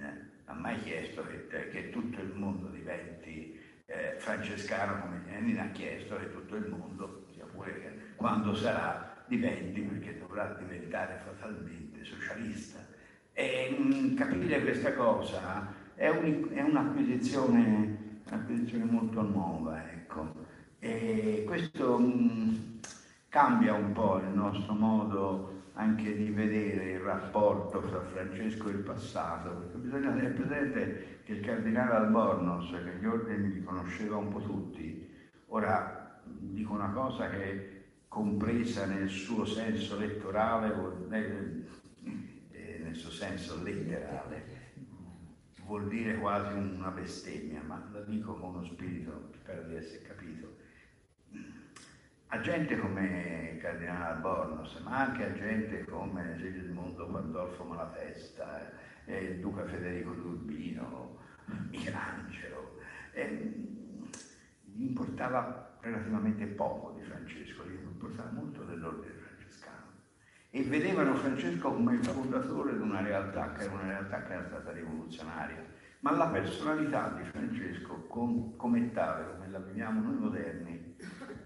ha mai chiesto che, che tutto il mondo diventi eh, francescano, come Lenin ha chiesto che tutto il mondo, sia pure quando sarà, diventi, perché dovrà diventare fatalmente socialista. E mh, capire questa cosa è, un, è un'acquisizione, un'acquisizione molto nuova, ecco. E questo mh, cambia un po' il nostro modo anche di vedere il rapporto fra Francesco e il passato, perché bisogna tenere presente che il cardinale Albornoz, che gli ordini li conosceva un po' tutti, ora dico una cosa che compresa nel suo senso lettorale, eh, nel suo senso letterale, vuol dire quasi una bestemmia, ma la dico con uno spirito, spero di essere capito. A gente come il cardinale Albornoz, ma anche a gente come Sigismondo Pandolfo Malatesta, eh, il duca Federico d'Urbino, Michelangelo, eh, gli importava relativamente poco di Francesco, gli importava molto dell'ordine francescano. E vedevano Francesco come il fondatore di una realtà che era una realtà che era stata rivoluzionaria. Ma la personalità di Francesco, com, come tale, come la viviamo noi moderni,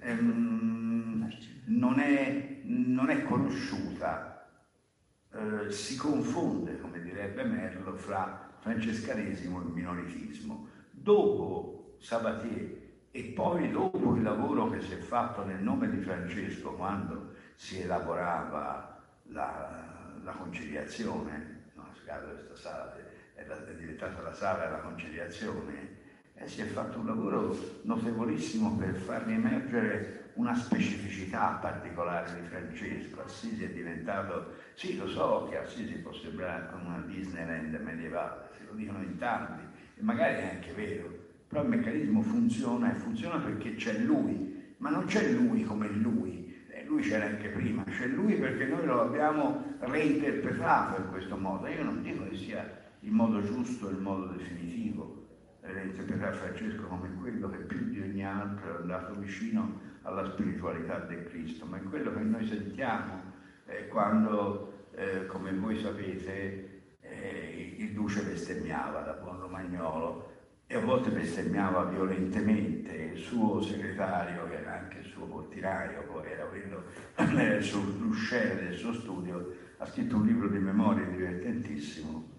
ehm, non, è, non è conosciuta, eh, si confonde, come direbbe Merlo, fra francescanesimo e minoritismo. Dopo Sabatier e poi dopo il lavoro che si è fatto nel nome di Francesco, quando si elaborava la, la conciliazione, no, questa sala è diventata la sala della conciliazione, e si è fatto un lavoro notevolissimo per far riemergere una specificità particolare di Francesco. Assisi è diventato, sì, lo so che Assisi può sembrare come una Disneyland medievale, se lo dicono in tanti, e magari è anche vero, però il meccanismo funziona e funziona perché c'è lui, ma non c'è lui come lui, eh, lui c'era anche prima, c'è lui perché noi lo abbiamo reinterpretato in questo modo. Io non dico che sia il modo giusto e il modo definitivo, eh, interpretare Francesco come quello che più di ogni altro è andato vicino alla spiritualità del Cristo, ma è quello che noi sentiamo eh, quando, eh, come voi sapete, eh, il duce bestemmiava da buon romagnolo, e a volte bestemmiava violentemente il suo segretario, che era anche il suo portinaio, poi era quello, era il suo l'usciere del suo studio, ha scritto un libro di memorie divertentissimo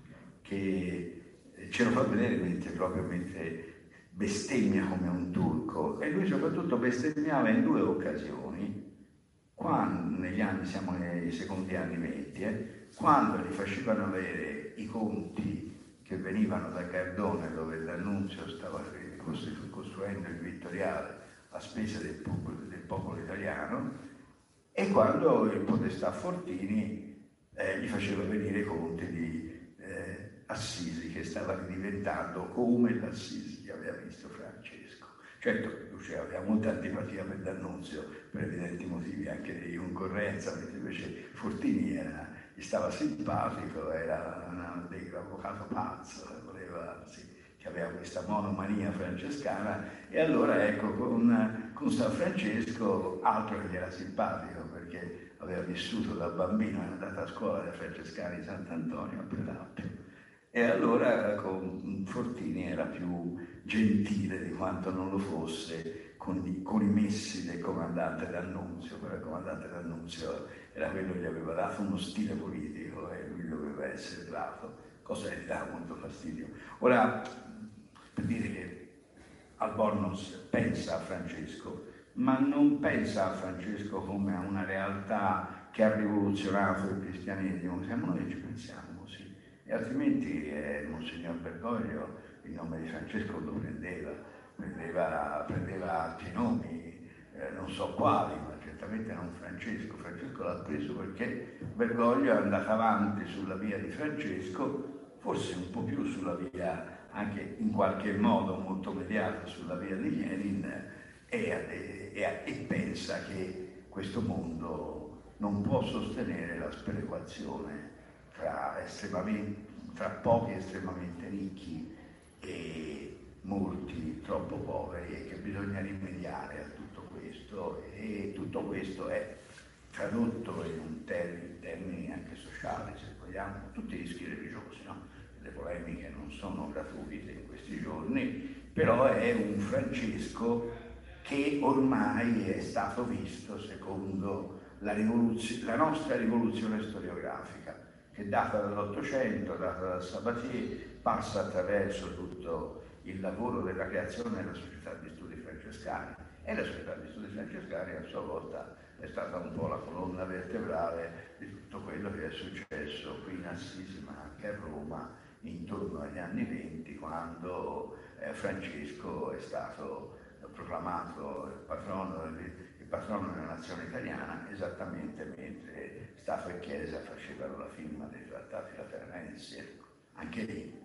che ce lo fa vedere mentre proprio mentre bestemmia come un turco, e lui soprattutto bestemmiava in due occasioni, quando, negli anni, siamo nei secondi anni venti, eh, quando gli facevano avere i conti che venivano da Cardone, dove D'Annunzio stava costruendo il Vittoriale a spese del popolo, del popolo italiano, e quando il podestà Fortini eh, gli faceva venire i conti di eh, Assisi, che stava diventando come l'Assisi che aveva visto Francesco. Certo, Luce aveva molta antipatia per D'Annunzio, per evidenti motivi anche di concorrenza, mentre invece Fortini era, gli stava simpatico, era un avvocato pazzo, voleva, sì, che aveva questa monomania francescana, e allora ecco, con, con San Francesco altro che gli era simpatico, perché aveva vissuto da bambino, era andato a scuola dai francescani di Sant'Antonio a Predappio. E allora con Fortini era più gentile di quanto non lo fosse con i, con i messi del comandante D'Annunzio, però il comandante D'Annunzio era quello che gli aveva dato uno stile politico e lui doveva essere bravo, cosa che gli dava molto fastidio. Ora, per dire che Albornoz pensa a Francesco, ma non pensa a Francesco come a una realtà che ha rivoluzionato il cristianesimo, siamo noi che ci pensiamo. E altrimenti eh, Monsignor Bergoglio il nome di Francesco lo prendeva, prendeva, prendeva altri nomi, eh, non so quali, ma certamente non Francesco. Francesco l'ha preso perché Bergoglio è andato avanti sulla via di Francesco, forse un po' più sulla via, anche in qualche modo molto mediata, sulla via di Lenin, e, e, e pensa che questo mondo non può sostenere la sperequazione Tra, tra pochi estremamente ricchi e molti troppo poveri, e che bisogna rimediare a tutto questo, e tutto questo è tradotto in un termine, termini anche sociali, se vogliamo, tutti i rischi religiosi, no? le polemiche non sono gratuite in questi giorni, però è un Francesco che ormai è stato visto secondo la, la nostra rivoluzione storiografica, che data dall'Ottocento, data da Sabatier, passa attraverso tutto il lavoro della creazione della Società di Studi Francescani, e la Società di Studi Francescani a sua volta è stata un po' la colonna vertebrale di tutto quello che è successo qui in Assisi, ma anche a Roma, intorno agli anni venti, quando eh, Francesco è stato proclamato il patrono, il patrono della nazione italiana, esattamente mentre Stato e Chiesa facevano la firma dei trattati lateranensi. Ecco, anche lì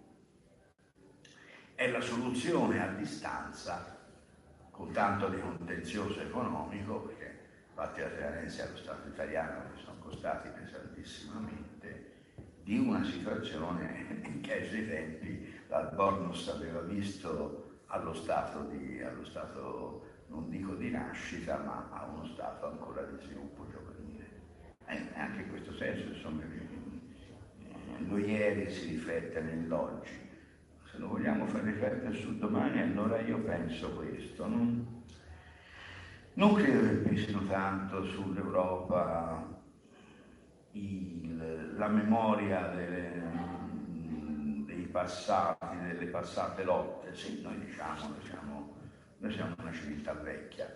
è la soluzione a distanza, con tanto di contenzioso economico, perché infatti la Lateranensi allo Stato italiano che sono costati pesantissimamente, di una situazione che ai suoi tempi l'Albornoz aveva visto allo stato, di, allo stato, non dico di nascita, ma a uno stato ancora di sviluppo giovanile. E anche in questo senso, insomma, lo ieri si riflette nell'oggi. Se lo vogliamo far riflettere sul domani, allora io penso questo. Non, non credo che pesino tanto sull'Europa il, la memoria delle, dei passati, delle passate lotte. Sì, noi diciamo, noi siamo, noi siamo una civiltà vecchia.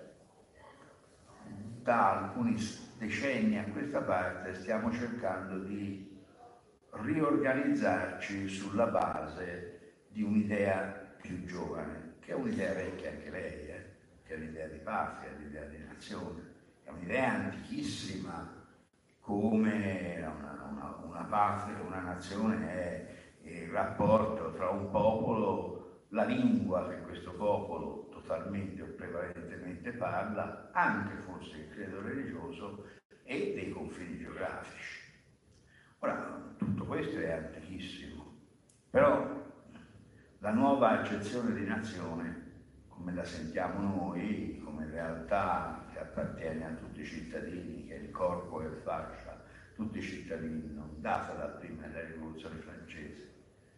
Da alcuni decenni a questa parte stiamo cercando di riorganizzarci sulla base di un'idea più giovane, che è un'idea vecchia anche lei, eh? Che è l'idea di patria, l'idea di nazione, è un'idea antichissima, come una, una, una patria, una nazione è il rapporto tra un popolo, la lingua che questo popolo totalmente o prevalentemente parla, anche forse il credo religioso, e dei confini geografici. Ora, tutto questo è antichissimo, però la nuova accezione di nazione, come la sentiamo noi, come realtà che appartiene a tutti i cittadini, che è il corpo e fascia, tutti i cittadini, non data da prima della rivoluzione francese,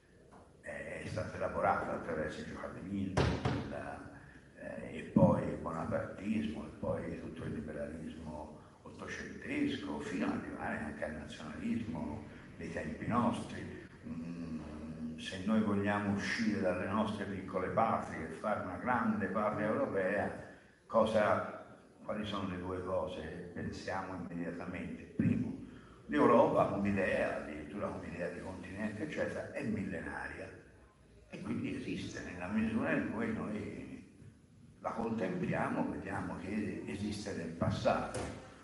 è stata elaborata attraverso il giacobinismo eh, e poi il bonapartismo e poi tutto il liberalismo ottocentesco, fino ad arrivare anche al nazionalismo dei tempi nostri. Se noi vogliamo uscire dalle nostre piccole patrie e fare una grande patria europea, cosa, quali sono le due cose che pensiamo immediatamente? Primo, l'Europa come idea, addirittura come idea di continente, eccetera, è millenaria e quindi esiste nella misura in cui noi la contempliamo, vediamo che esiste nel passato.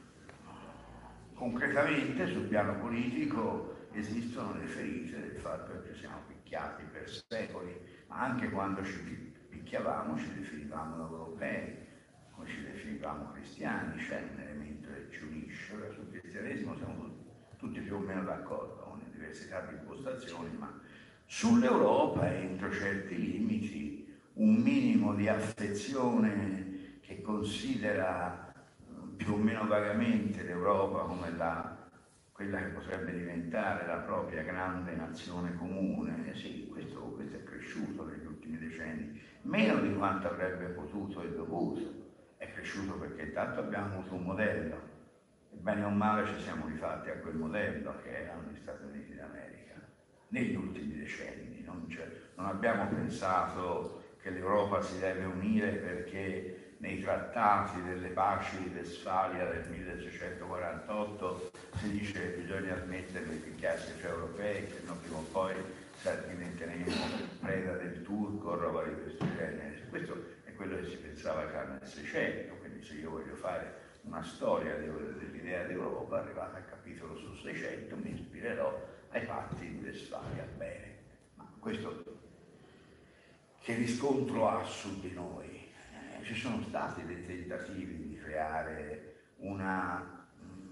Concretamente, sul piano politico, esistono le ferite del fatto che ci siamo picchiati per secoli, ma anche quando ci picchiavamo ci definivamo europei, come ci definivamo cristiani, c'è un elemento che ci unisce. Ora sul cristianesimo siamo tutti più o meno d'accordo, con diversità di impostazioni, ma sull'Europa, entro certi limiti, un minimo di affezione che considera più o meno vagamente l'Europa come la quella che potrebbe diventare la propria grande nazione comune, sì, questo, questo è cresciuto negli ultimi decenni, meno di quanto avrebbe potuto e dovuto. È cresciuto perché intanto abbiamo avuto un modello, e bene o male ci siamo rifatti a quel modello che erano gli Stati Uniti d'America, negli ultimi decenni. Non, non abbiamo pensato che l'Europa si deve unire perché nei trattati delle paci di Westfalia del millesettecentoquarantotto si dice che bisogna smettere di picchiarsi tra europei, che no, prima o poi diventeremo preda del turco o roba di questo genere. Questo è quello che si pensava già nel Seicento, quindi se io voglio fare una storia dell'idea d'Europa, arrivata al capitolo sul Seicento, mi ispirerò ai patti di Westfalia. Bene, ma questo che riscontro ha su di noi? Ci sono stati dei tentativi di creare una,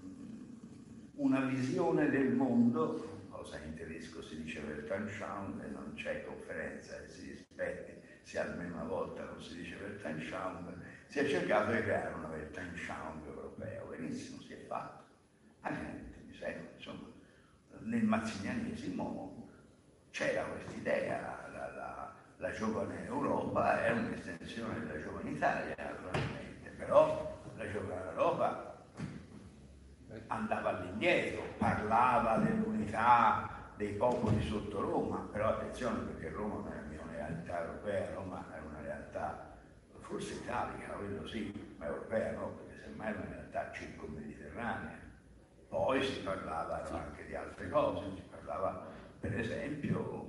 una visione del mondo, cosa in tedesco si dice Weltanschauung, e non c'è conferenza che si rispetti, se almeno una volta non si dice Weltanschauung, si è cercato di creare una Weltanschauung europea, benissimo, si è fatto. Anche negli ultimi secoli, insomma, nel mazzinianesimo c'era questa idea, la, la, la giovane Europa è un'estensione della giovane Italia, naturalmente, però la giovane Europa andava all'indietro, parlava dell'unità dei popoli sotto Roma, però attenzione, perché Roma non è una realtà europea, Roma è una realtà forse italica, quello sì, ma europea no, perché semmai è una realtà circo-mediterranea. Poi si parlava anche di altre cose, si parlava per esempio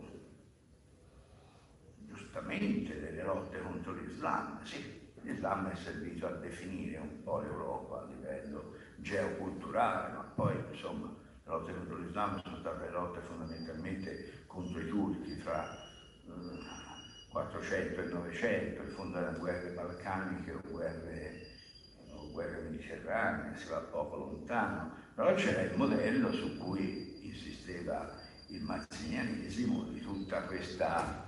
giustamente delle lotte contro l'Islam. Sì, l'Islam è servito a definire un po' l'Europa a livello geoculturale, ma poi insomma le lotte contro l'Islam sono state lotte fondamentalmente contro i turchi tra eh, quattrocento e novecento, in fondo erano guerre balcaniche o guerre, o guerre mediterranee, si va poco lontano, però c'era il modello su cui insisteva il mazzinianesimo di tutta questa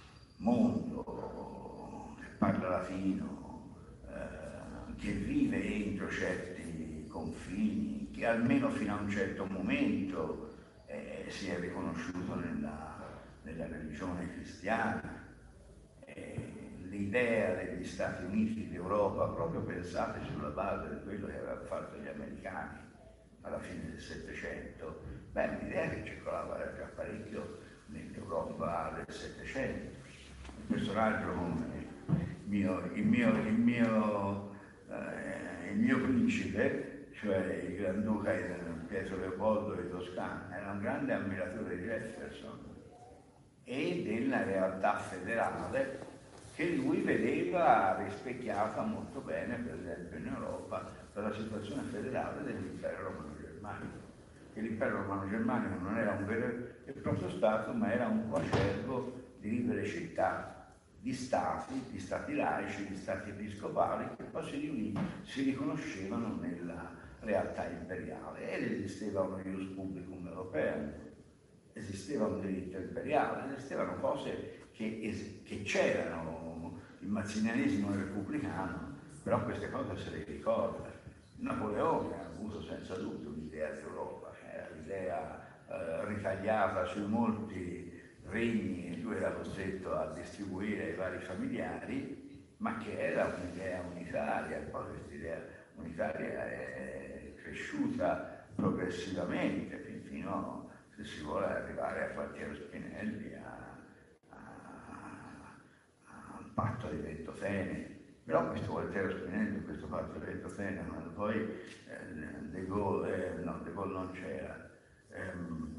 mondo che parla latino, eh, che vive entro certi confini, che almeno fino a un certo momento eh, si è riconosciuto nella, nella religione cristiana. Eh, l'idea degli Stati Uniti d'Europa, proprio pensate sulla base di quello che avevano fatto gli americani alla fine del Settecento, beh, l'idea che circolava era già parecchio nell'Europa del Settecento. Un personaggio come il mio, il mio, il mio, eh, il mio principe, cioè il Granduca Pietro Leopoldo di Toscana, era un grande ammiratore di Jefferson e della realtà federale che lui vedeva rispecchiata molto bene, per esempio in Europa, per la situazione federale dell'impero romano-germanico. Che l'impero romano-germanico non era un vero e proprio Stato, ma era un coacervo di libere città, di stati, di stati laici, di stati episcopali, che poi si riunivano, si riconoscevano nella realtà imperiale. Ed esisteva uno ius publicum europeo, esisteva un diritto imperiale, esistevano cose che, es- che c'erano, il mazzinianesimo repubblicano, però queste cose se le ricorda. Napoleone ha avuto senza dubbio un'idea di Europa, era l'idea eh, ritagliata sui molti regni che lui era costretto a distribuire ai vari familiari, ma che era un'idea unitaria, e poi questa idea unitaria è cresciuta progressivamente fino, se si vuole, arrivare a Quartiero Spinelli, a, a, a, al patto di Ventotene. Però questo Quartiero Spinelli, questo patto di Ventotene, quando poi eh, De Gaulle, eh, no, De Gaulle non c'era, ehm,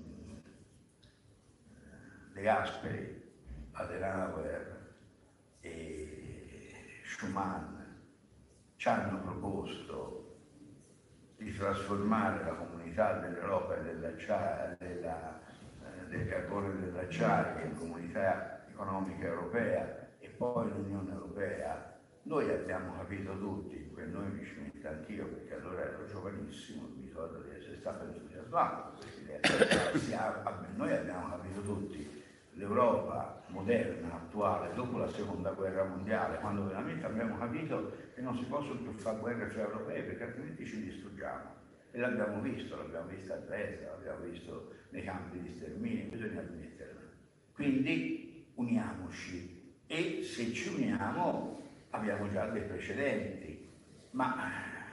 De Gasperi, Adenauer e Schuman ci hanno proposto di trasformare la comunità dell'Europa e dell'acciaio, della, eh, del carbone e dell'acciaio in comunità economica europea e poi l'Unione Europea. Noi abbiamo capito tutti, per noi mi ci metto anch'io perché allora ero giovanissimo, mi ricordo di essere stato entusiasmato, noi abbiamo capito tutti l'Europa moderna, attuale, dopo la seconda guerra mondiale, quando veramente abbiamo capito che non si possono più fare guerre fra europei perché altrimenti ci distruggiamo. E l'abbiamo visto, l'abbiamo visto a Dresda, l'abbiamo visto nei campi di sterminio, bisogna ammetterlo. Quindi uniamoci e se ci uniamo abbiamo già dei precedenti, ma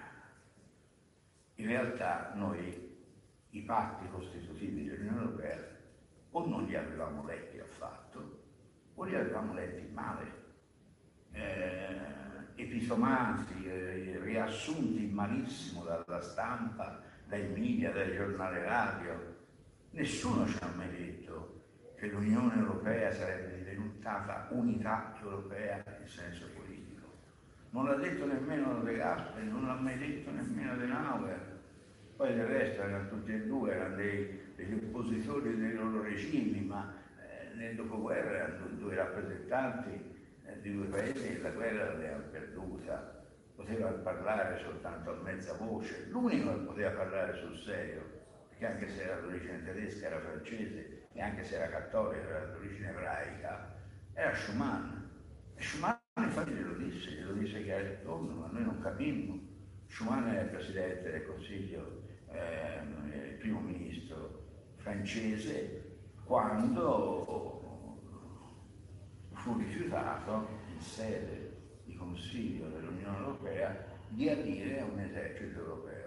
in realtà noi i patti costitutivi dell'Unione Europea o non li avevamo letti affatto, o li avevamo letti male, eh, episomati, eh, riassunti malissimo dalla stampa, dai media, dai giornali radio. Nessuno ci ha mai detto che l'Unione Europea sarebbe diventata unità europea in senso politico. Non l'ha detto nemmeno De Gasperi, non l'ha mai detto nemmeno Adenauer. Poi del resto erano tutti e due, erano dei, degli oppositori dei loro regimi, ma eh, nel dopoguerra erano due rappresentanti eh, di due paesi e la guerra l'avevano perduta. Potevano parlare soltanto a mezza voce. L'unico che poteva parlare sul serio, perché anche se era d'origine tedesca era francese e anche se era cattolico era d'origine ebraica, era Schuman. E Schuman infatti glielo disse, glielo disse che era il ritorno, ma noi non capimmo. Schuman è il presidente del Consiglio, eh, il primo ministro francese, quando fu rifiutato in sede di Consiglio dell'Unione Europea di adire a un esercito europeo,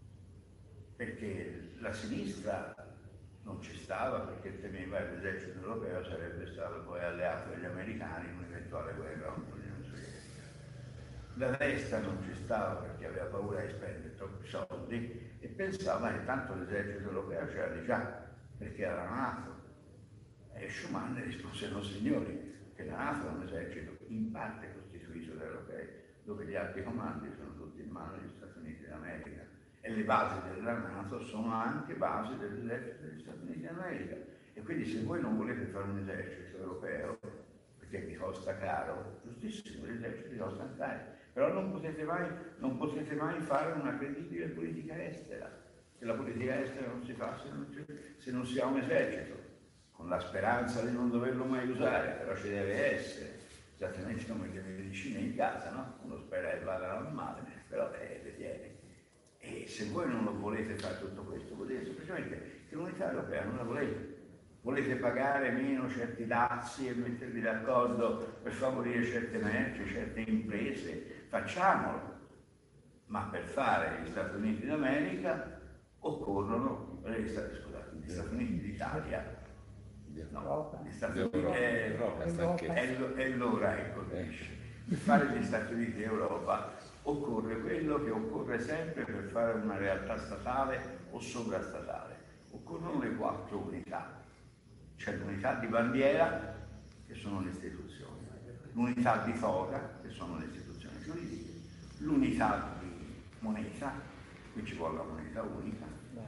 perché la sinistra non ci stava, perché temeva che l'esercito europeo sarebbe stato poi alleato degli americani in un'eventuale guerra contro l'Unione Sovietica. La destra non ci stava perché aveva paura di spendere troppi soldi e pensava che tanto l'esercito europeo c'era di già, perché era la NATO. E Schuman rispose: no signori, che la NATO è un esercito in parte costituito da europei, dove gli alti comandi sono tutti in mano degli Stati Uniti d'America. E le basi della NATO sono anche basi dell'esercito degli Stati Uniti d'America. E quindi se voi non volete fare un esercito europeo, perché vi costa caro, giustissimo, gli eserciti costano caro, però non potete mai, non potete mai fare una credibile politica estera, che la politica estera non si fa se non, se non si ha un esercito, con la speranza di non doverlo mai usare, però ci deve essere, esattamente come le medicine in casa, no? Uno spera che vadano male, però eh, le tiene. E se voi non lo volete fare tutto questo, vuol dire semplicemente che l'unità europea non la volete. Volete pagare meno certi dazi e mettervi d'accordo per favorire certe merci, certe imprese, facciamolo. Ma per fare gli Stati Uniti d'America occorrono, gli Stati, scusate, gli Stati Uniti d'Italia, no, gli Stati Uniti è, è, è l'ora che colpisce. Per fare gli Stati Uniti d'Europa occorre quello che occorre sempre per fare una realtà statale o sovrastatale. Occorrono le quattro unità. C'è l'unità di bandiera, che sono le istituzioni, l'unità di toga, che sono le istituzioni giuridiche, l'unità di moneta, qui ci vuole la moneta unica,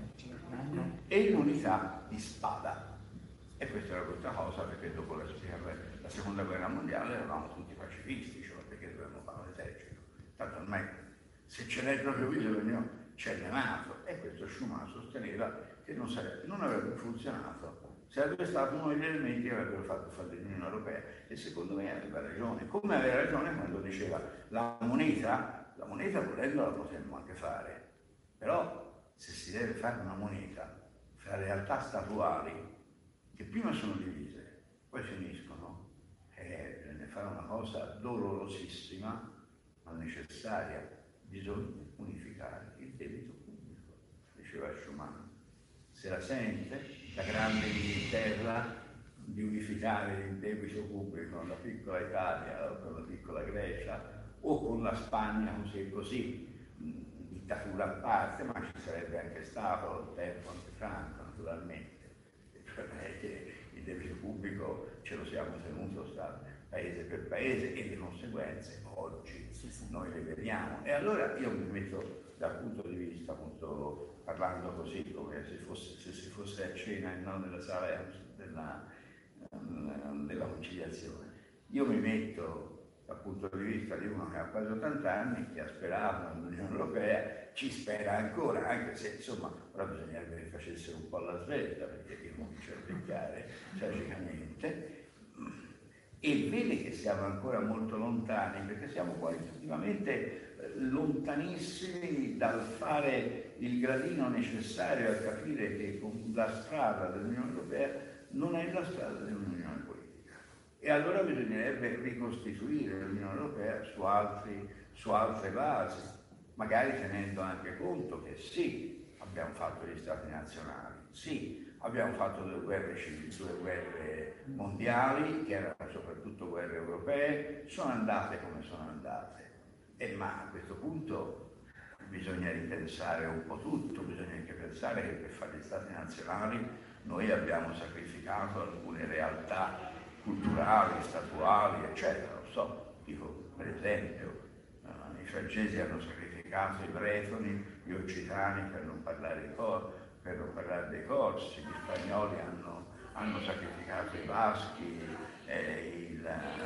e l'unità di spada. E questa era questa cosa, perché dopo la, la seconda guerra mondiale eravamo tutti pacifisti, cioè perché dovevamo fare un esercito. Tanto ormai, se ce n'è proprio bisogno, c'è la NATO. E questo Schuman sosteneva che non, sarebbe, non avrebbe funzionato. Sarebbe stato uno degli elementi che avrebbero fatto fare l'Unione Europea, e secondo me aveva ragione. Come aveva ragione quando diceva la moneta, la moneta volendo la potremmo anche fare, però se si deve fare una moneta fra realtà statuali che prima sono divise, poi finiscono, e eh, ne fare una cosa dolorosissima ma necessaria, bisogna unificare il debito pubblico, diceva Schuman. Se la sente la grande Inghilterra di unificare il debito pubblico con la piccola Italia o con la piccola Grecia o con la Spagna così e così, dittatura a parte, ma ci sarebbe anche stato il tempo anche Franco naturalmente, cioè che il debito pubblico ce lo siamo tenuto sta, paese per paese, e le conseguenze oggi noi le vediamo. E allora io mi metto dal punto di vista appunto, parlando così come se, fosse, se si fosse a cena e non nella sala della, della conciliazione, io mi metto dal punto di vista di uno che ha quasi ottanta anni, che ha sperato nell'Unione Europea, ci spera ancora, anche se insomma ora bisognerebbe che facessero un po' la svelta, perché io comincio a beccare tragicamente, e vede che siamo ancora molto lontani, perché siamo qualitativamente lontanissimi dal fare il gradino necessario a capire che la strada dell'Unione Europea non è la strada dell'Unione politica. E allora bisognerebbe ricostituire l'Unione Europea su, altri, su altre basi, magari tenendo anche conto che sì, abbiamo fatto gli stati nazionali, sì, abbiamo fatto due guerre civili, due guerre mondiali, che erano soprattutto guerre europee, sono andate come sono andate. E ma a questo punto bisogna ripensare un po' tutto, bisogna anche pensare che per fare gli stati nazionali noi abbiamo sacrificato alcune realtà culturali, statuali, eccetera. Non so, dico per esempio, eh, i francesi hanno sacrificato i bretoni, gli occitani per non parlare di cor, per non parlare dei corsi, gli spagnoli hanno, hanno sacrificato i baschi, eh, il,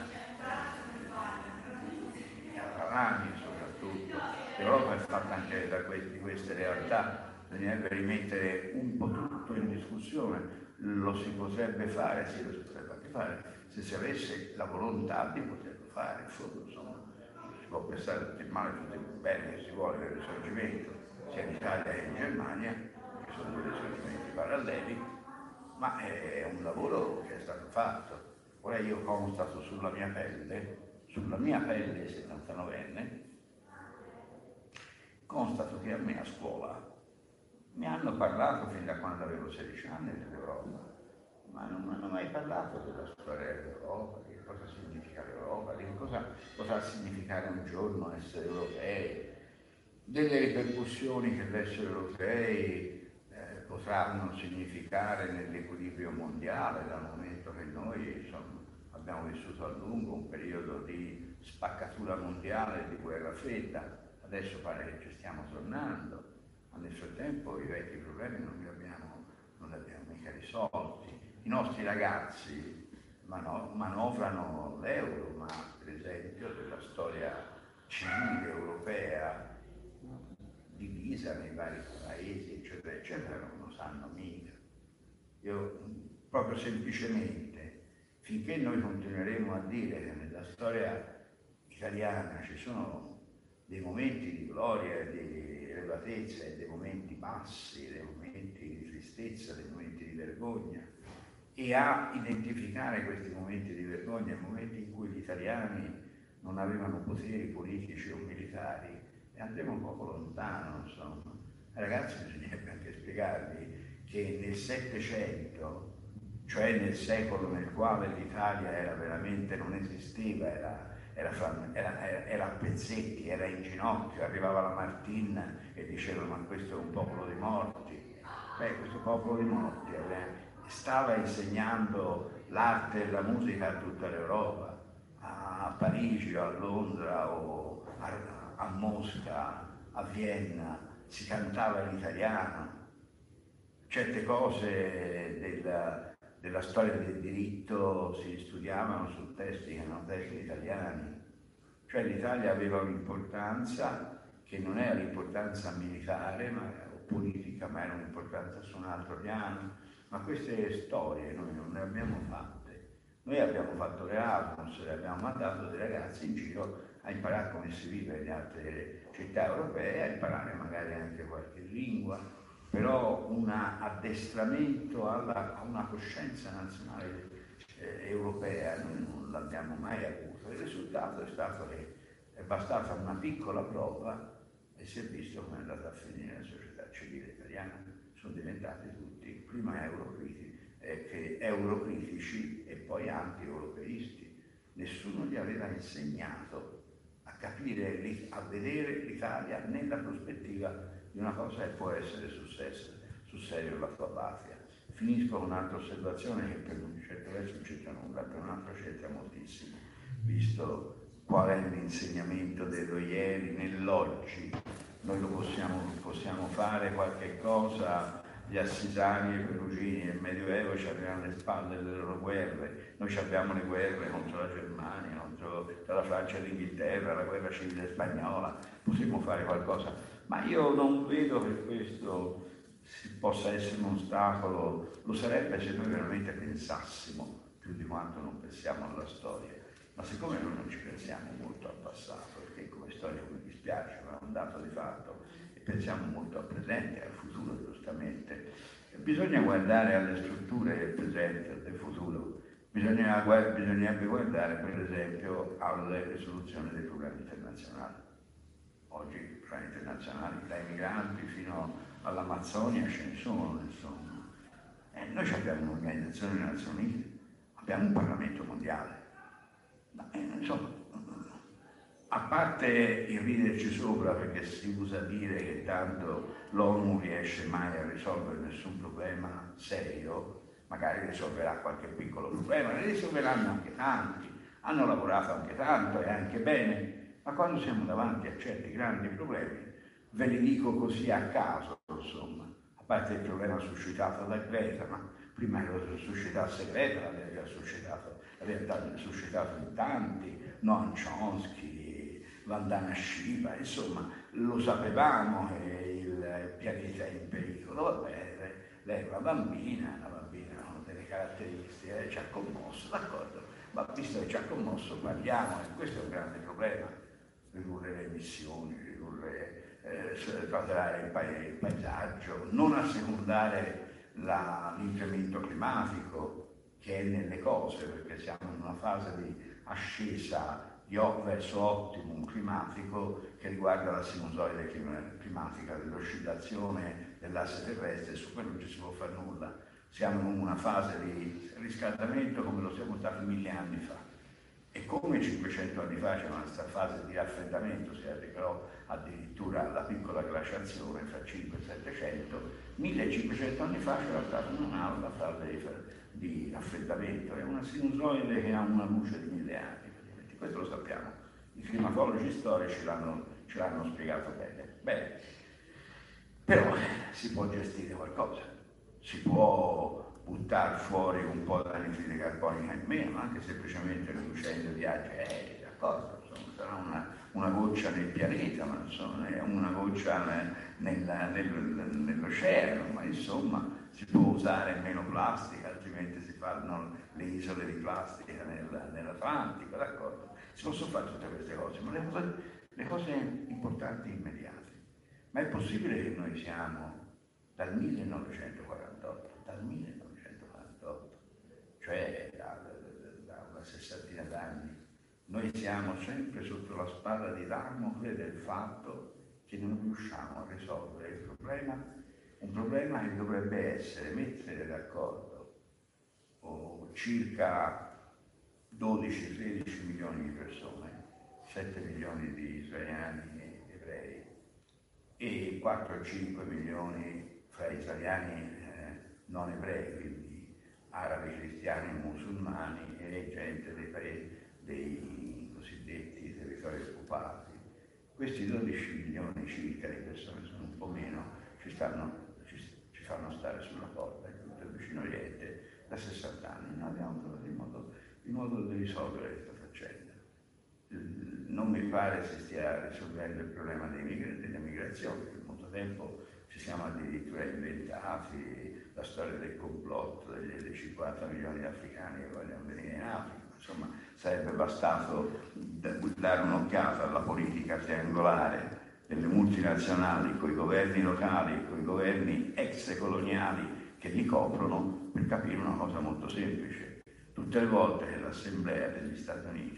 i catalani soprattutto. L'Europa è fatta anche da questi, queste realtà, bisognerebbe rimettere un po' tutto in discussione. Lo si potrebbe fare, sì, lo si potrebbe anche fare, se si avesse la volontà di poterlo fare. In fondo, insomma, si può pensare tutti il male, tutto il bene che si vuole del risorgimento, sia in Italia che in Germania, che sono due risorgimenti paralleli, ma è un lavoro che è stato fatto. Ora io constato sulla mia pelle, sulla mia pelle settantanovenne, constato che a me a scuola mi hanno parlato fin da quando avevo sedici anni dell'Europa, ma non mi hanno mai parlato della storia dell'Europa, di che cosa significa l'Europa, di che cosa potrà significare un giorno essere europei, delle ripercussioni che l'essere europei eh, potranno significare nell'equilibrio mondiale, dal momento che noi insomma, abbiamo vissuto a lungo un periodo di spaccatura mondiale, di guerra fredda. Adesso pare che ci stiamo tornando, ma nel frattempo i vecchi problemi non li abbiamo, non li abbiamo mica risolti. I nostri ragazzi mano, manovrano l'euro, ma per esempio della storia civile europea divisa nei vari paesi, eccetera, eccetera, non lo sanno mica. Io proprio semplicemente, finché noi continueremo a dire che nella storia italiana ci sono dei momenti di gloria, di elevatezza e dei momenti bassi, dei momenti di tristezza, dei momenti di vergogna, e a identificare questi momenti di vergogna, momenti in cui gli italiani non avevano poteri politici o militari, e andremo un poco lontano, insomma. Ai ragazzi bisognerebbe anche spiegarvi che nel Settecento, cioè nel secolo nel quale l'Italia era veramente, non esisteva, era Era, era, era a pezzetti, era in ginocchio, arrivava la Martin e diceva ma questo è un popolo di morti. Beh, questo popolo di morti eh, stava insegnando l'arte e la musica a tutta l'Europa, a Parigi, a Londra o a, a Mosca, a Vienna, si cantava in italiano. Certe cose della, della storia del diritto si studiavano su testi che erano testi italiani, cioè l'Italia aveva un'importanza che non era l'importanza militare ma, o politica, ma era un'importanza su un altro piano. Ma queste storie noi non le abbiamo fatte, noi abbiamo fatto l'Erasmus e abbiamo mandato dei ragazzi in giro a imparare come si vive in altre città europee, a imparare magari anche qualche lingua, però un addestramento alla, a una coscienza nazionale eh, europea noi non l'abbiamo mai avuto. Il risultato è stato che è bastata una piccola prova e si è visto come è andata a finire la società civile italiana. Sono diventati tutti prima eurocritici, eh, che eurocritici e poi anti-europeisti. Nessuno gli aveva insegnato a capire, a vedere l'Italia nella prospettiva di una cosa che può essere sul serio, sul serio la tua patria. Finisco con un'altra osservazione che per un certo verso non c'entra nulla, per un altro c'entra moltissimo, visto qual è l'insegnamento dello ieri nell'oggi. Noi lo possiamo, possiamo fare qualche cosa, gli Assisani e i Perugini nel Medioevo ci avevano alle spalle le loro guerre, noi abbiamo le guerre contro la Germania, contro la Francia e l'Inghilterra, la guerra civile spagnola, possiamo fare qualcosa. Ma io non vedo che questo possa essere un ostacolo, lo sarebbe se noi veramente pensassimo più di quanto non pensiamo alla storia, ma siccome noi non ci pensiamo molto al passato, perché come storia mi dispiace, ma è un dato di fatto, e pensiamo molto al presente e al futuro giustamente, bisogna guardare alle strutture del presente e del futuro, bisogna, bisognerebbe guardare per esempio alle risoluzioni dei problemi internazionali. Oggi i problemi internazionali, dai migranti fino all'Amazzonia, ce ne sono, insomma. E noi abbiamo un'organizzazione delle Nazioni Unite, abbiamo un Parlamento mondiale. Ma, eh, insomma, a parte il riderci sopra, perché si usa dire che tanto l'ONU non riesce mai a risolvere nessun problema serio, magari risolverà qualche piccolo problema, ne risolveranno anche tanti, hanno lavorato anche tanto e anche bene. Ma quando siamo davanti a certi grandi problemi, ve li dico così a caso, insomma, a parte il problema suscitato da Greta, ma prima che lo suscitasse Greta l'aveva suscitato, l'aveva suscitato in tanti, Noam Chomsky, Vandana Shiva, insomma, lo sapevamo che il pianeta è in pericolo. Vabbè, lei è una bambina, una bambina ha delle caratteristiche, ci ha commosso, d'accordo, ma visto che ci ha commosso parliamo, e questo è un grande problema. Ridurre le emissioni, ridurre, eh, tutelare il, pa- il paesaggio, non assecondare la, l'incremento climatico che è nelle cose, perché siamo in una fase di ascesa di, verso optimum climatico che riguarda la sinusoide climatica, dell'oscillazione dell'asse terrestre, su quello non ci si può fare nulla. Siamo in una fase di riscaldamento come lo siamo stati mille anni fa. E come cinquecento anni fa c'era questa fase di raffreddamento, si arriverò addirittura alla piccola glaciazione fra cinquecento e settecento, millecinquecento anni fa c'era stata un'altra fase di, di raffreddamento, è una sinusoide che ha una luce di mille anni, questo lo sappiamo, i climatologi storici l'hanno, ce l'hanno spiegato bene. Bene, però si può gestire qualcosa, si può buttare fuori un po' di anidride carbonica in meno, anche semplicemente riducendo i viaggi aerei, d'accordo? Insomma, sarà una, una goccia nel pianeta, ma insomma, è una goccia nel, nel, nel, nell'oceano, ma insomma si può usare meno plastica, altrimenti si fanno le isole di plastica nel, nell'Atlantico, d'accordo? Si possono fare tutte queste cose, ma le cose, le cose importanti immediate. Ma è possibile che noi siamo dal millenovecentoquarantotto, dal millenovecentoquarantotto, cioè da, da, da una sessantina d'anni, noi siamo sempre sotto la spada di Damocle del fatto che non riusciamo a risolvere il problema, un problema che dovrebbe essere mettere d'accordo oh, circa dodici tredici milioni di persone, sette milioni di israeliani e ebrei e quattro cinque milioni fra israeliani eh, non ebrei, quindi arabi, cristiani, musulmani e gente dei paesi, dei cosiddetti territori occupati. Questi dodici milioni circa di persone, sono un po' meno, ci, stanno, ci, ci fanno stare sulla porta in tutto il vicino Oriente da sessanta anni. Noi abbiamo trovato il modo, il modo di risolvere questa faccenda. Non mi pare si stia risolvendo il problema dei migranti, delle migrazioni, per molto tempo ci siamo addirittura inventati la storia del complotto degli, dei cinquanta milioni di africani che vogliono venire in Africa. Insomma, sarebbe bastato dare un'occhiata alla politica triangolare delle multinazionali con i governi locali e con i governi extracoloniali che li coprono per capire una cosa molto semplice. Tutte le volte che l'Assemblea degli Stati Uniti,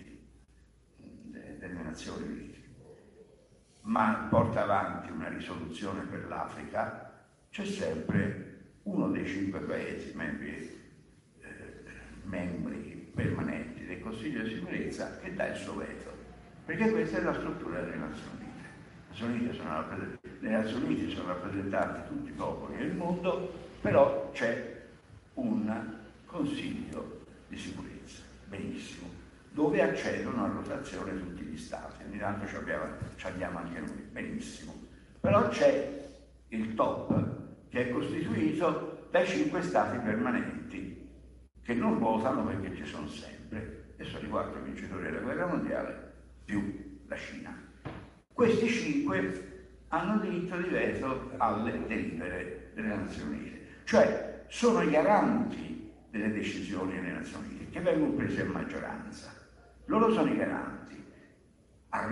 delle Nazioni Unite, ma porta avanti una risoluzione per l'Africa, c'è sempre uno dei cinque paesi membri, eh, membri permanenti del Consiglio di sicurezza che dà il suo veto, perché questa è la struttura delle Nazioni Unite. Le Nazioni Unite sono, le Nazioni Unite sono rappresentanti tutti i popoli del mondo, però c'è un Consiglio di sicurezza, benissimo, dove accedono a rotazione tutti gli stati, ogni tanto ci abbiamo, ci abbiamo anche noi, benissimo. Però c'è il top che è costituito dai cinque stati permanenti che non votano perché ci sono sempre, e sono i quattro vincitori della guerra mondiale più la Cina. Questi cinque hanno diritto di veto alle delibere delle Nazioni Unite, cioè sono i garanti delle decisioni delle Nazioni Unite che vengono prese a maggioranza. Loro sono i garanti. A,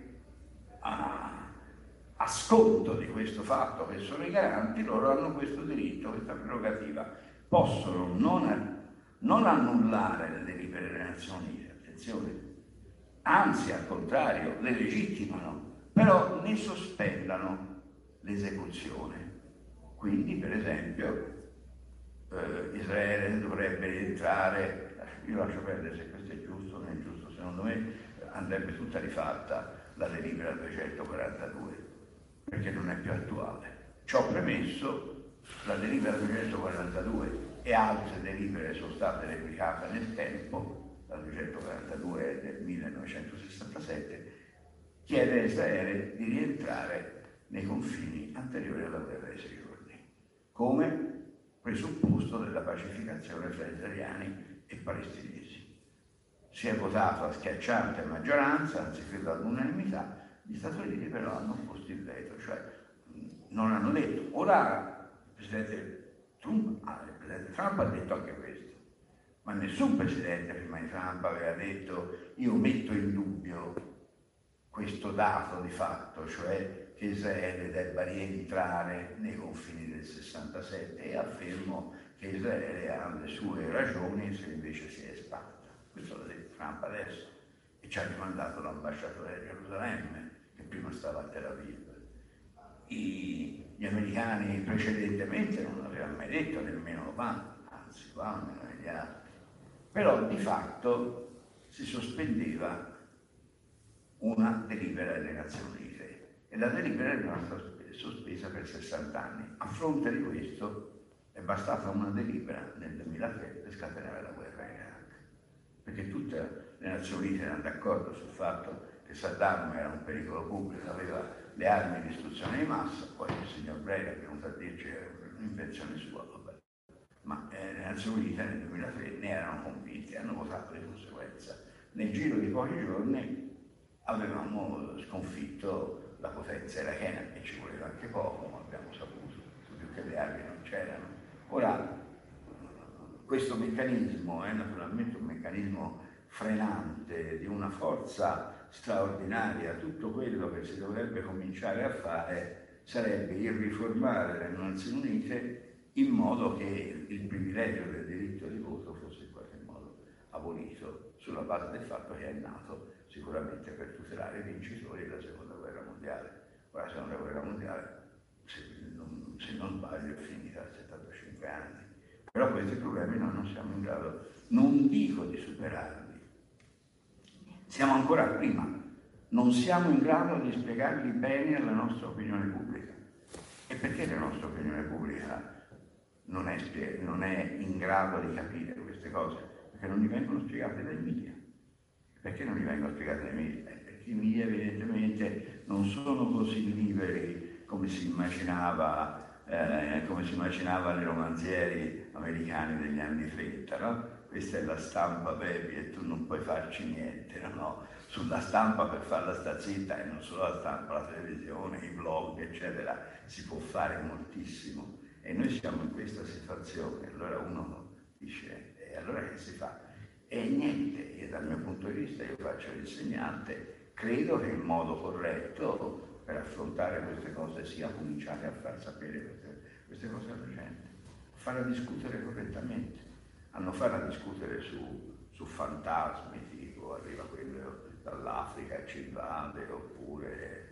a, a sconto di questo fatto che sono i garanti, loro hanno questo diritto, questa prerogativa. Possono non, non annullare le delibere delle Nazioni Unite, attenzione, anzi al contrario, le legittimano, però ne sospendano l'esecuzione. Quindi, per esempio, eh, Israele dovrebbe rientrare, io lascio perdere se questo è giusto o non è giusto, secondo me andrebbe tutta rifatta la delibera duecentoquarantadue, perché non è più attuale. Ciò premesso, la delibera duecentoquarantadue e altre delibere sono state replicate nel tempo, la duecentoquarantadue del millenovecentosessantasette, chiede a Israele di rientrare nei confini anteriori alla guerra dei sei giorni, come presupposto della pacificazione tra israeliani e palestinesi. Si è votato a schiacciante maggioranza, anzi credo all'unanimità, gli Stati Uniti però hanno posto il veto, cioè non hanno detto. Ora il presidente Trump, ah, il presidente Trump ha detto anche questo, ma nessun presidente prima di Trump aveva detto io metto in dubbio questo dato di fatto, cioè che che Israele debba rientrare nei confini del sessantasette e affermo che Israele ha le sue ragioni se invece si è espanda. Questo l'ha detto Trump adesso e ci ha rimandato l'ambasciatore a Gerusalemme, che prima stava a Tel Aviv. I, gli americani precedentemente non l'avevano mai detto, nemmeno Obama, anzi Obama meno degli altri. Però di fatto si sospendeva una delibera delle Nazioni Unite e la delibera è rimasta sospesa per sessanta anni. A fronte di questo è bastata una delibera nel duemilatré per scatenare la guerra in Iraq, perché tutte le Nazioni Unite erano d'accordo sul fatto che Saddam era un pericolo pubblico, aveva le armi di distruzione di massa, poi il signor Blair è venuto a dirci che era un'invenzione sua, vabbè. Ma eh, le Nazioni Unite nel duemilatré ne erano convinte e hanno votato di conseguenza. Nel giro di pochi giorni avevamo sconfitto la potenza irachena, e ci voleva anche poco, ma abbiamo saputo più che le armi non c'erano. Ora, questo meccanismo è naturalmente un meccanismo frenante di una forza straordinaria. Tutto quello che si dovrebbe cominciare a fare sarebbe il riformare le Nazioni Unite in modo che il privilegio del diritto di voto fosse in qualche modo abolito, sulla base del fatto che è nato sicuramente per tutelare i vincitori della seconda guerra mondiale. Ora la seconda guerra mondiale, se non, se non sbaglio, è finita a settantacinque anni. Però questi problemi noi non siamo in grado, non dico di superarli, siamo ancora prima, non siamo in grado di spiegarli bene alla nostra opinione pubblica. E perché la nostra opinione pubblica non è, non è in grado di capire queste cose? Perché non gli vengono spiegate dai media. Perché non gli vengono spiegate dai media? Perché i media evidentemente non sono così liberi come si immaginava, eh, come si immaginava nei romanzieri americani degli anni trenta, no? Questa è la stampa, baby, e tu non puoi farci niente, no? Sulla stampa, per farla sta zitta, e non solo la stampa, la televisione, i blog, eccetera, si può fare moltissimo. E noi siamo in questa situazione. Allora uno dice, e allora che si fa? E niente, e dal mio punto di vista, io faccio l'insegnante, credo che il modo corretto per affrontare queste cose sia cominciare a far sapere queste, queste cose alla gente, farla discutere correttamente, a non farla discutere su, su fantasmi, tipo arriva quello dall'Africa e ci invade, oppure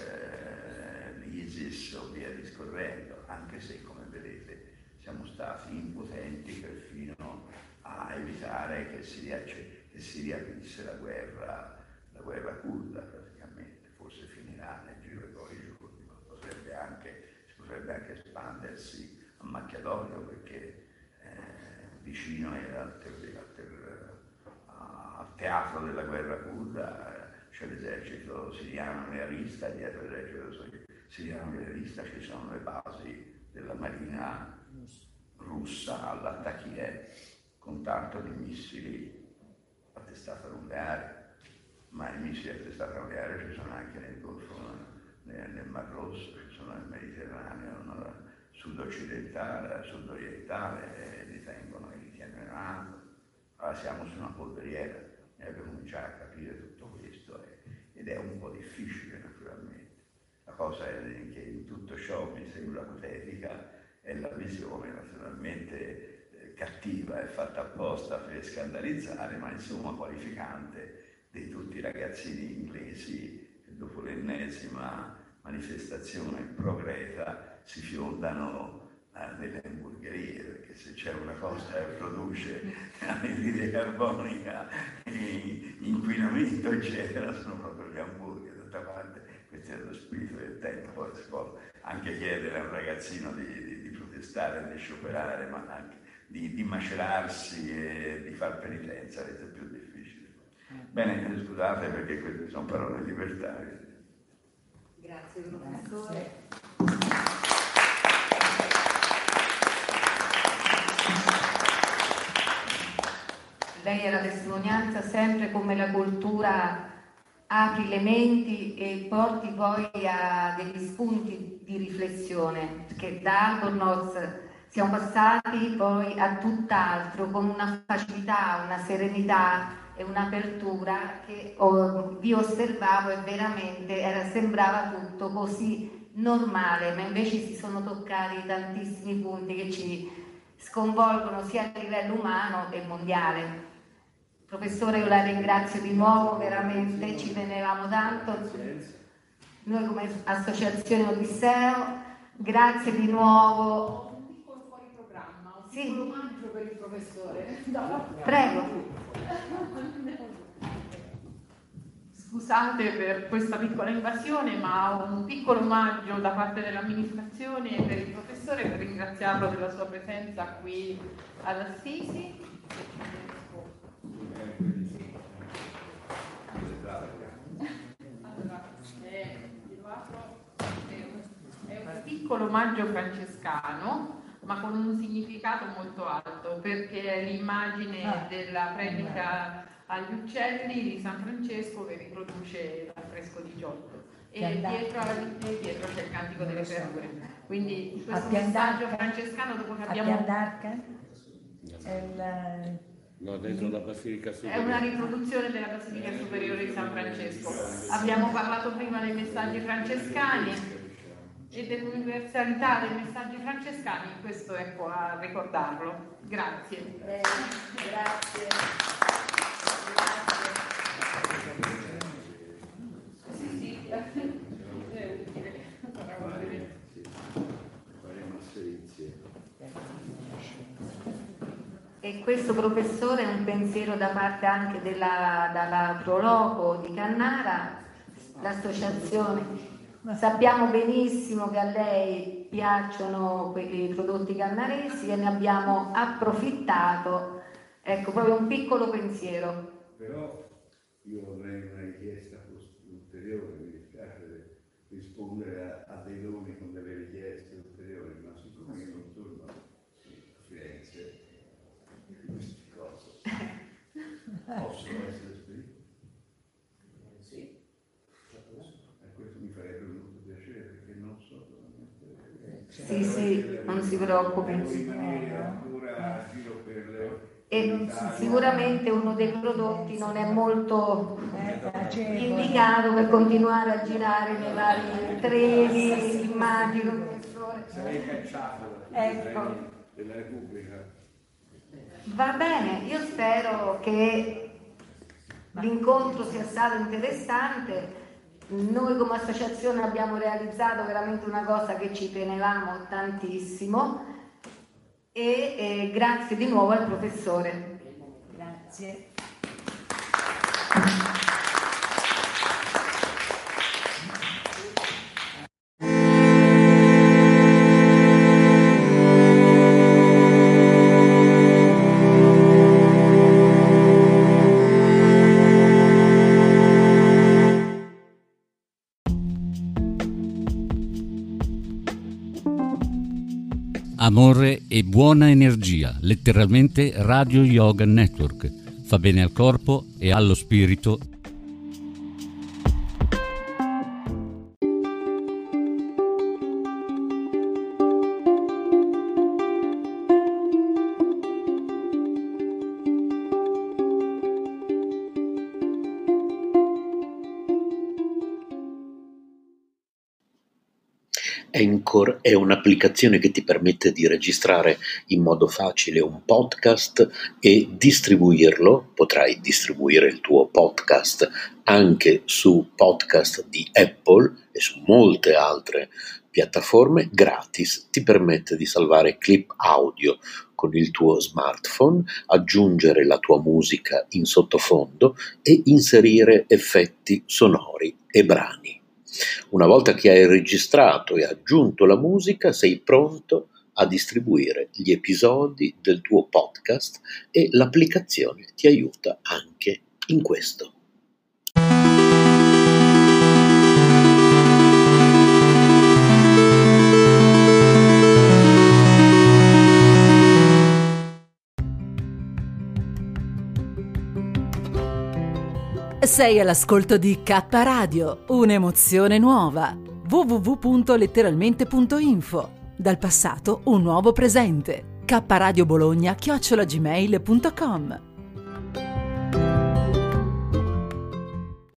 eh, l'ISIS o via discorrendo, anche se, come vedete, siamo stati impotenti perfino a evitare che si, riac- che si riaprisse la guerra, la guerra curda praticamente. Forse finirà nel giro di pochi giorni, ma potrebbe anche, potrebbe anche espandersi a macchia d'olio, perché eh, vicino era al, ter- al, ter- al teatro della guerra curda c'è l'esercito siriano realista, dietro l'esercito siriano realista ci sono le basi della marina russa all'Attakia, con tanto di missili a testata nucleare, ma i missili a testata nucleare ci sono anche nel Golfo, nel, nel Mar Rosso, ci sono nel Mediterraneo, no? Sud-occidentale, sud-orientale, e li tengono e li tienono. Allora siamo su una polveriera, e dobbiamo cominciare a capire tutto questo, e, ed è un po' difficile naturalmente. La cosa è che in tutto ciò mi sembra patetica è la visione naturalmente eh, cattiva e fatta apposta per scandalizzare, ma insomma qualificante, di tutti i ragazzini inglesi che dopo l'ennesima manifestazione pro-Greta si fiondano eh, nelle hamburgerie, perché se c'è una cosa che produce anidride carbonica, inquinamento eccetera, sono proprio gli hamburger. D'altra parte questo è lo spirito del tempo, si può anche chiedere a un ragazzino di, di, di protestare, di scioperare, ma anche di, di macerarsi e di far penitenza, questo è più difficile. Bene, scusate perché queste sono parole libertarie. Grazie professore. Lei è la testimonianza sempre come la cultura apri le menti e porti poi a degli spunti di riflessione, perché da Albornoz siamo passati poi a tutt'altro, con una facilità, una serenità e un'apertura che oh, vi osservavo e veramente era, sembrava tutto così normale, ma invece si sono toccati tantissimi punti che ci sconvolgono sia a livello umano che mondiale. Professore, io la ringrazio di nuovo, veramente ci tenevamo tanto, noi come Associazione Odisseo, grazie di nuovo. Un piccolo fuori programma, un sì. piccolo omaggio per il professore. Prego. Scusate per questa piccola invasione, ma un piccolo omaggio da parte dell'amministrazione per il professore, per ringraziarlo della sua presenza qui ad Assisi. Allora, è, è un piccolo omaggio francescano, ma con un significato molto alto, perché è l'immagine della predica agli uccelli di San Francesco che riproduce l'affresco di Giotto. E dietro, e dietro c'è il Cantico delle Verdure. Quindi questo messaggio francescano, dopo che abbiamo... A Piandarca? Il... No, dentro la Basilica Superiore. È una riproduzione della Basilica Superiore di San Francesco. Abbiamo parlato prima dei messaggi francescani e dell'universalità dei messaggi francescani, questo ecco a ricordarlo. Grazie. Eh, grazie. Sì, sì, è utile. E questo professore è un pensiero da parte anche della, dalla Proloco di Cannara, l'associazione. Sappiamo benissimo che a lei piacciono quei prodotti cannaresi e ne abbiamo approfittato. Ecco, proprio un piccolo pensiero. Però io avrei una richiesta ulteriore, mi dispiace rispondere a, a dei doni con delle richieste ulteriori, ma siccome io non torno a Firenze, queste cose possono essere espresse? Sì. E questo mi farebbe molto piacere, perché non so dove mettere. Sì, sì, non si preoccupi. Rimanere ancora a giro per le... E sicuramente uno dei prodotti non è molto indicato per continuare a girare nei vari treni, immagino, professore. Sarei cacciato Ecco. della Repubblica. Va bene, io spero che l'incontro sia stato interessante. Noi come associazione abbiamo realizzato veramente una cosa che ci tenevamo tantissimo. E eh, grazie di nuovo al professore. Grazie. Amore e buona energia, letteralmente Radio Yoga Network. Fa bene al corpo e allo spirito. Anchor è un'applicazione che ti permette di registrare in modo facile un podcast e distribuirlo. Potrai distribuire il tuo podcast anche su podcast di Apple e su molte altre piattaforme gratis. Ti permette di salvare clip audio con il tuo smartphone, aggiungere la tua musica in sottofondo e inserire effetti sonori e brani. Una volta che hai registrato e aggiunto la musica, sei pronto a distribuire gli episodi del tuo podcast e l'applicazione ti aiuta anche in questo. Sei all'ascolto di K Radio, un'emozione nuova. w w w punto letteralmente punto info. Dal passato un nuovo presente. K Radio Bologna chiocciola gmail punto com.